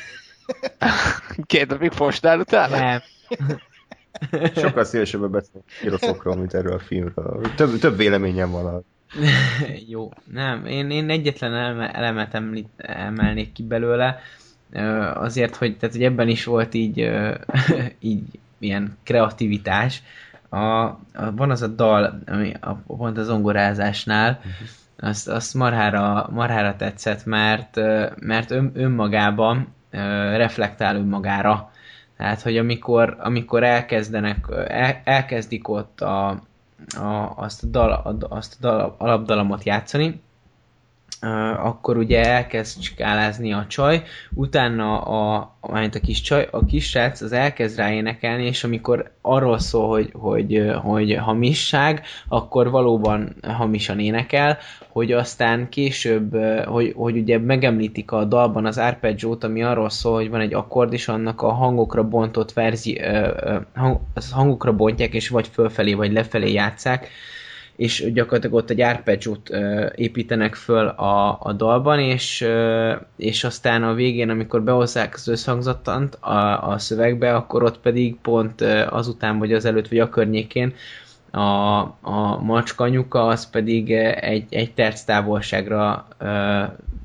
Két napig postál utána? Nem. Sokkal szívesebben beszélünk giroszokról, mint erről a filmről. Több, több véleményem van. A... Jó, nem, én, én egyetlen elme, elemet említ, emelnék ki belőle. azért, hogy, tehát, hogy ebben is volt így, így ilyen kreativitás. A, a, van az a dal, ami a, pont a zongorázásnál, azt, azt marhára, marhára tetszett, mert, mert ön, önmagában reflektál önmagára. Tehát, hogy amikor, amikor elkezdenek, el, elkezdik ott a, a, azt, a dal, a, azt a dal, alapdalamot játszani, Uh, akkor ugye elkezd skálázni a csaj, utána a, a, a kis csaj, a kis srác az elkezd rá énekelni, és amikor arról szól, hogy, hogy, hogy hamisság, akkor valóban hamisan énekel, hogy aztán később, hogy, hogy ugye megemlítik a dalban az arpeggiót, ami arról szól, hogy van egy akkord, és annak a hangokra bontott verzi, hang, hangokra bontják, és vagy fölfelé, vagy lefelé játsszák, és gyakorlatilag ott egy arpeggiót uh, építenek föl a, a dalban, és, uh, és aztán a végén, amikor behozzák az összhangzattant a, a szövegbe, akkor ott pedig pont uh, azután, vagy az előtt, vagy a környékén a, a macska anyuka, az pedig egy, egy terc távolságra uh,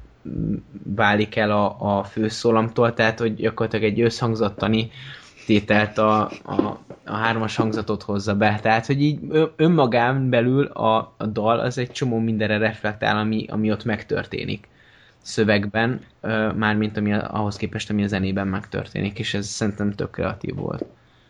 válik el a, a főszólamtól, tehát hogy gyakorlatilag egy összhangzattani tételt a, a, a hármas hangzatot hozza be. Tehát, hogy így önmagán belül a, a dal az egy csomó mindenre reflektál, ami, ami ott megtörténik szövegben, mármint ami ahhoz képest, ami a zenében megtörténik, és ez szerintem tök kreatív volt.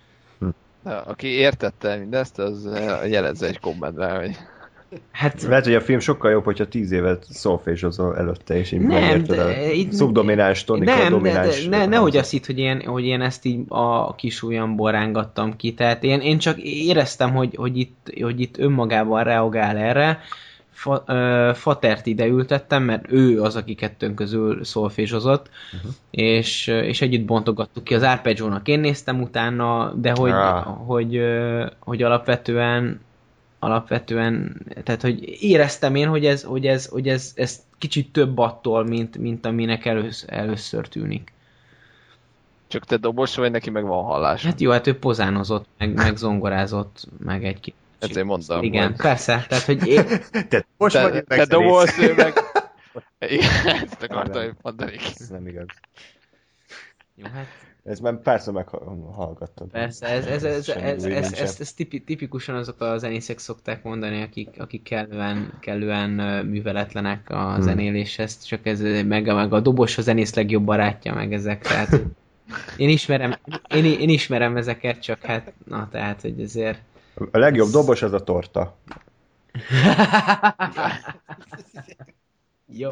Aki értette mindezt, az jelezze egy kommentben, hogy... Hát, lehet, hogy a film sokkal jobb, hogyha tíz évet szolfésozol előtte, és így nem, megérted a szubdomináns, tonika, nem, domináns... Nem, de, de, ne, nehogy azt hitt, hogy én, hogy én ezt így a kis ujjamból rángattam ki, tehát én, én csak éreztem, hogy, hogy, itt, hogy itt önmagában reagál erre. Fa, uh, Fatert ide ültettem, mert ő az, aki kettőnk közül szolfésozott, uh-huh. és, és együtt bontogattuk ki az arpeggiónak. Én néztem utána, de hogy, ah. hogy, hogy, hogy alapvetően alapvetően, tehát hogy éreztem én, hogy ez, hogy ez, hogy ez, ez kicsit több attól, mint, mint aminek először, először tűnik. Csak te dobos vagy, neki meg van hallás. Hát jó, hát ő pozánozott, meg, meg zongorázott, meg egy kicsit. Ezért mondtam. Igen, hogy... persze, tehát hogy én... Te most te, vagy, te dobolsz, ő meg... Igen, ezt akartam mondani. Ez nem igaz. Jó, hát... Ez már párszor meghallgattad. Persze, ez, ez, ez, ez, ez, ez, ez tipikusan azok a zenészek szokták mondani, akik, akik kellően, kellően műveletlenek a hmm. zenéléshez, csak ez meg, meg a dobos a zenész legjobb barátja, meg ezek, tehát én ismerem, én, én ismerem ezeket, csak hát, na tehát, hogy ezért... A legjobb dobos az a torta. Jó.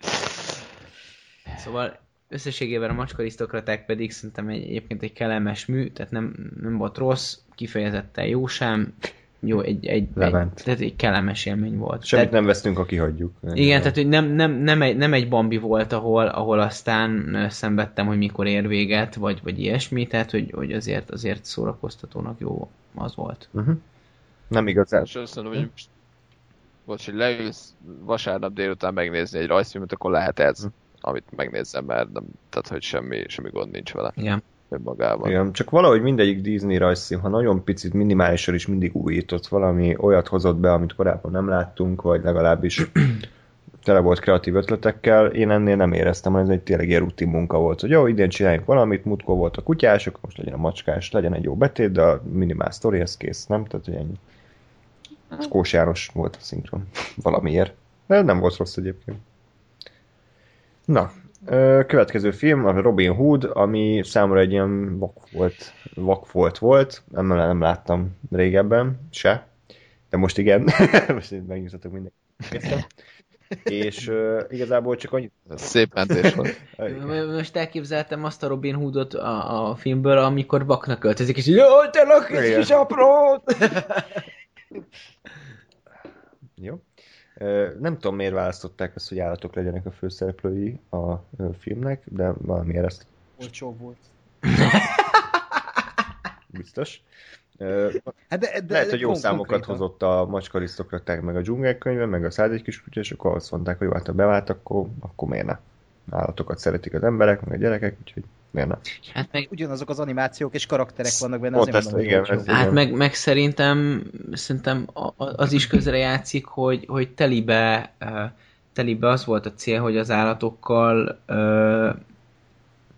Szóval összességében a Macskarisztokraták pedig szerintem egy, egyébként egy kellemes mű, tehát nem, nem volt rossz, kifejezetten jó sem, jó, egy, egy, egy, tehát egy kellemes élmény volt. Semmit tehát, nem vesztünk, aki hagyjuk. Igen, tehát hogy nem, nem, nem, egy, nem egy Bambi volt, ahol, ahol aztán szenvedtem, hogy mikor ér véget, vagy, vagy ilyesmi, tehát hogy, hogy azért, azért szórakoztatónak jó az volt. Uh-huh. Nem igazán. És azt mondom, hogy most, bocs, hogy leülsz vasárnap délután megnézni egy rajzfilmet, akkor lehet ez. Uh-huh. Amit megnézzem, mert nem, tehát, hogy semmi, semmi gond nincs vele. Igen. Magában. Igen, csak valahogy mindegyik Disney rajzfilm, ha nagyon picit minimálisan is mindig újított, valami olyat hozott be, amit korábban nem láttunk, vagy legalábbis tele volt kreatív ötletekkel, én ennél nem éreztem, hogy ez egy tényleg ilyen rutin munka volt, hogy jó, idén csináljunk valamit, múltkor volt a kutyások, most legyen a macskás, legyen egy jó betét, de a minimál sztori, ez kész, nem? Tehát, hogy ennyi. Kós János volt a szinkron valamiért. De nem volt rossz egyébként. Na, következő film, a Robin Hood, ami számomra egy ilyen vakfolt, vakfolt volt, nem, nem láttam régebben, se, de most igen, most megnyugtatok mindenki. És uh, igazából csak annyit... Szép mentés volt. Most elképzeltem azt a Robin Hoodot a, a filmből, amikor vaknak öltözik, és így, jaj, te laksz kis aprót! Jó. Nem tudom, miért választották azt, hogy állatok legyenek a főszereplői a filmnek, de valamiért ezt... Olcsó volt. Biztos. Hát de, de, Lehet, hogy jó kon- számokat konkrétan. hozott a Macskarisztokraták, meg a Dzsungelkönyve, meg a százegy kis kutya, és akkor azt mondták, hogy jó, hát ha bevált, akkor, akkor miért ne? Állatokat szeretik az emberek, meg a gyerekek, úgyhogy miért ne? Hát meg... Ugyanazok az animációk és karakterek vannak benne, Ott azért ezt, mondom, igen, hogy ez, olcsó. Hát meg, meg szerintem, szerintem az is közre játszik, hogy, hogy telibe, uh, telibe az volt a cél, hogy az állatokkal uh,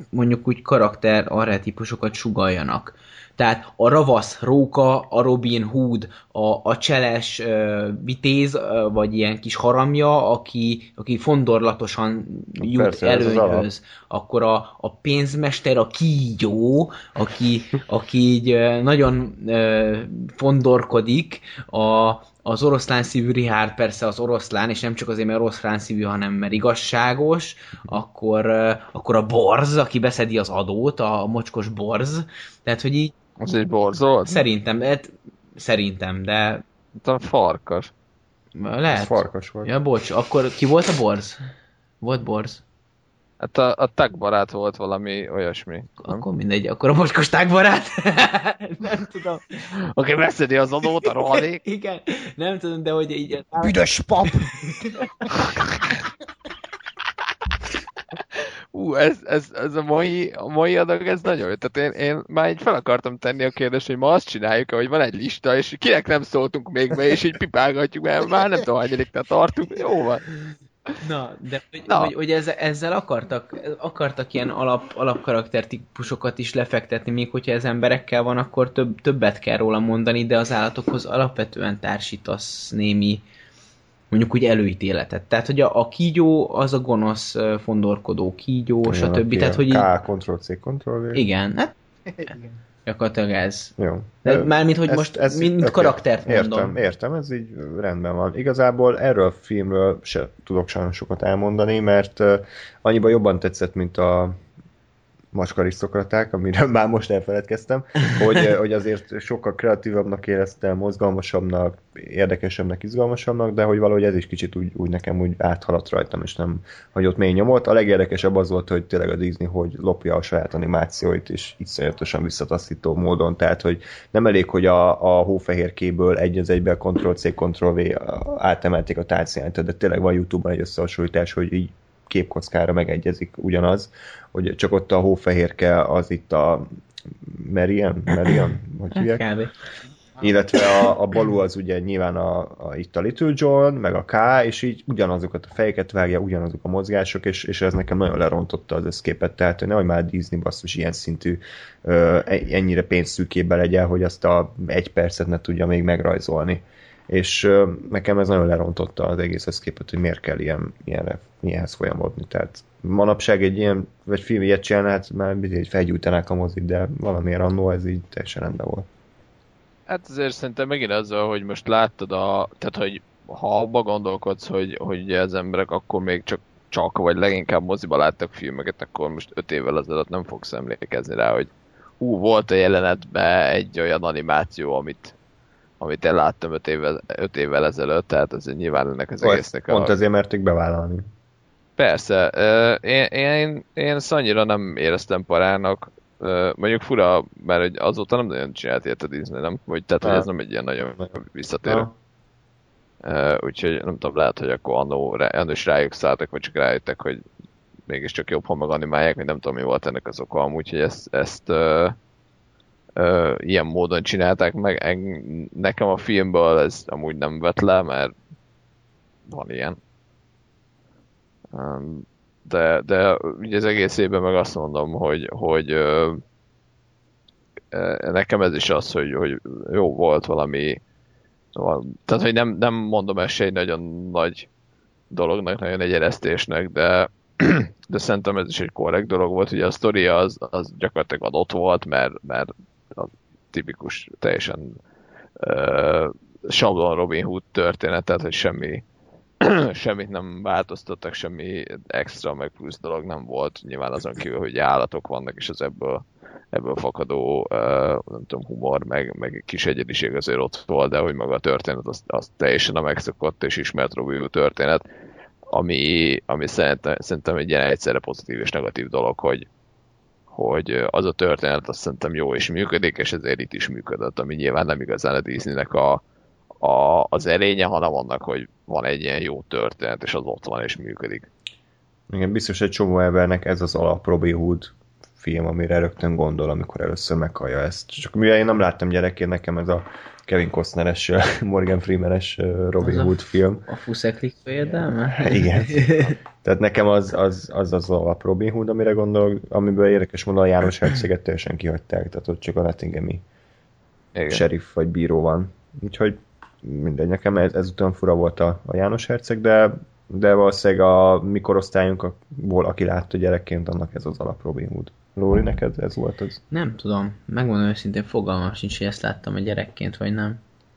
mondjuk úgy karakter archetípusokat sugalljanak. Tehát a ravasz róka, a Robin Hood, a, a cseles uh, vitéz, uh, vagy ilyen kis haramja, aki, aki fondorlatosan jut persze, előnyhöz. Akkor a, a pénzmester, a kígyó, aki, aki így uh, nagyon uh, fondorkodik, a, az oroszlán szívű Richard persze az oroszlán, és nem csak azért, mert oroszlán szívű, hanem mert igazságos, akkor, uh, akkor a borz, aki beszedi az adót, a mocskos borz, tehát, hogy így Az egy borzol? Szerintem, hát, szerintem, de A farkas. lehet. Ez farkas volt. Ja, bocs, akkor ki volt a borz? Volt borz? Hát a, a tagbarát volt valami olyasmi. Nem? Akkor mindegy, akkor a mocskos tágbarát? Nem tudom. Oké, okay, beszedi az adót, a rohadék. Igen, nem tudom, de hogy így... Büdös pap! Ú, ez, ez, ez a mai, a mai adag, ez nagyon jó. Tehát én, én már így fel akartam tenni a kérdést, hogy ma azt csináljuk, hogy van egy lista, és kinek nem szóltunk még be, és így pipálgatjuk, mert már nem tudom, hányadik tartunk. Jó van. Na, de hogy, Na. hogy, hogy ezzel, ezzel akartak, akartak ilyen alap, alapkarakter típusokat is lefektetni, még hogyha ez emberekkel van, akkor több, többet kell róla mondani, de az állatokhoz alapvetően társítasz némi, mondjuk úgy előítéletet. Tehát, hogy a, a kígyó az a gonosz fondorkodó kígyó, Igen, stb. Tehát, hogy K, Ctrl-C, Ctrl-V. igen, hát Igen. gyakorlatilag ez. Jó. De mármint, hogy Ez- most ez- mint, mint oké. karaktert mondom. Értem, értem, ez így rendben van. Igazából erről a filmről se tudok sajnos sokat elmondani, mert uh, annyiban jobban tetszett, mint a macskarisztokraták, amiről már most elfeledkeztem, hogy, hogy azért sokkal kreatívabbnak éreztem, mozgalmasabbnak, érdekesebbnek, izgalmasabbnak, de hogy valahogy ez is kicsit úgy, úgy nekem úgy áthaladt rajtam, és nem hagyott mély nyomot. A legérdekesebb az volt, hogy tényleg a Disney, hogy lopja a saját animációit, és iszonyatosan visszataszító módon, tehát, hogy nem elég, hogy a, a hófehérkéből egy az egyben Ctrl-C, Ctrl-V átemelték a tárcáját, de tényleg van YouTube-ban egy összehasonlítás, hogy így képkockára megegyezik ugyanaz, hogy csak ott a hófehérke az itt a Marian, Marian, hogy hívják? Kb. Illetve a, a Balú az ugye nyilván a, a, itt a Little John, meg a K, és így ugyanazokat a fejeket vágja, ugyanazok a mozgások, és, és ez nekem nagyon lerontotta az összképet, tehát hogy nehogy már Disney basszus ilyen szintű ö, ennyire pénzszűkébe legyen, hogy azt a egy percet ne tudja még megrajzolni. És ö, nekem ez nagyon lerontotta az egész összképet, hogy miért kell ilyen, ilyenre, ilyenhez folyamodni. Tehát manapság egy ilyen, vagy film ilyet csinálna, hát már így felgyújtanák a mozit, de valamiért annó ez így teljesen rendben volt. Hát azért szerintem megint azzal, hogy most láttad a... Tehát, hogy ha abba gondolkodsz, hogy, hogy ugye az emberek akkor még csak, csak vagy leginkább moziba láttak filmeket, akkor most öt évvel ezelőtt nem fogsz emlékezni rá, hogy hú, volt a jelenetben egy olyan animáció, amit amit én láttam öt évvel, öt évvel ezelőtt, tehát azért nyilván ennek az Ó, egésznek pont a... ezért merték bevállalni. Persze, én, én, én ezt annyira nem éreztem parának, mondjuk fura, mert hogy azóta nem nagyon csinált ilyet a Disney, nem? Vagy, tehát, hogy ez nem egy ilyen nagyon visszatérő. Úgyhogy nem tudom, lehet, hogy akkor annó, annó is rájuk szálltak, vagy csak rájöttek, hogy mégiscsak jobb, ha meganimálják, vagy nem tudom, mi volt ennek az oka, amúgy, hogy ezt, ezt uh, uh, ilyen módon csinálták meg. Nekem a filmből ez amúgy nem vett le, mert van ilyen. Um, de, de ugye az egész évben meg azt mondom, hogy, hogy uh, nekem ez is az, hogy, hogy jó volt valami. Tehát, hogy nem, nem mondom ezt se egy nagyon nagy dolognak, nagyon egy eresztésnek, de, de szerintem ez is egy korrekt dolog volt. Ugye a sztori az, az gyakorlatilag adott volt, mert, mert a tipikus, teljesen uh, sablon Robin Hood történet, tehát, hogy semmi semmit nem változtattak, semmi extra, meg plusz dolog nem volt. Nyilván azon kívül, hogy állatok vannak, és az ebből, ebből fakadó uh, nem tudom, humor, meg, meg kis egyediség azért ott volt, de hogy maga a történet, az, az teljesen a megszokott és ismert Robin Hood történet, ami, ami szerintem, szerintem egy ilyen egyszerre pozitív és negatív dolog, hogy, hogy az a történet azt szerintem jó és működik, és ezért itt is működött, ami nyilván nem igazán a Disneynek a A, az erénye, hanem annak, hogy van egy ilyen jó történet, és az ott van, és működik. Igen, biztos egy csomó embernek ez az alap Robin Hood film, amire rögtön gondol, amikor először meghallja ezt. Csak mivel én nem láttam gyerekként, nekem ez a Kevin Costner-es, Morgan Freeman-es Robin Az Hood a, film. A fuszeklik fejedelme? Igen. Tehát nekem az az, az, az alap Robin Hood, amire gondolok, amiből érdekes módon a János Herceget teljesen kihagyták, tehát ott csak a Nottinghami sheriff vagy bíró van. Úgyhogy mindegy, nekem ez, ezután fura volt a, a János Herceg, de, de valószínűleg a mi korosztályunkból, aki látta gyerekként, annak ez az alap Robin Hood. Lóri, neked ez volt az? Nem tudom. Megmondom őszintén, fogalmam sincs, hogy ezt láttam a gyerekként, vagy nem.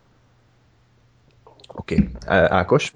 Oké. Okay. Ákos?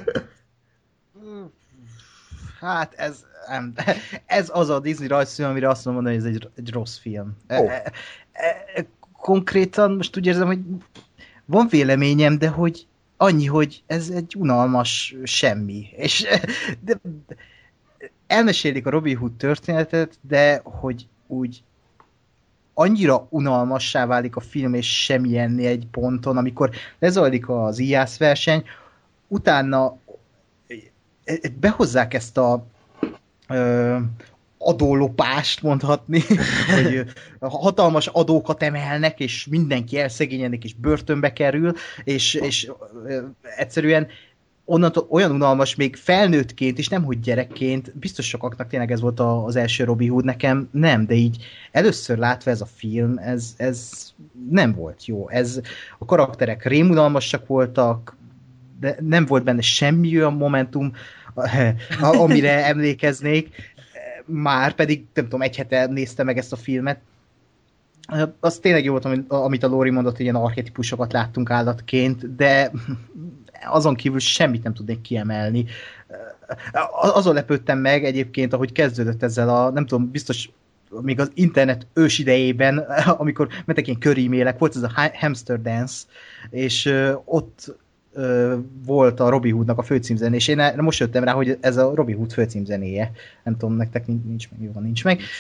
Hát ez, nem, ez az a Disney rajzfilm, amire azt mondom, hogy ez egy, egy rossz film. Oh. E, e, konkrétan most úgy érzem, hogy van véleményem, de hogy annyi, hogy ez egy unalmas semmi. És de, elmesélik a Robin Hood történetet, de hogy úgy annyira unalmassá válik a film, és semmilyenné egy ponton, amikor lezajlik az íjász verseny, utána behozzák ezt a ö, adólopást, mondhatni, hogy hatalmas adókat emelnek, és mindenki elszegényedik, és börtönbe kerül, és, és ö, egyszerűen onnantól olyan unalmas még felnőttként is, nem hogy gyerekként, biztos sokaknak tényleg ez volt az első Robin Hood, nekem nem, de így először látva ez a film, ez, ez nem volt jó. Ez, a karakterek rémunalmasak voltak, de nem volt benne semmi olyan momentum, amire emlékeznék, már pedig, nem tudom, egy hete néztem meg ezt a filmet. Az tényleg jó volt, amit a Lóri mondott, hogy ilyen archetipusokat láttunk állatként, de azon kívül semmit nem tudnék kiemelni. Azon lepődtem meg egyébként, ahogy kezdődött ezzel a, nem tudom, biztos még az internet ős idejében, amikor mentek ilyen körímélek, volt ez a Hamster Dance, és ott volt a Robin Hoodnak a főcímzené, és én most jöttem rá, hogy ez a Robin Hood főcímzenéje. Nem tudom, nektek nincs meg, jó van, nincs meg.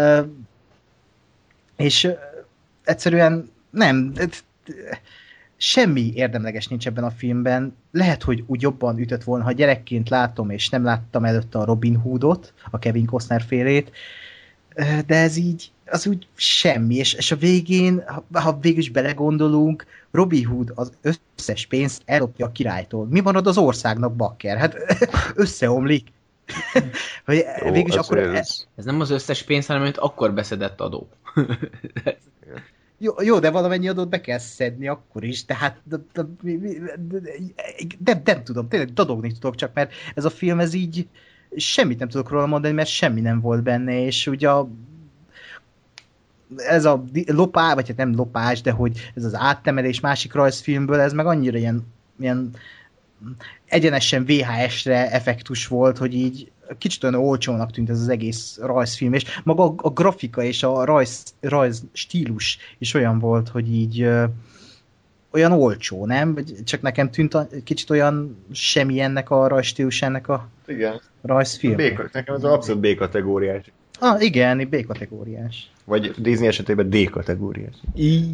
És egyszerűen nem, semmi érdemleges nincs ebben a filmben. Lehet, hogy úgy jobban ütött volna, ha gyerekként látom, és nem láttam előtte a Robin Hoodot, a Kevin Costner félét, de ez így, az úgy semmi, és, és a végén, ha, ha végül is belegondolunk, Robin Hood az összes pénzt ellopja a királytól. Mi marad az országnak, bakker? Hát összeomlik. Hogy Jó, végül is ez, akkor... ez... ez nem az összes pénz, hanem amit akkor beszedett adó. Jó, jó, de valamennyi adót be kell szedni akkor is, tehát nem, nem tudom, tényleg dadogni tudok csak, mert ez a film, ez így semmit nem tudok róla mondani, mert semmi nem volt benne, és ugye a, ez a lopás, vagy hát nem lopás, de hogy ez az áttemelés másik rajzfilmből, ez meg annyira ilyen, ilyen egyenesen vé há es-re effektus volt, hogy így kicsit olyan olcsónak tűnt ez az egész rajzfilm, és maga a, a grafika és a rajz, rajz stílus is olyan volt, hogy így ö, olyan olcsó, nem? Vagy csak nekem tűnt a, kicsit olyan semmilyennek a rajz stílus ennek a igen. rajzfilm. B, nekem az abszolút B-kategóriás. Ah, igen, B-kategóriás. Vagy Disney esetében D-kategóriás. Így.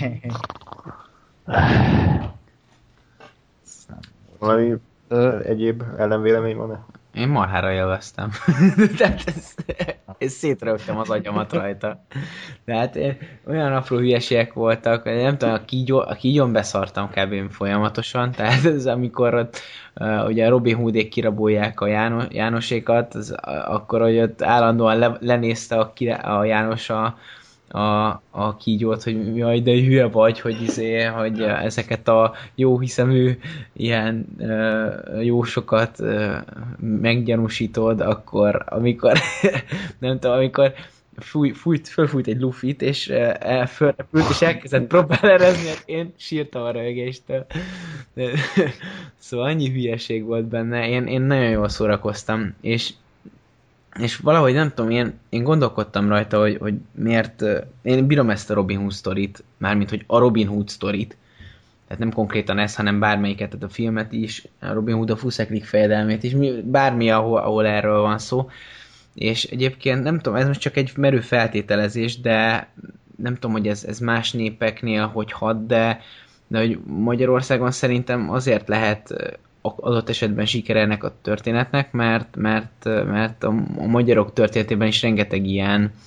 Valami uh, egyéb ellenvélemény van-e? Én marhára élveztem. Tehát ez, ez szétrögtem az agyamat rajta. Tehát olyan apró hülyeségek voltak, nem tudom, a, kígyó, a kígyón beszartam kb. Folyamatosan, tehát ez amikor ott uh, ugye a Robin Hoodék kirabolják a János, Jánosékat, az, akkor, hogy ott állandóan le, lenézte a, a János a A, a kígyót, hogy jaj, de hülye vagy, hogy, izé, hogy ezeket a jó hiszemű ilyen uh, jósokat uh, meggyanúsítod, akkor amikor nem tudom, amikor fúj, fújt, fölfújt egy lufit, és uh, fölrepült, és elkezdett propellerezni, hát én sírtam a röhögéstől. Szóval annyi hülyeség volt benne, én, én nagyon jól szórakoztam, és és valahogy nem tudom, én, én gondolkodtam rajta, hogy, hogy miért, én bírom ezt a Robin Hood sztorit, mármint, hogy a Robin Hood sztorit, tehát nem konkrétan ez, hanem bármelyiket, tehát a filmet is, a Robin Hood a fuszeklik fejedelmét is, bármi, ahol, ahol erről van szó, és egyébként nem tudom, ez most csak egy merő feltételezés, de nem tudom, hogy ez, ez más népeknél hogy hat, de, de hogy Magyarországon szerintem azért lehet adott esetben sikere ennek a történetnek, mert, mert, mert a, a magyarok történetében is rengeteg ilyen,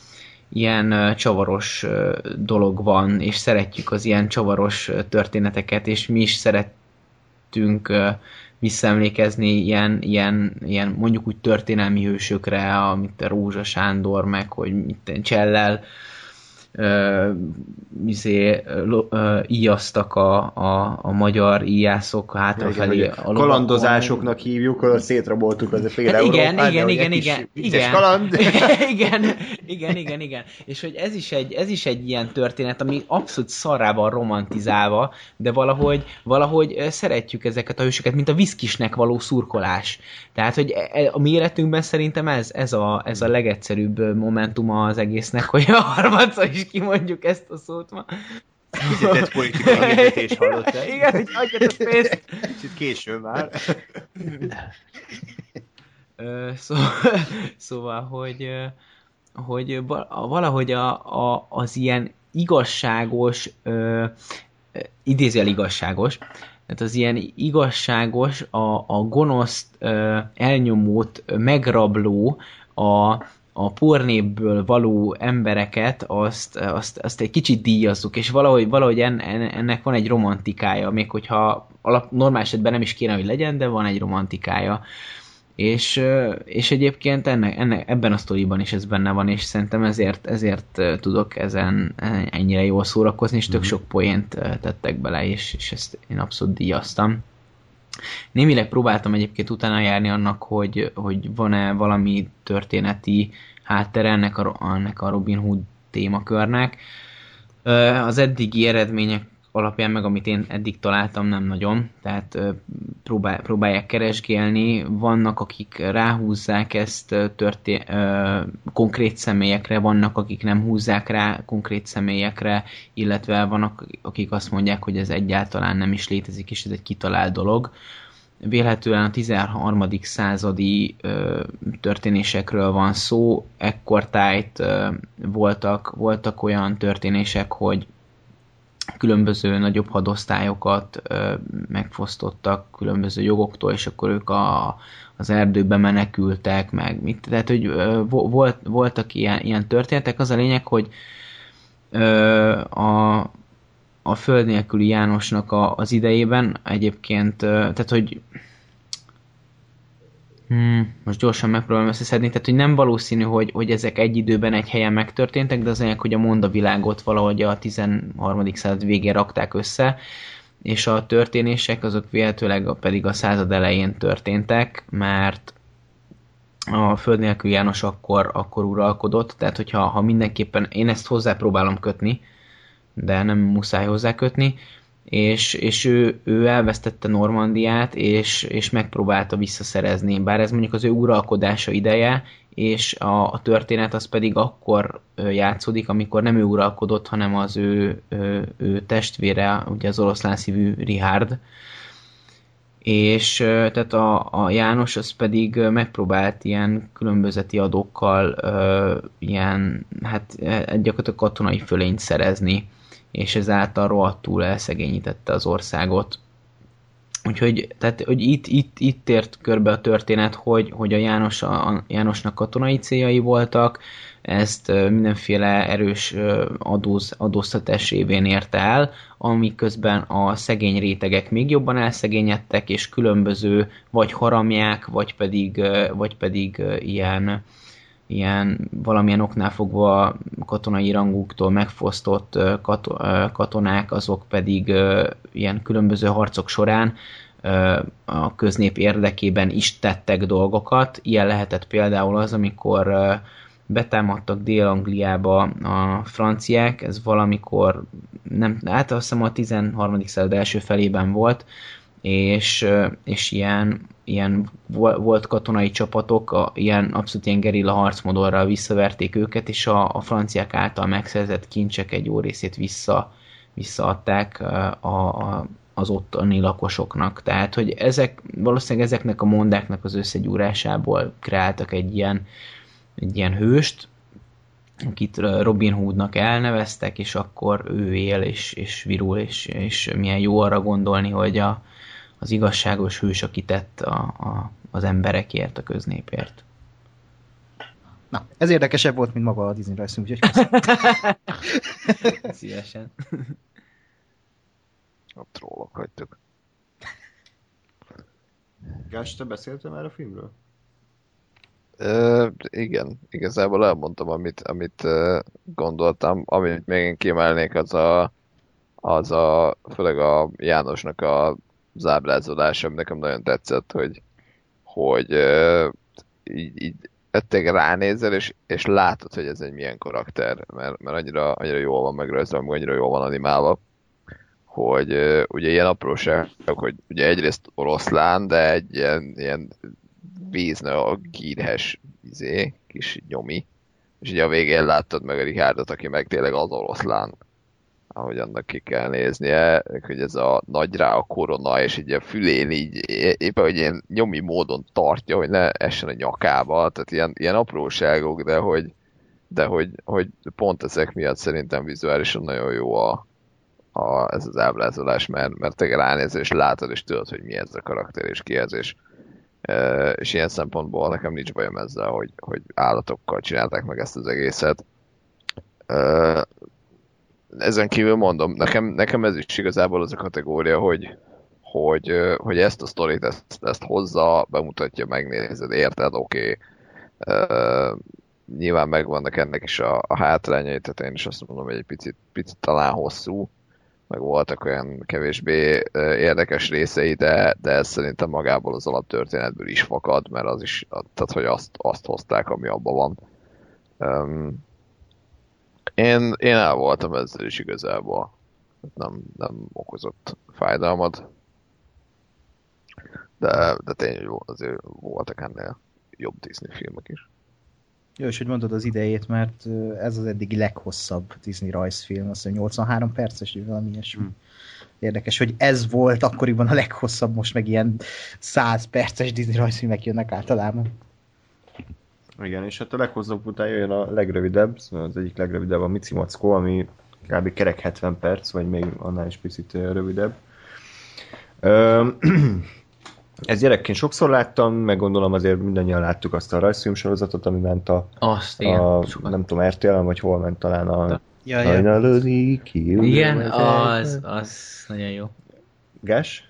ilyen csavaros dolog van, és szeretjük az ilyen csavaros történeteket, és mi is szeretünk visszaemlékezni ilyen, ilyen, ilyen mondjuk úgy történelmi hősökre, amit a Rózsa Sándor, meg hogy mit Csellel Uh, izé, uh, íjaztak a, a, a magyar íjászok hátrafelé. Kalandozásoknak hívjuk, szétraboltuk az a fél hát igen, Európát, igen, igen, igen, igen. Kaland. igen, igen, igen, igen. És hogy ez is, egy, ez is egy ilyen történet, ami abszolút szarrában romantizálva, de valahogy, valahogy szeretjük ezeket a hősöket, mint a viszkisnek való szurkolás. Tehát, hogy a mi életünkben szerintem ez, ez, a, ez a legegyszerűbb momentuma az egésznek, hogy a harmadszor is kimondjuk ezt a szót ma. Kicsit politikai hirdetés hallottál. Igen, hogy hagyjad a pénzt. Kicsit késő már. Szóval, szóval hogy, hogy valahogy a, a, az ilyen igazságos, idézőjel igazságos, tehát az ilyen igazságos, a, a gonoszt, elnyomót, megrabló, a, a pornépből való embereket, azt, azt, azt egy kicsit díjazzuk, és valahogy, valahogy en, ennek van egy romantikája, még hogyha alap, normál esetben nem is kéne, hogy legyen, de van egy romantikája. És, és egyébként ennek, ennek, ebben a sztoriban is ez benne van, és szerintem ezért, ezért tudok ezen ennyire jól szórakozni, és tök sok poént tettek bele, és, és ezt én abszolút díjaztam. Némileg próbáltam egyébként utána járni annak, hogy, hogy van-e valami történeti háttere ennek a, ennek a Robin Hood témakörnek. Az eddigi eredmények alapján, meg amit én eddig találtam, nem nagyon, tehát próbál, próbálják keresgélni. Vannak, akik ráhúzzák ezt történ- konkrét személyekre, vannak, akik nem húzzák rá konkrét személyekre, illetve vannak, akik azt mondják, hogy ez egyáltalán nem is létezik, és ez egy kitalált dolog. Vélhetően a tizenharmadik századi ö, történésekről van szó, ekkortájt ö, voltak, voltak olyan történések, hogy különböző nagyobb hadosztályokat ö, megfosztottak különböző jogoktól, és akkor ők a, az erdőbe menekültek, meg mit, tehát, hogy ö, volt, voltak ilyen, ilyen történetek. Az a lényeg, hogy ö, a, a Föld nélküli Jánosnak a, az idejében egyébként, ö, tehát, hogy Hmm, most gyorsan megpróbálom összeszedni, tehát hogy nem valószínű, hogy, hogy ezek egy időben egy helyen megtörténtek, de az lényeg, hogy a mondavilágot valahogy a tizenharmadik század végén rakták össze, és a történések azok véletőleg pedig a század elején történtek, mert a Föld nélkül János akkor, akkor uralkodott, tehát hogyha ha mindenképpen, én ezt hozzá próbálom kötni, de nem muszáj hozzá kötni, és, és ő, ő elvesztette Normandiát, és, és megpróbálta visszaszerezni. Bár ez mondjuk az ő uralkodása ideje, és a, a történet az pedig akkor játszódik, amikor nem ő uralkodott, hanem az ő, ő, ő testvére, ugye az oroszlán szívű Richard. És tehát a, a János az pedig megpróbált ilyen különbözeti adókkal ilyen, hát gyakorlatilag katonai fölényt szerezni, és ezáltal rohadtul elszegényítette az országot. Úgyhogy tehát, hogy itt, itt, itt ért körbe a történet, hogy, hogy a, János, a Jánosnak katonai céljai voltak, ezt mindenféle erős adóz, adóztatás révén érte el, amiközben a szegény rétegek még jobban elszegényedtek, és különböző vagy haramják, vagy pedig, vagy pedig ilyen, ilyen valamilyen oknál fogva katonai ranguktól megfosztott katonák, azok pedig ilyen különböző harcok során a köznép érdekében is tettek dolgokat. Ilyen lehetett például az, amikor betámadtak Dél-Angliába a franciák, ez valamikor, nem, hát azt hiszem a tizenharmadik század első felében volt, és, és ilyen, ilyen volt katonai csapatok, a, ilyen abszolút ilyen gerilla harcmodorral visszaverték őket, és a, a franciák által megszerzett kincsek egy jó részét vissza, visszaadták a, a, az ottani lakosoknak. Tehát, hogy ezek, valószínűleg ezeknek a mondáknak az összegyúrásából kreáltak egy ilyen, egy ilyen hőst, akit Robin Hoodnak elneveztek, és akkor ő él, és, és virul, és, és milyen jó arra gondolni, hogy a, az igazságos hős, aki tett a, a, az emberekért, a köznépért. Na, ez érdekesebb volt, mint maga a Disney rajzfilm, úgyhogy köszönöm. Szívesen. A trollok hagytuk. Gás, te beszéltél már a filmről? Ö, igen, igazából elmondtam, amit, amit uh, gondoltam. Amit még én kiemelnék, az a, az a, főleg a Jánosnak a zábrázolása, ami nekem nagyon tetszett, hogy, hogy uh, így, így tényleg ránézel, és, és látod, hogy ez egy milyen karakter, mert, mert annyira, annyira jól van megrajzolva, annyira jól van animálva, hogy uh, ugye ilyen apróságok, hogy ugye egyrészt oroszlán, de egy ilyen, ilyen vízne a gírhes izé, kis nyomi, és ugye a végén láttad meg a Richardot, aki meg tényleg az oroszlán, ahogy annak ki kell néznie, hogy ez a nagy rá a korona, és így a fülén így éppen, hogy ilyen nyomi módon tartja, hogy ne essen a nyakába, tehát ilyen, ilyen apróságok, de hogy, de hogy, hogy pont ezek miatt szerintem vizuálisan nagyon jó a, a, ez az ábrázolás, mert, mert te ránézel, és látod, és tudod, hogy mi ez a karakter, és ki ez, és Uh, és ilyen szempontból nekem nincs bajom ezzel, hogy, hogy állatokkal csinálták meg ezt az egészet. Uh, ezen kívül mondom, nekem, nekem ez is igazából az a kategória, hogy, hogy, uh, hogy ezt a sztorit, ezt, ezt hozza, bemutatja, megnézed, érted, oké. Okay. Uh, nyilván megvannak ennek is a, a hátrányai, tehát én is azt mondom, hogy egy picit, picit talán hosszú, meg voltak olyan kevésbé érdekes részei, de, de ez szerintem magából az alaptörténetből is fakad, mert az is, tehát hogy azt, azt hozták, ami abban van. Um, én, én el voltam ezzel is igazából. Nem, nem okozott fájdalmat. De, de tényleg azért voltak ennél jobb Disney filmek is. Jó, és hogy mondod az idejét, mert ez az eddigi leghosszabb Disney rajzfilm, azt hiszem nyolcvanhárom perces, vagy valami ilyesmi. Hmm. Érdekes, hogy ez volt akkoriban a leghosszabb, most meg ilyen száz perces Disney rajzfilmek jönnek általában. Igen, és hát a leghosszabb után jön a legrövidebb, az egyik legrövidebb a Mici Mackó, ami kb. Kerek hetven perc, vagy még annál is picit rövidebb. Ez gyerekként sokszor láttam, meg gondolom azért mindannyian láttuk azt a rajzfilmsorozatot, ami ment a, azt, igen, a nem tudom, er té el-en, vagy hol ment talán a ja, ja. Igen, az, az nagyon jó. Gás?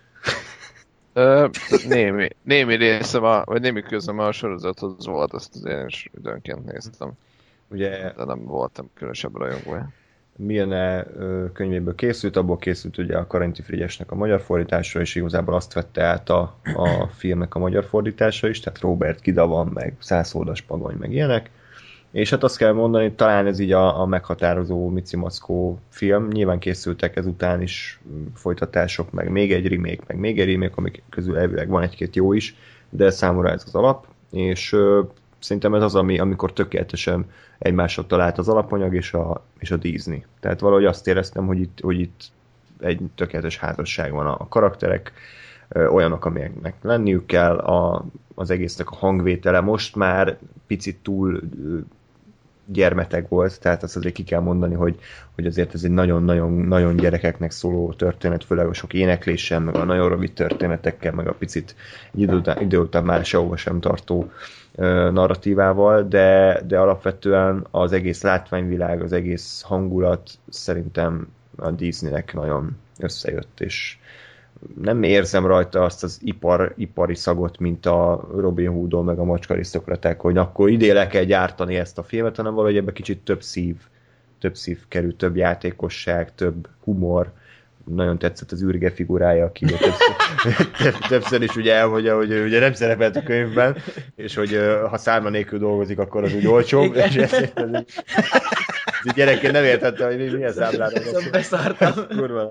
Ö, némi, némi részem, a, vagy némi közöm a sorozathoz volt, azt az én is időnként néztem. Ugye, de nem voltam különösebb rajongó. Milyen könyvéből készült, abból készült ugye a Karinti Frigyesnek a magyar fordítása, és igazából azt vette át a, a filmnek a magyar fordítása is, tehát Robert Kida van, meg Szászoldas Pagony, meg ilyenek. És hát azt kell mondani, talán ez így a, a meghatározó Mici Mackó film. Nyilván készültek ezután is folytatások, meg még egy remake, meg még egy remake, amik közül elvileg van egy-két jó is, de számomra ez az alap, és ö, szerintem ez az, ami, amikor tökéletesen egymásra talált az alapanyag és a, és a Disney. Tehát valahogy azt éreztem, hogy itt, hogy itt egy tökéletes házasság van. A karakterek ö, olyanok, amelyeknek lenniük kell, a, az egésznek a hangvétele most már picit túl ö, gyermeteg volt, tehát azt azért ki kell mondani, hogy, hogy azért ez egy nagyon-nagyon nagyon gyerekeknek szóló történet, főleg a sok énekléssel, meg a nagyon rövid történetekkel, meg a picit egy idő után, idő után már sehova sem tartó uh, narratívával, de, de alapvetően az egész látványvilág, az egész hangulat szerintem a Disneynek nagyon összejött, és nem érzem rajta azt az ipar, ipari szagot, mint a Robin Hoodon, meg a Macskarisztokraták, hogy akkor idén le kell gyártani ezt a filmet, hanem valahogy ebben kicsit több szív, több szív kerül, több játékosság, több humor. Nagyon tetszett az űrge figurája, aki többször, többször is ugye elmondja, hogy ugye nem szerepelt a könyvben, és hogy ha számla nélkül dolgozik, akkor az úgy olcsóbb. És ezért ez így, ez gyerekként nem értette, hogy milyen számlára. Beszartam. Kurva.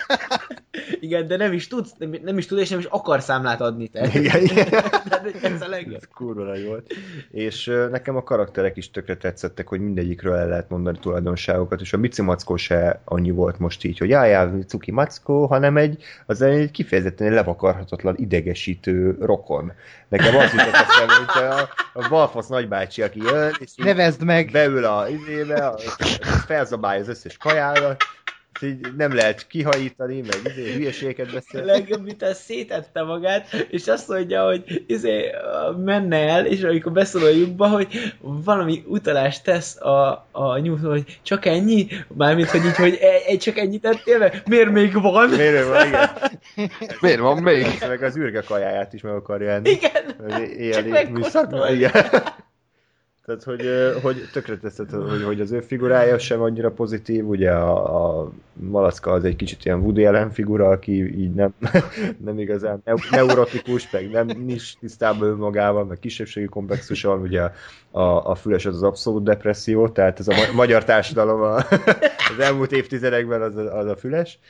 Igen, de nem is tudsz, nem, nem is tud, és nem is akar számlát adni. Tehát. Igen, igen. Ez a legjobb. Ez kurva nagy volt. És uh, nekem a karakterek is tökre tetszettek, hogy mindegyikről el lehet mondani tulajdonságokat, és a Mici Mackó se annyi volt most így, hogy jaj, jaj, cuki Mackó, hanem egy, az egy kifejezetten egy levakarhatatlan, idegesítő rokon. Nekem az jutott eszembe, hogy a, a Balfasz nagybácsi, aki jön, és nevezd meg! Beül a izébe, felzabálja az összes kajára, így nem lehet kihajítani, meg izé, hülyeségeket beszél. Legjobb, mint az szétette magát, és azt mondja, hogy izé, menne el, és amikor beszól a lyukba, hogy valami utalást tesz a, a nyújtó, hogy csak ennyi, mármint, hogy így, hogy e, csak ennyit tettél, meg miért még van? Miért van, igen. Miért van még? Meg az űrge kajáját is meg akarja enni. Igen, Éjjeli műszakban, igen. Tehát, hogy, hogy tökre teszed, hogy, hogy az ő figurája sem annyira pozitív, ugye a, a Malacka az egy kicsit ilyen Woody Allen figura, aki így nem, nem igazán neurotikus, meg nem nincs tisztában önmagával, meg kisebbségi komplexusa van, ugye a, a Füles az az abszolút depresszió, tehát ez a ma- magyar társadalom a, az elmúlt évtizedekben az a, az a Füles.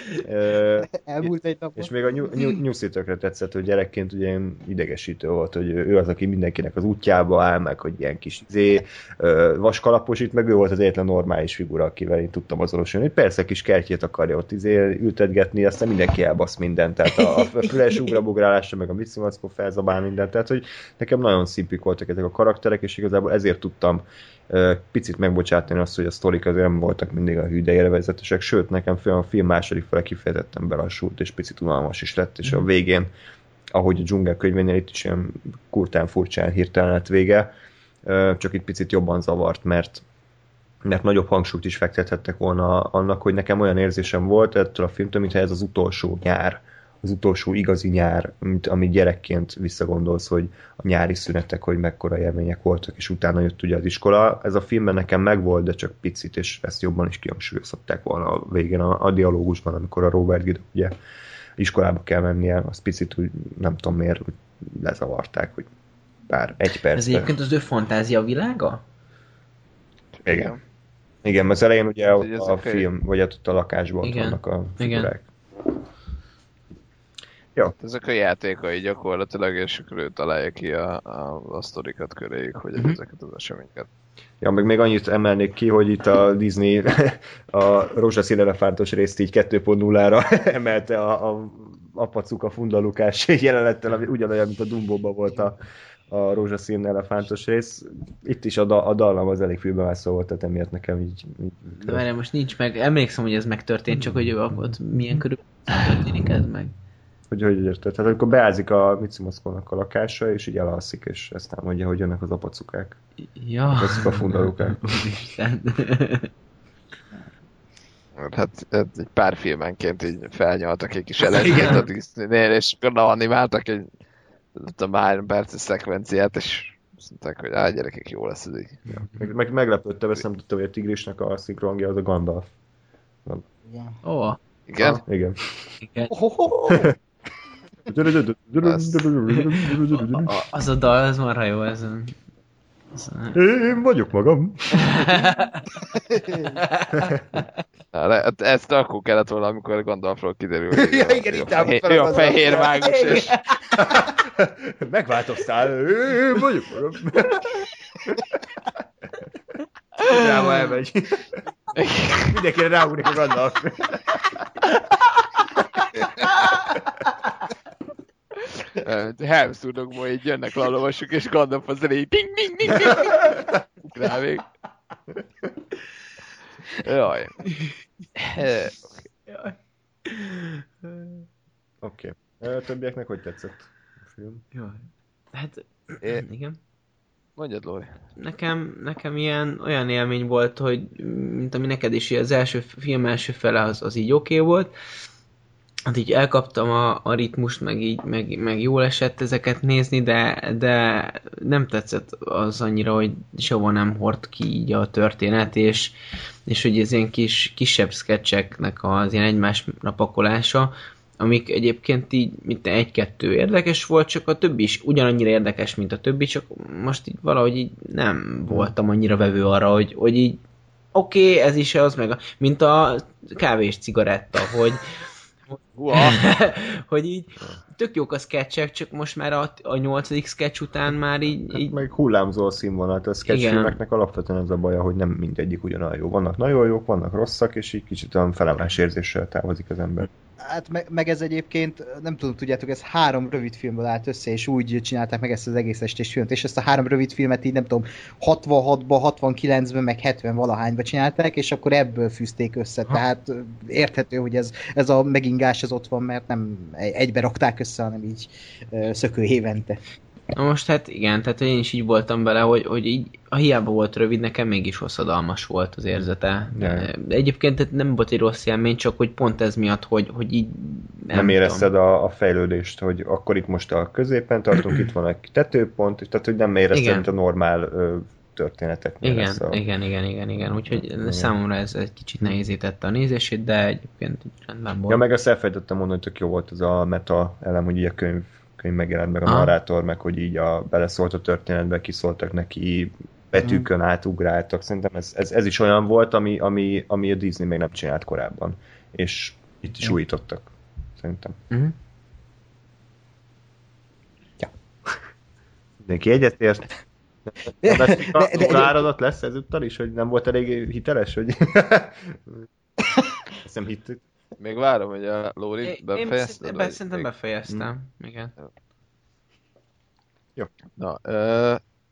Elmúlt egy napon. És még a Nyuszi tökre tetszett, hogy gyerekként ugye ilyen idegesítő volt, hogy ő az, aki mindenkinek az útjába áll, meg hogy ilyen kis izé, vaskalaposít, meg ő volt az egyetlen normális figura, akivel én tudtam azonosulni. Persze kis kertjét akarja ott izé ültetgetni, aztán mindenki elbasz mindent, tehát a, a Füles ugrabugrálása, meg a Mici Mackó felzabál mindent, tehát hogy nekem nagyon szimpik voltak ezek a karakterek, és igazából ezért tudtam picit megbocsátani azt, hogy a sztorik azért nem voltak mindig a hűde élvezetesek, sőt, nekem a film második fele kifejezetten belassult, és picit unalmas is lett, és a végén, ahogy a Dzsungel könyvénél itt is ilyen kurtán furcsán hirtelen lett vége, csak itt picit jobban zavart, mert mert nagyobb hangsúlyt is fektethettek volna annak, hogy nekem olyan érzésem volt ettől a filmtől, mintha ez az utolsó nyár, az utolsó igazi nyár, mint amit gyerekként visszagondolsz, hogy a nyári szünetek, hogy mekkora élmények voltak, és utána jött ugye az iskola. Ez a filmben nekem megvolt, de csak picit, és ezt jobban is kihangsúlyoztatták volna a végén a, a dialógusban, amikor a Robert Guido ugye iskolába kell mennie, azt picit úgy nem tudom miért, úgy lezavarták, hogy pár egy perc. Ez egyébként az ő fantázia világa? Igen. Igen, az elején ugye Hát, ott a a film, vagy ott a lakásban ott vannak a figurák. Jó. Ezek a játékai gyakorlatilag, és akkor ő találja ki a, a, a sztorikat köréjük, hogy mm-hmm. ezeket az eseményeket. Ja, meg még annyit emelnék ki, hogy itt a Disney a rózsaszín elefántos részt így kettő pont nullára emelte a, a Apacuka Fundalukás jelenettel, ami ugyanolyan, mint a Dumbo-ban volt a, a rózsaszín elefántos rész. Itt is a, da, a dallam az elég fülbevászó volt, tehát emiatt nekem így... így de várjál, most nincs meg, emlékszem, hogy ez megtörtént, csak hogy ott milyen körülbelül történik ez meg. Hogy hogy érted? Tehát amikor beázik a Mici Mackónak a lakása, és így elalszik, és aztán mondja, hogy jönnek az apacukák. Ja. Azok a fundalukák. Hát egy pár filmenként így felnyaltak egy kis elemeket a Disney-nél, és például animáltak egy a három perces szekvenciát, és azt mondták, hogy á, gyerekek, jó lesz ez így. Ja. Meg, meg meglepődtem, ezt nem tudtam, hogy a tigrisnek a szinkronja az a Gandalf. Ó. Oh. Igen? Ah, igen. Igen. Az, az a dal, az marha jó, ez a... Én vagyok magam. Ezt akkor kellett volna, amikor Gandalfról kiderül. Ja, igen, itt áll fel a fehér mágus, és... Megváltoztál. Én vagyok magam. Dráma elmegy. Mindenkire ráugrik a Gandalf. Helmszurdokból így jönnek le a lovasok, és Gandalf az elég ding ding ding ding rá még. Jaj. Oké. Okay. Többieknek hogy tetszett a film? Jaj. Hát, é... igen. Mondjad, Lóri. Nekem, nekem ilyen olyan élmény volt, hogy mint ami neked is, az első film első fele az, az így oké okay volt. Hát így elkaptam a, a ritmust, meg így, meg, meg jól esett ezeket nézni, de, de nem tetszett az annyira, hogy sehova nem hord ki így a történet, és, és hogy ez ilyen kis, kisebb sketcheknek az ilyen egymásra pakolása, amik egyébként így, mint egy-kettő érdekes volt, csak a többi is ugyanannyira érdekes, mint a többi, csak most így valahogy így nem voltam annyira vevő arra, hogy, hogy így oké, okay, ez is az, meg a, mint a kávés cigaretta, hogy hogy így tök jók a sketchek, csak most már a, a nyolcadik sketch után már így... így... Hát meg hullámzó a színvonalat, a sketchfilmeknek alapvetően ez a baja, hogy nem mindegyik ugyanolyan jó. Vannak nagyon jók, vannak rosszak, és így kicsit olyan felemás érzéssel távozik az ember. Hát meg, meg ez egyébként, nem tudom, tudjátok, ez három rövid filmből állt össze, és úgy csinálták meg ezt az egész estés filmet, és ezt a három rövid filmet így nem tudom, hatvanhatban, hatvankilencben, meg hetven valahányba csinálták, és akkor ebből fűzték össze. Ha. Tehát érthető, hogy ez, ez a megingás az ott van, mert nem egybe rakták össze, hanem így szökő évente. Na most hát igen, tehát én is így voltam vele, hogy, hogy így a hiába volt rövid, nekem mégis hosszadalmas volt az érzete. De egyébként nem volt egy rossz élmény, csak hogy pont ez miatt, hogy, hogy így nem, nem érezted a, a fejlődést, hogy akkor itt most a középen tartunk, itt van egy tetőpont, tehát hogy nem érezted, mint a normál ö, történeteknél. Igen, a... igen, igen, igen, igen, úgyhogy igen. Számomra ez egy kicsit nehézítette a nézését, de egyébként rendben volt. Ja, meg azt elfelejtettem mondani, hogy tök jó volt az a meta elem, hogy így a könyv könyv megjelent, meg a narrátor, meg hogy így a, beleszólt a történetbe, kiszóltak neki, betűkön átugráltak. Szerintem ez, ez, ez is olyan volt, ami, ami, ami a Disney még nem csinált korábban. És itt is újítottak, szerintem. Uh-huh. Ja. Mindenki egyetért? Nem lesz a, a áradat lesz ezúttal is, hogy nem volt elég hiteles, hogy ezt nem hittük. Még várom, hogy a Lóri befejezted? Én szerintem befejeztem, hmm. igen. Jó. Na, ö...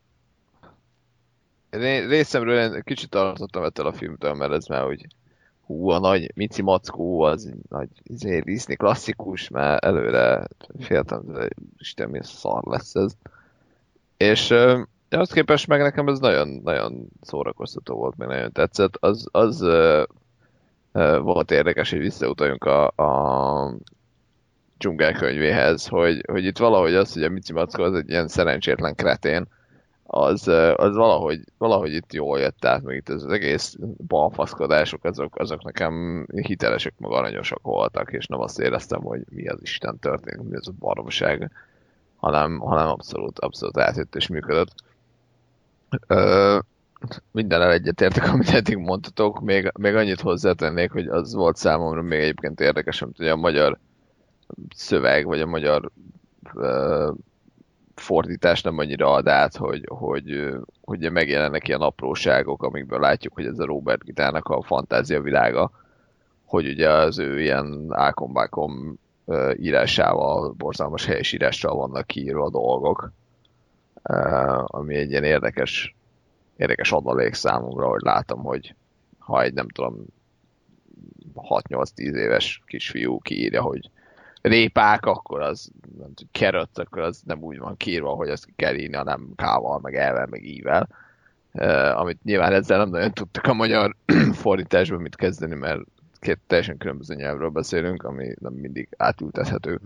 részemről én kicsit tartottam ettől a filmtől, mert ez már úgy hú, a nagy Mici Mackó, az nagy izé, Disney klasszikus, már előre féltem, de Isten, mi szar lesz ez. És ö, azt képest meg nekem ez nagyon, nagyon szórakoztató volt, meg nagyon tetszett. Az, az ö, volt érdekes, hogy visszautaljunk a, a dzsungelkönyvéhez, hogy, hogy itt valahogy az, hogy a Mici Mackó az egy ilyen szerencsétlen kretén, az, az valahogy, valahogy itt jól jött át, meg itt az egész balfaszkodások, azok, azok nekem hitelesek, meg aranyosak voltak, és nem azt éreztem, hogy mi az Isten történik, mi az a baromság, hanem, hanem abszolút, abszolút átjött és működött. Ö, Mindennel egyetértek, amit eddig mondtatok, még, még annyit hozzátennék, hogy az volt számomra még egyébként érdekes, amit ugye a magyar szöveg, vagy a magyar uh, fordítás nem annyira ad át, hogy, hogy, hogy megjelennek ilyen apróságok, amikből látjuk, hogy ez a Robert Gitának a fantázia világa, hogy ugye az ő ilyen ákombákom uh, írásával, borzalmas helyesírással vannak kiírva a dolgok, uh, ami egy ilyen érdekes Érdekes adalék számomra, hogy látom, hogy ha egy nem tudom hat-nyolc-tíz éves kisfiú kiírja, hogy répák, akkor az nem tudom, carrot, akkor az nem úgy van kiírva, hogy azt kell írni, hanem K-val, meg E-vel, meg I-vel. Uh, amit nyilván ezzel nem nagyon tudtak a magyar fordításban mit kezdeni, mert két teljesen különböző nyelvről beszélünk, ami nem mindig átültethető.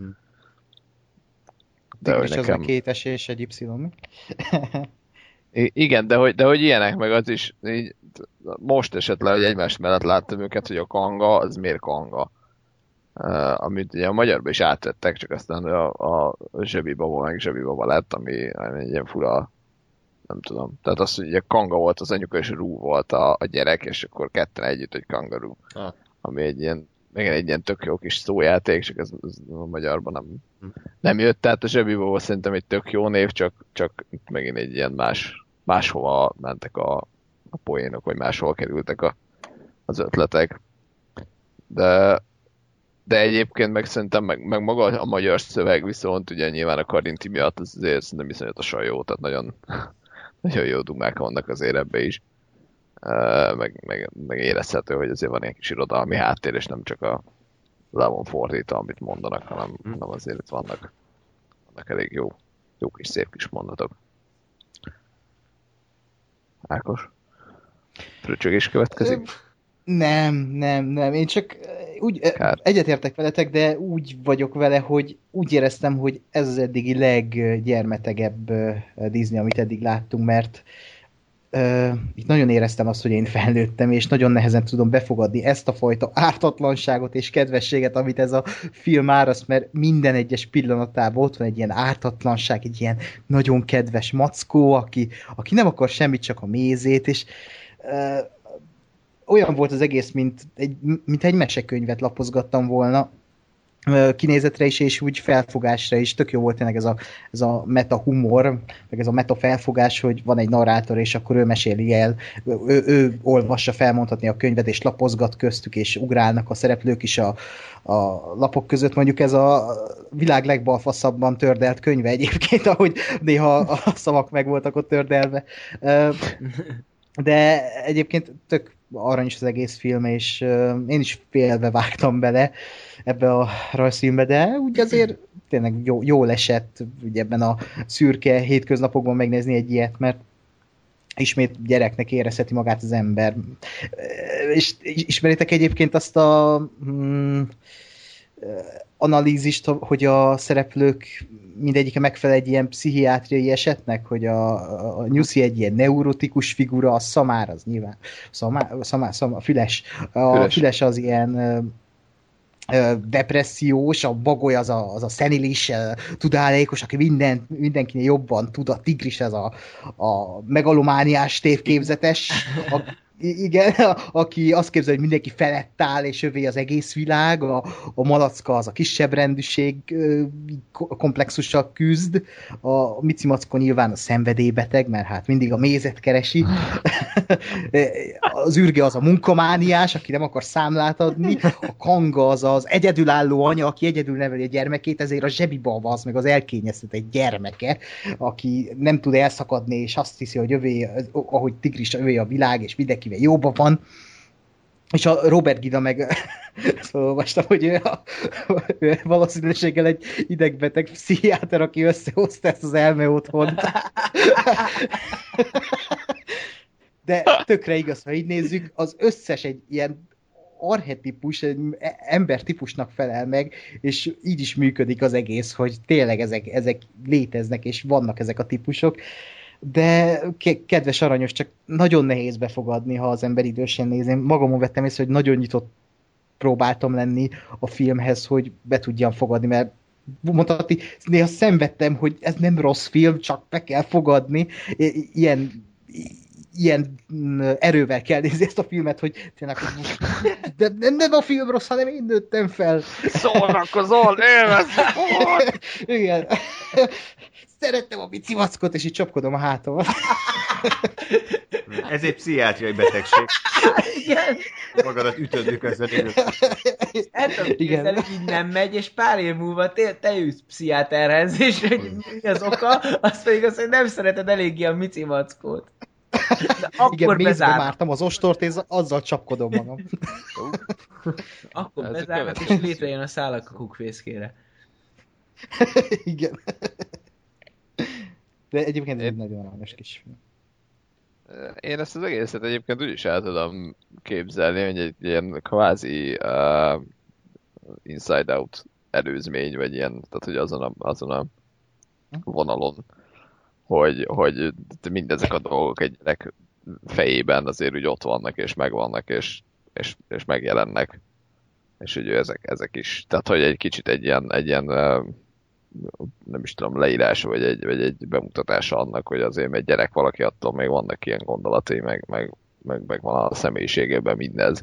De hogy nekem... az két esés egy Y, mi? Igen, de hogy, de hogy ilyenek meg az is, így, most esett le, hogy egymás mellett láttam őket, hogy a kanga, az miért kanga. Uh, amit ugye a magyarban is átvettek, csak aztán a, a zsebi baba meg zsebi baba lett, ami, ami egy ilyen fura, nem tudom. Tehát az, hogy a kanga volt az anyuka, és rú volt a, a gyerek, és akkor ketten együtt egy kangaroo. Ah. Ami egy ilyen, megint egy ilyen tök jó kis szójáték, csak ez, ez a magyarban nem, nem jött. Tehát a zsebi baba szerintem egy tök jó név, csak, csak megint egy ilyen más, máshova mentek a, a poénok, vagy máshova kerültek a, az ötletek. De De egyébként meg szerintem meg, meg maga a magyar szöveg viszont ugye nyilván a Karinti miatt az azért szerintem iszonyatosan jó, tehát nagyon, nagyon jó dumák vannak azért ebbe is. Uh, meg, meg, meg érezhető, hogy azért van ilyen kis irodalmi háttér, és nem csak a le van fordítva, amit mondanak, hanem, hanem azért itt vannak, vannak elég jó, jó kis szép kis mondatok. Ákos? Fröcsögés következik? Nem, nem, nem. Én csak úgy Kár. egyetértek veletek, de úgy vagyok vele, hogy úgy éreztem, hogy ez az eddigi leggyermetegebb Disney, amit eddig láttunk, mert uh, itt nagyon éreztem azt, hogy én felnőttem, és nagyon nehezen tudom befogadni ezt a fajta ártatlanságot és kedvességet, amit ez a film áraszt, mert minden egyes pillanatában ott van egy ilyen ártatlanság, egy ilyen nagyon kedves mackó, aki, aki nem akar semmit, csak a mézét, és uh, olyan volt az egész, mint egy, mint egy mesekönyvet lapozgattam volna, kinézetre is, és úgy felfogásra is. Tök jó volt tényleg ez a, ez a meta humor, meg ez a meta felfogás, hogy van egy narrátor, és akkor ő meséli el, ő, ő olvassa felmondhatni a könyvet, és lapozgat köztük, és ugrálnak a szereplők is a, a lapok között. Mondjuk ez a világ legbalfaszabban tördelt könyve egyébként, ahogy néha a szavak meg voltak ott tördelve. De egyébként tök aranyos az egész film, és én is félve vágtam bele ebbe a rajzfilmbe, de úgy azért tényleg jó, jól esett ugye ebben a szürke hétköznapokban megnézni egy ilyet, mert ismét gyereknek érezheti magát az ember. És ismeritek egyébként azt a mm, analízist, hogy a szereplők mindegyike megfelel egy ilyen pszichiátriai esetnek, hogy a, a Nyuszi egy ilyen neurotikus figura, a Szamár az nyilván, Szamár, Szamár, Szamár, a Füles, a Füles. Füles az ilyen ö, depressziós, a Bagoly az a, az a szenilis, tudálékos, aki minden, mindenkinél jobban tud, a Tigris ez a, a megalomániás tévképzetes, a, igen, aki azt képzel, hogy mindenki felett áll, és övé az egész világ, a, a Malacka az a kisebb rendűség komplexussal küzd, a Mici Mackó nyilván a szenvedélybeteg, mert hát mindig a mézet keresi, az Ürge az a munkamániás, aki nem akar számlát adni, a Kanga az az egyedülálló anya, aki egyedül neveli a gyermekét, ezért a zsebibaba az meg az elkényeztetett gyermeke, aki nem tud elszakadni, és azt hiszi, hogy övé, ahogy Tigris övé a világ, és mindenki jóban van, és a Robert Gida meg szóval olvastam, hogy ő, a, ő valószínűséggel egy idegbeteg pszichiáter, aki összehozta ezt az elme otthont. De tökre igaz, ha így nézzük, az összes egy ilyen archetípus, egy embertípusnak felel meg, és így is működik az egész, hogy tényleg ezek, ezek léteznek, és vannak ezek a típusok. De kedves aranyos, csak nagyon nehéz befogadni, ha az ember idősen nézi. Magamon vettem észre, hogy nagyon nyitott próbáltam lenni a filmhez, hogy be tudjam fogadni, mert mondhatni, néha szenvedtem, hogy ez nem rossz film, csak be kell fogadni. Ilyen, ilyen erővel kell nézni ezt a filmet, hogy tényleg, hogy most, de nem, nem a film rossz, hanem én nőttem fel. Szórakozol, élvezzük! Igen. Szerettem a Mici Mackót, és így csapkodom a hátamat. Ez egy pszichiátriai betegség. Igen. Magadat ütöd közben. Hát a Igen. így nem megy, és pár év múlva te, te jössz pszichiáterhez, és hogy mi az oka, az pedig az, hogy nem szereted eléggé a Mici Mackót. De akkor igen, mézbe bezárnak. mártam az ostort, és azzal csapkodom magam. Akkor Ez bezárnak, és következő. létrejön a szálak a kukfészkére. Igen. De egyébként ez Én- egy nagyon aranyos kis film. Én ezt az egészet egyébként úgy is el tudom képzelni, hogy egy ilyen kvázi uh, Inside Out előzmény, vagy ilyen, tehát hogy azon a, azon a vonalon, hogy, hogy mindezek a dolgok egy gyerek fejében azért úgy ott vannak, és megvannak, és, és, és megjelennek. És ugye ezek, ezek is, tehát hogy egy kicsit egy ilyen, egy ilyen uh, nem is tudom, leírása, vagy egy, vagy egy bemutatása annak, hogy azért egy gyerek valaki, attól még vannak ilyen gondolatai, meg, meg, meg, meg van a személyiségében mindez.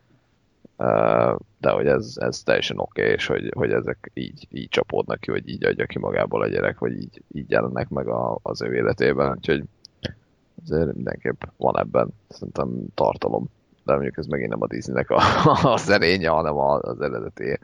De hogy ez, ez teljesen oké, okay, és hogy, hogy ezek így, így csapódnak ki, vagy így adja ki magából a gyerek, vagy így, így jelennek meg a, az ő életében, úgyhogy azért mindenképp van ebben szerintem tartalom. De mondjuk ez megint nem a Disneynek a, a szerénye, hanem az eredeti.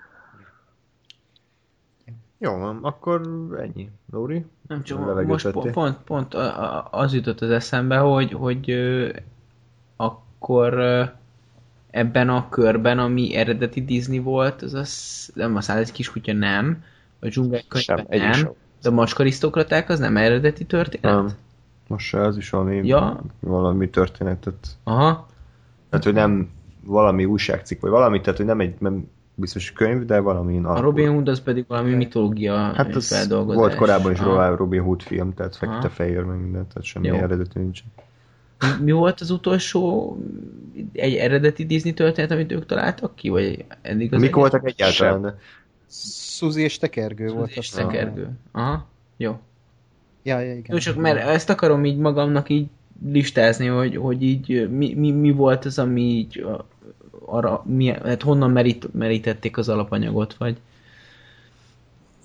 Jó van, akkor ennyi. Lóri? Nem csak Levegőt most vettél? pont, pont, pont a- a- az jutott az eszembe, hogy, hogy ö, akkor ö, ebben a körben, ami eredeti Disney volt, az az nem a száz kiskutya nem, a dzsungelkönyvben egy is nem, sem. de a macskarisztokraták az nem eredeti történet? Nem. Most se, az is valami, Ja. valami történetet. Aha. Tehát, hogy nem valami újságcikk, vagy valami, tehát, hogy nem egy nem biztos könyv, de valami A Robin Hood az pedig valami mitológia Hát az feldolgozás. volt korábban is Aha. róla Robin Hood film, tehát Aha. fekete-fehér, meg minden, tehát semmi Jó. eredetű nincs. Mi, mi volt az utolsó egy eredeti Disney történet, amit ők találtak ki? Vagy eddig az Mik egész- voltak egyáltalán? Sem. De... Szuzi és tekergő volt. És azt hiszem. tekergő. Aha. Jó. Ja, ja, igen. Jó, csak mert ezt akarom így magamnak így listázni, hogy, hogy így mi, mi, mi volt az, ami így a- arra, mi, hát honnan merít, merítették az alapanyagot, vagy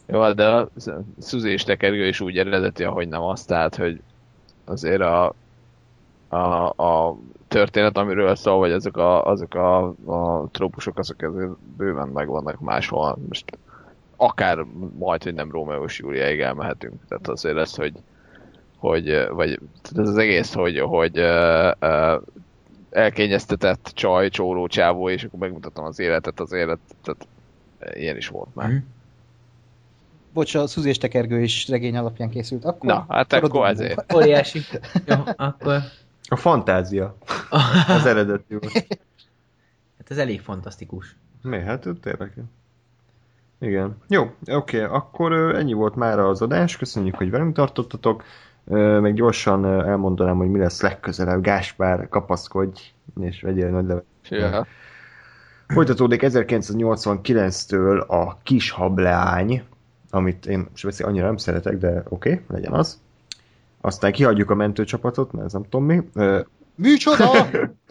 Jó, de a Suzy és tekergő is úgy eredeti, ahogy nem az, tehát, hogy azért a, a, a történet, amiről szól, vagy azok a, azok a, a trópusok, azok azért bőven megvannak máshol. Most akár majd, hogy nem Rómeó és Júliáig elmehetünk. Tehát azért ez, hogy, hogy vagy ez az egész, hogy, hogy uh, uh, elkényeztetett csaj, csóró, csávó, és akkor megmutatom az életet, az élet, tehát ilyen is volt már. Mm. Bocs, a Suzy és tekergő is regény alapján készült. Akkor, Na, hát akkor, akkor ezért. Óriási. Jó, akkor... A fantázia. Az eredeti volt. Hát ez elég fantasztikus. Mi? Hát tényleg. Igen. Jó, oké, akkor ennyi volt már az adás. Köszönjük, hogy velünk tartottatok. Meg gyorsan elmondanám, hogy mi lesz legközelebb. Gáspár, kapaszkodj, és vegyél nagy levet. Ja. Folytatódik ezerkilencszáznyolcvankilenctől a Kis hableány, amit én most annyira nem szeretek, de oké, okay, legyen az. Aztán kihagyjuk a mentőcsapatot, mert ez nem tudom mi. Műcsoda!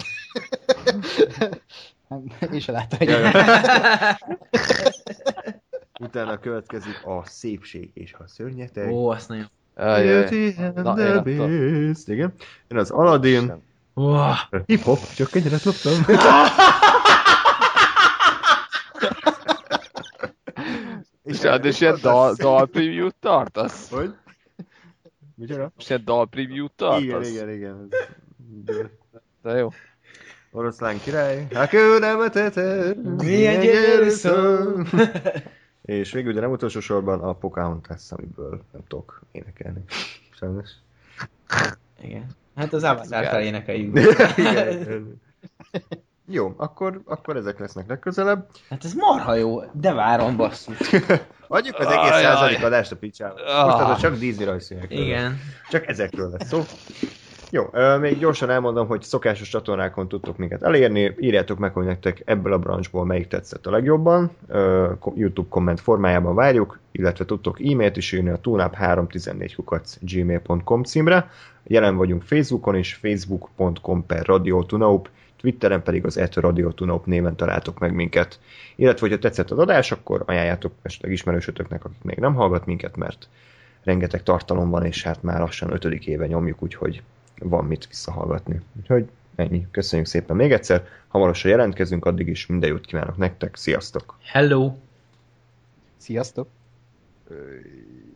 Én se láttam, hogy... Utána következik a Szépség és a szörnyeteg. Ó, azt nagyon... Beauty and Na, the Beast. Igen. Én az Aladdin. Wow. Hip-hop, csak kegyelet loptam. És hát és ilyen dal, dal preview-t tartasz? Hogy? Micsoda? És ilyen dal preview-t tartasz? Igen, igen, igen. De jó. Oroszlán király, Hakuna Matata, milyen gyönyörű szó. És végül, de nem utolsó sorban a Pocahontas, amiből nem tudok énekelni. Sajnos. Igen. Hát az Avatar-tal énekeljük. Igen. Jó, akkor, akkor ezek lesznek legközelebb. Hát ez marha jó, de várom, basszus. Adjuk az egész Ajaj. századik adást a picsába. Most az csak Disney rajzfilmekről. Igen. Csak ezekről lesz szó. Jó, még gyorsan elmondom, hogy szokásos csatornákon tudtok minket elérni. Írjátok meg, hogy nektek ebből a branchból melyik tetszett a legjobban. YouTube komment formájában várjuk, illetve tudtok e-mailt is írni a tunap három tizennégy kukac gmail pont com címre. Jelen vagyunk Facebookon is, facebook pont com per radio tunaup, Twitteren pedig az et radio tunaup néven találtok meg minket. Illetve, hogyha tetszett az adás, akkor ajánljátok esetleg ismerősötöknek, akik még nem hallgat minket, mert rengeteg tartalom van, és hát már lassan ötödik éve nyomjuk, úgyhogy van mit visszahallgatni. Úgyhogy ennyi. Köszönjük szépen még egyszer. Hamarosan jelentkezünk, addig is minden jót kívánok nektek. Sziasztok! Hello! Sziasztok! Ö...